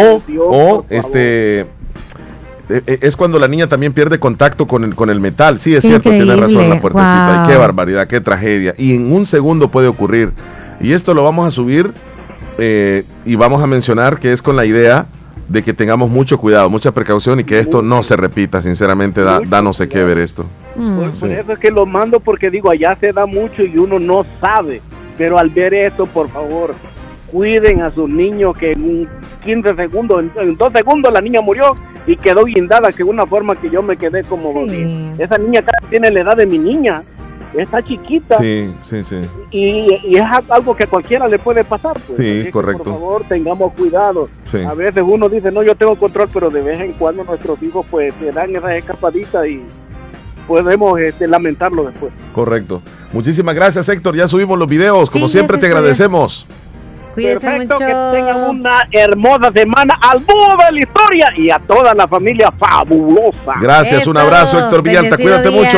Es cuando la niña también pierde contacto con el metal. Sí, es cierto, tiene razón la puertecita. Y qué barbaridad, qué tragedia. Y en un segundo puede ocurrir. Y esto lo vamos a subir y vamos a mencionar que es con la idea de que tengamos mucho cuidado, mucha precaución y que esto no se repita. Sinceramente da no sé qué ver esto. Por eso es que lo mando porque digo, allá se da mucho y uno no sabe. Pero al ver esto, por favor, cuiden a sus niños que en 15 segundos, en 2 segundos la niña murió y quedó guindada, que una forma que yo me quedé como esa niña casi tiene la edad de mi niña, está chiquita. Sí. Y es algo que a cualquiera le puede pasar. Pues. Sí, correcto. Por favor, tengamos cuidado. Sí. A veces uno dice, no, yo tengo control, pero de vez en cuando nuestros hijos pues se dan esas escapaditas y podemos lamentarlo después. Correcto. Muchísimas gracias, Héctor. Ya subimos los videos. Como siempre, te agradecemos. Cuídense perfecto, mucho. Que tengan una hermosa semana al búho de la historia y a toda la familia fabulosa. Gracias, un abrazo, Héctor Villalta, cuídate mucho.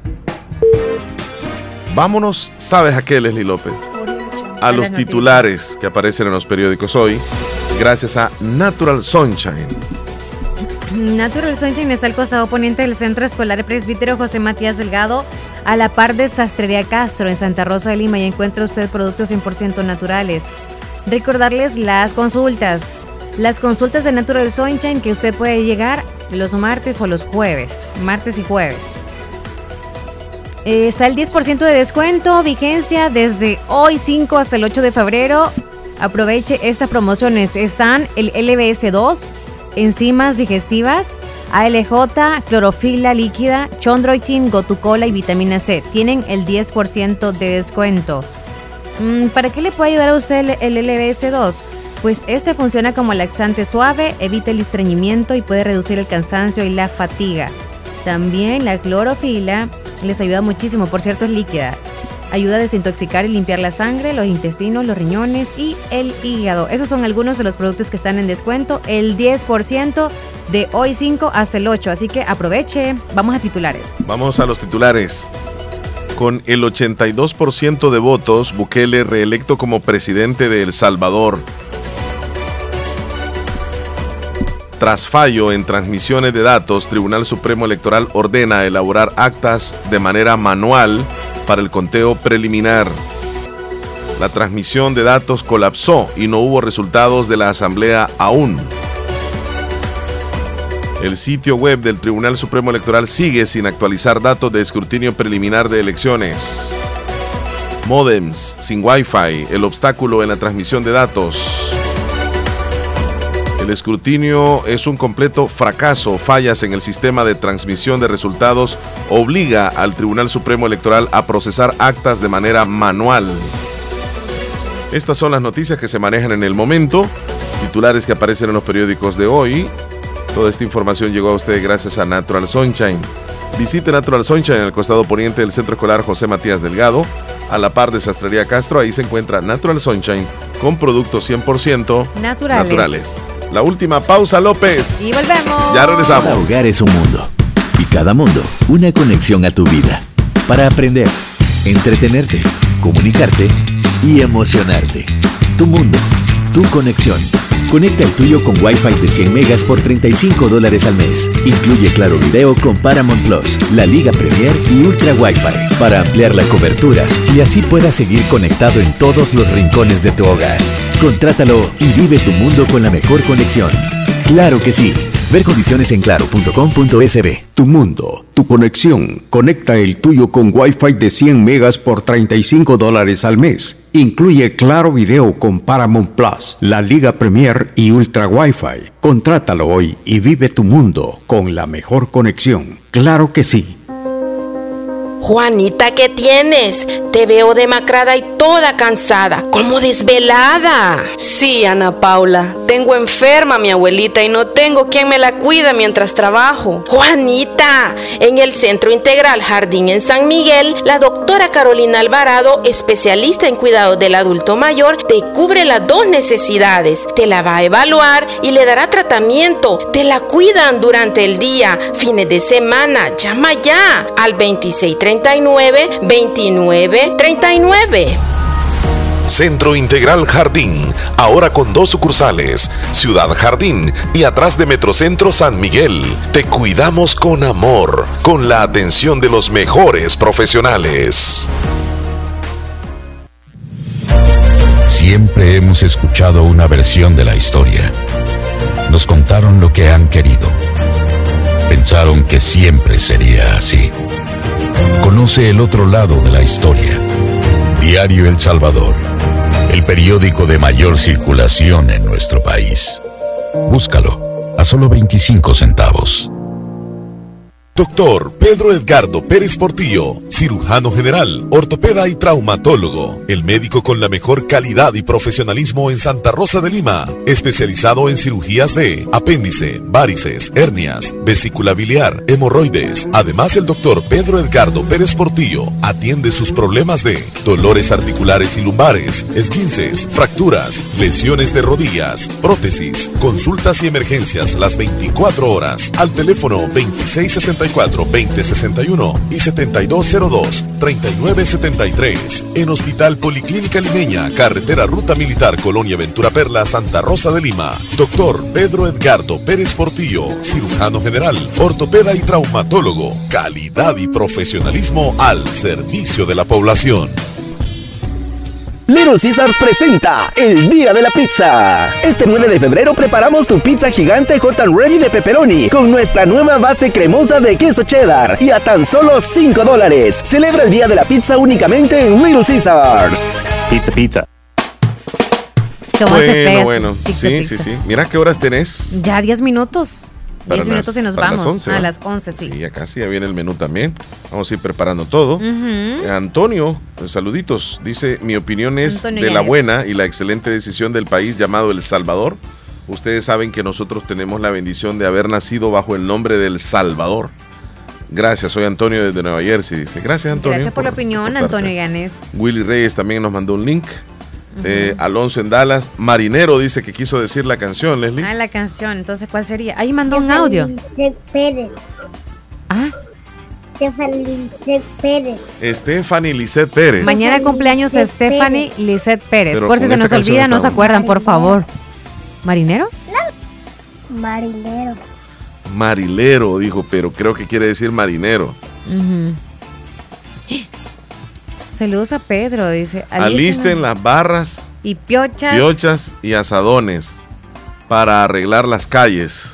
Vámonos, ¿sabes a qué, Leslie López? A los titulares que aparecen en los periódicos hoy, gracias a Natural Sunshine. Natural Sunshine está al costado poniente del Centro Escolar Presbítero José Matías Delgado, a la par de Sastrería Castro en Santa Rosa de Lima, y encuentra usted productos 100% naturales. Recordarles las consultas de Natural Sunshine, que usted puede llegar los martes o los jueves, martes y jueves. Está el 10% de descuento, vigencia desde hoy 5 hasta el 8 de febrero. Aproveche estas promociones. Están el LBS2, enzimas digestivas, ALJ, clorofila líquida, chondroitin, gotucola y vitamina C. Tienen el 10% de descuento. ¿Para qué le puede ayudar a usted el LBS2? Pues este funciona como laxante suave, evita el estreñimiento y puede reducir el cansancio y la fatiga. También la clorofila les ayuda muchísimo, por cierto es líquida. Ayuda a desintoxicar y limpiar la sangre, los intestinos, los riñones y el hígado. Esos son algunos de los productos que están en descuento. El 10% de hoy 5 hasta el 8, así que aproveche. Vamos a titulares. Vamos a los titulares. Con el 82% de votos, Bukele reelecto como presidente de El Salvador. Tras fallo en transmisiones de datos, Tribunal Supremo Electoral ordena elaborar actas de manera manual para el conteo preliminar. La transmisión de datos colapsó y no hubo resultados de la asamblea aún. El sitio web del Tribunal Supremo Electoral sigue sin actualizar datos de escrutinio preliminar de elecciones. Módems sin Wi-Fi, el obstáculo en la transmisión de datos. El escrutinio es un completo fracaso. Fallas en el sistema de transmisión de resultados obliga al Tribunal Supremo Electoral a procesar actas de manera manual. Estas son las noticias que se manejan en el momento, titulares que aparecen en los periódicos de hoy. Toda esta información llegó a usted gracias a Natural Sunshine. Visite Natural Sunshine en el costado poniente del Centro Escolar José Matías Delgado, a la par de Sastrería Castro. Ahí se encuentra Natural Sunshine con productos 100% naturales. La última pausa, López. Y volvemos. Ya regresamos. Cada hogar es un mundo y cada mundo una conexión a tu vida. Para aprender, entretenerte, comunicarte y emocionarte. Tu mundo, tu conexión. Conecta el tuyo con Wi-Fi de 100 megas por $35 al mes. Incluye Claro Video con Paramount Plus, la Liga Premier y Ultra Wi-Fi para ampliar la cobertura y así puedas seguir conectado en todos los rincones de tu hogar. Contrátalo y vive tu mundo con la mejor conexión. ¡Claro que sí! Ver condiciones en claro.com.sb. Tu mundo, tu conexión. Conecta el tuyo con Wi-Fi de 100 megas por $35 al mes. Incluye Claro Video con Paramount Plus, la Liga Premier y Ultra Wi-Fi. Contrátalo hoy y vive tu mundo con la mejor conexión. ¡Claro que sí! Juanita, ¿qué tienes? Te veo demacrada y toda cansada, como desvelada. Sí, Ana Paula, tengo enferma a mi abuelita y no tengo quien me la cuida mientras trabajo. Juanita, en el Centro Integral Jardín en San Miguel, la doctora Carolina Alvarado, especialista en cuidados del adulto mayor, te cubre las dos necesidades. Te la va a evaluar y le dará tratamiento. Te la cuidan durante el día, fines de semana. Llama ya al 2639-2939. Centro Integral Jardín, ahora con 2 sucursales, Ciudad Jardín y atrás de Metrocentro San Miguel. Te cuidamos con amor, con la atención de los mejores profesionales. Siempre hemos escuchado una versión de la historia. Nos contaron lo que han querido. Pensaron que siempre sería así. Conoce el otro lado de la historia. Diario El Salvador, el periódico de mayor circulación en nuestro país. Búscalo a solo 25 centavos. Doctor Pedro Edgardo Pérez Portillo, cirujano general, ortopeda y traumatólogo, el médico con la mejor calidad y profesionalismo en Santa Rosa de Lima, especializado en cirugías de apéndice, varices, hernias, vesícula biliar, hemorroides. Además, el doctor Pedro Edgardo Pérez Portillo atiende sus problemas de dolores articulares y lumbares, esguinces, fracturas, lesiones de rodillas, prótesis, consultas y emergencias las 24 horas al teléfono 2664-2061 y 7202-3973. En Hospital Policlínica Limeña, Carretera Ruta Militar, Colonia Ventura Perla, Santa Rosa de Lima. Doctor Pedro Edgardo Pérez Portillo, cirujano general, ortopeda y traumatólogo. Calidad y profesionalismo al servicio de la población. Little Caesars presenta el Día de la Pizza. Este 9 de febrero preparamos tu pizza gigante Hot and Ready de pepperoni con nuestra nueva base cremosa de queso cheddar y a tan solo $5. Celebra el Día de la Pizza únicamente en Little Caesars. Pizza. Bueno. Sí. Mira qué horas tenés. Ya 10 minutos. 10 minutos y nos vamos. Las 11, a las 11, sí. Sí, ya casi, ya viene el menú también. Vamos a ir preparando todo. Antonio, saluditos. Dice, mi opinión es Antonio de la buena y la excelente decisión del país llamado El Salvador. Ustedes saben que nosotros tenemos la bendición de haber nacido bajo el nombre del Salvador. Gracias, soy Antonio desde Nueva Jersey. Dice, gracias Antonio. Gracias por la opinión, Antonio Llanes. Willy Reyes también nos mandó un link. Alonso en Dallas. Marinero dice que quiso decir la canción, Leslie. La canción, entonces ¿cuál sería? Ahí mandó un audio. Pérez. Stephanie Lisette Pérez. Mañana cumpleaños Stephanie Lisette Pérez. Pero por si se nos olvida, no se acuerdan, por favor. ¿Marinero? Marilero, dijo, pero creo que quiere decir marinero. Saludos a Pedro, dice. Alisten las barras y piochas y asadones para arreglar las calles.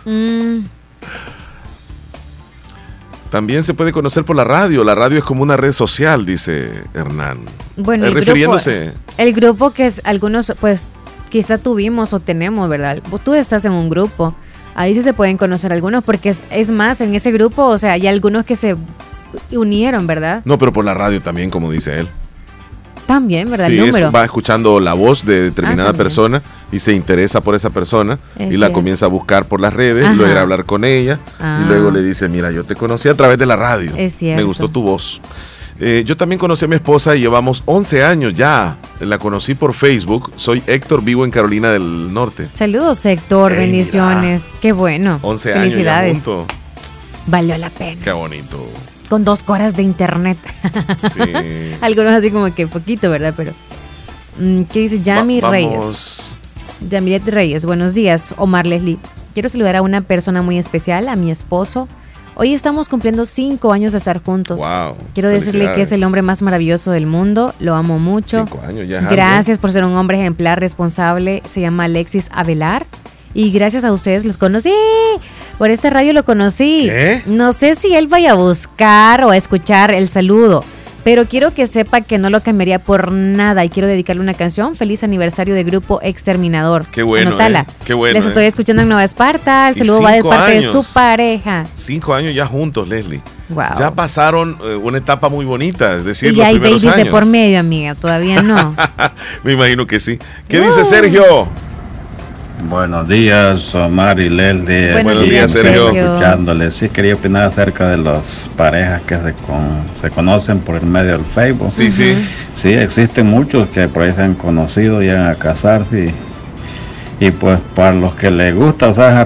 También se puede conocer por la radio. La radio es como una red social, dice Hernán. Bueno, refiriéndose. El grupo que es algunos, pues, quizá tuvimos o tenemos, ¿verdad? Tú estás en un grupo. Ahí sí se pueden conocer algunos, porque es más, en ese grupo, o sea, hay algunos que se unieron, ¿verdad? No, pero por la radio también, como dice él. También, ¿verdad? Sí, el número. va escuchando la voz de determinada persona y se interesa por esa persona y la comienza a buscar por las redes, y luego a hablar con ella y luego le dice, mira, yo te conocí a través de la radio. Es cierto. Me gustó tu voz. Yo también conocí a mi esposa y llevamos 11 años ya. La conocí por Facebook. Soy Héctor, vivo en Carolina del Norte. Saludos, Héctor. Bendiciones. Mira. Qué bueno. 11 Felicidades. años ya juntos. Valió la pena. Qué bonito. Con 2 horas de internet. Sí. Algunos así como que poquito, ¿verdad? Pero ¿qué dice Yami Reyes? Yamilet Reyes. Buenos días, Omar Leslie. Quiero saludar a una persona muy especial, a mi esposo. Hoy estamos cumpliendo 5 años de estar juntos. Wow. Quiero decirle que es el hombre más maravilloso del mundo. Lo amo mucho. 5 años ya. Gracias por ser un hombre ejemplar, responsable. Se llama Alexis Avelar. Y gracias a ustedes los conocí. Por esta radio lo conocí. ¿Qué? No sé si él vaya a buscar o a escuchar el saludo, pero quiero que sepa que no lo cambiaría por nada. Y quiero dedicarle una canción. Feliz aniversario de Grupo Exterminador. Qué bueno. Anótala. Qué bueno. Les estoy escuchando en Nueva Esparta. El saludo va de parte de su pareja. 5 años ya juntos, Leslie. Wow. Ya pasaron una etapa muy bonita, es decir, y los hay primeros babies años. de por medio, amiga. Todavía no. Me imagino que sí. ¿Qué dice Sergio? Buenos días, Omar y Leslie. Buenos días, Sergio. Escuchándole. Sí, quería opinar acerca de las parejas que se conocen por el medio del Facebook. Sí, sí. Sí, existen muchos que por ahí se han conocido, llegan a casarse y pues para los que les gusta, o sea,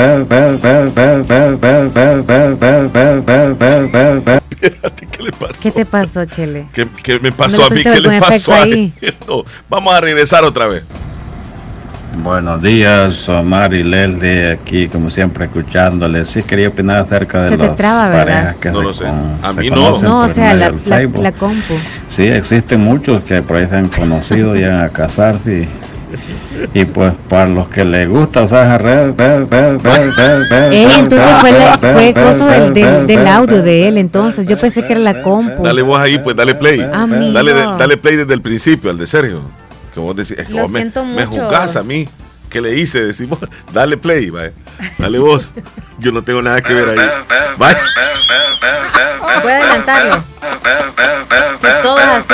Espérate, ¿qué le pasó? ¿Qué te pasó, Chele? ¿Qué me pasó a mí? ¿Qué le pasó a él? No, vamos a regresar otra vez. Buenos días, Omar y Leslie, aquí como siempre escuchándoles. Sí, quería opinar acerca de las parejas que no lo sé. A mí no. No, o sea, la compu. Sí, existen muchos que por ahí se han conocido, llegan a casarse y pues para los que les gusta, o sea, entonces fue coso del audio de él, entonces yo pensé que era la compu. Dale vos ahí, pues dale play. Amigo. Dale play desde el principio, al de Sergio. Que vos decís, es que Lo vos siento me mucho. juzgás a mí. ¿Qué le hice? Decimos, dale play, vaya. Dale vos. Yo no tengo nada que ver ahí. Vaya. Voy a adelantarlo. Si todo es así.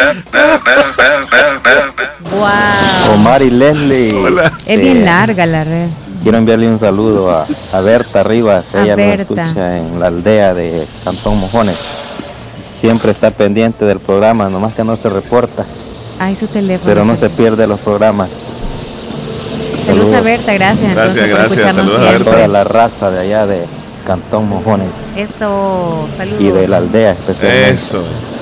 Wow. Omar y Leslie. Hola. Es bien larga la red. Quiero enviarle un saludo a Berta Rivas. A Ella Berta. nos escucha en la aldea de Cantón Mojones. Siempre está pendiente del programa, nomás que no se reporta. Ay, su teléfono. Pero no se pierde los programas. Saludos a Berta, gracias. Gracias. Saludos a toda la raza de allá de Cantón Mojones. Eso, saludos. Y de la aldea especialmente. Eso.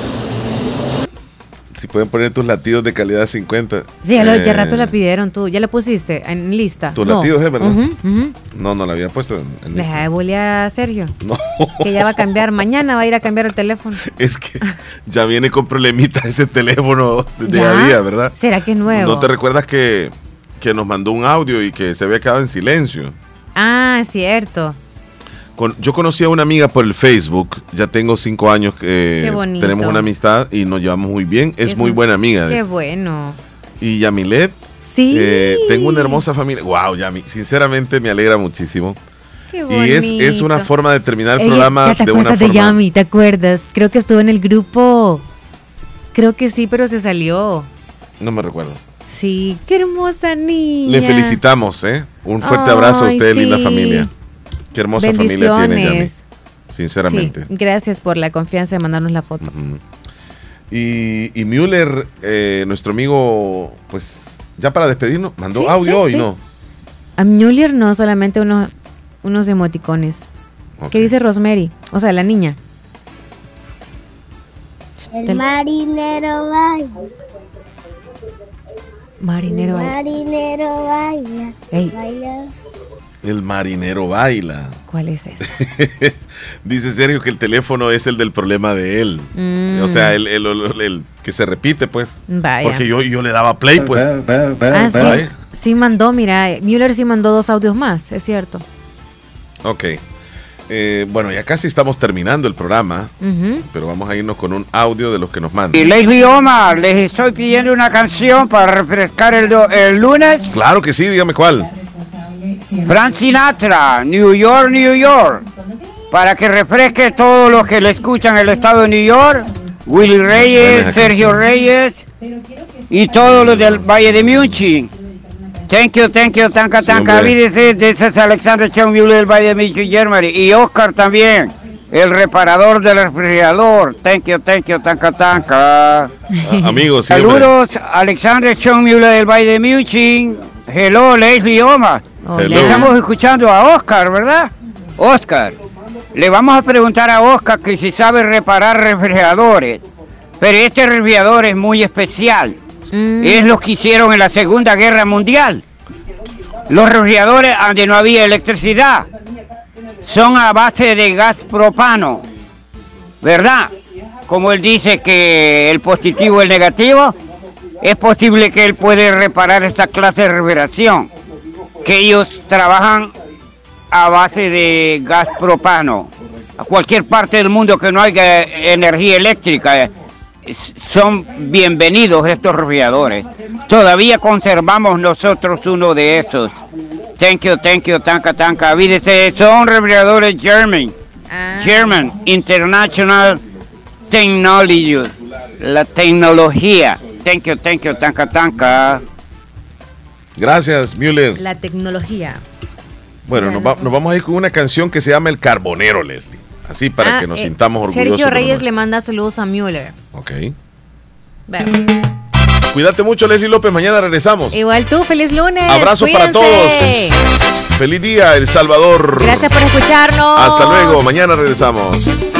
Si pueden poner tus latidos de calidad 50. Sí, ya rato la pidieron tú. ¿Ya la pusiste en lista? Tus latidos, ¿verdad? No la había puesto en Deja de bolear a Sergio. No. Que ya va a cambiar. Mañana va a ir a cambiar el teléfono. Es que ya viene con problemitas ese teléfono de día a día, ¿verdad? ¿Será que es nuevo? ¿No te recuerdas que nos mandó un audio y que se había quedado en silencio? Ah, cierto. Yo conocí a una amiga por el Facebook, ya tengo 5 años que tenemos una amistad y nos llevamos muy bien, es muy buena amiga. Qué bueno. Y Yamilet, sí. Tengo una hermosa familia. Wow, Yami, sinceramente me alegra muchísimo. Qué bonito. Y es una forma de terminar el programa ya te de una acuerdas forma. de Yami, ¿te acuerdas? Creo que estuvo en el grupo. Creo que sí, pero se salió. No me recuerdo. Sí, qué hermosa niña. Le felicitamos, Un fuerte abrazo a usted, linda familia. Qué hermosa familia tiene, Yami. Sinceramente. Sí, gracias por la confianza de mandarnos la foto. Y Müller, nuestro amigo, pues ya para despedirnos, mandó audio hoy, ¿no? A Müller no, solamente unos emoticones. Okay. ¿Qué dice Rosemary? O sea, la niña. El marinero baila. Marinero baila. Marinero baila. Ey. Baila. El marinero baila. ¿Cuál es ese? Dice Sergio que el teléfono es el del problema de él. O sea, el que se repite, pues. Vaya. Porque yo le daba play, pues. Sí mandó, mira, Müller sí mandó 2 audios más, es cierto. Ok. Bueno, ya casi estamos terminando el programa, pero vamos a irnos con un audio de los que nos mandan. Y Leslie Omar, les estoy pidiendo una canción para refrescar el lunes. Claro que sí, dígame cuál. Frank Sinatra, New York, New York. Para que refresque todos los que le escuchan el estado de New York. Willy Reyes, Sergio Reyes y todos los del Valle de Múnich. Thank you, tanka. This is Alexander Schoenmüller del Valle de Múnich, Germany. Y Oscar también, el reparador del refrigerador. Thank you, tanka. Amigos, siempre. Saludos, Alexander Schoenmüller del Valle de Múnich. Hello, Leslie Oma. Estamos escuchando a Oscar, ¿verdad? Oscar, le vamos a preguntar a Oscar que si sabe reparar refrigeradores. Pero este refrigerador es muy especial. Es lo que hicieron en la Segunda Guerra Mundial. Los refrigeradores donde no había electricidad son a base de gas propano, ¿verdad? Como él dice que el positivo y el negativo, es posible que él puede reparar esta clase de refrigeración, que ellos trabajan a base de gas propano. A cualquier parte del mundo que no haya energía eléctrica, son bienvenidos estos refrigeradores. Todavía conservamos nosotros uno de esos. Thank you, tanka. Avídese, son refrigeradores German International Technology. La tecnología. Thank you, tanka. Gracias, Müller. La tecnología. Bueno, nos vamos a ir con una canción que se llama El Carbonero, Leslie. Así para que nos sintamos orgullosos. Sergio Reyes le manda saludos a Müller. Ok. Vamos. Cuídate mucho, Leslie López. Mañana regresamos. Igual tú, feliz lunes. Abrazos para todos. Feliz día, El Salvador. Gracias por escucharnos. Hasta luego. Mañana regresamos.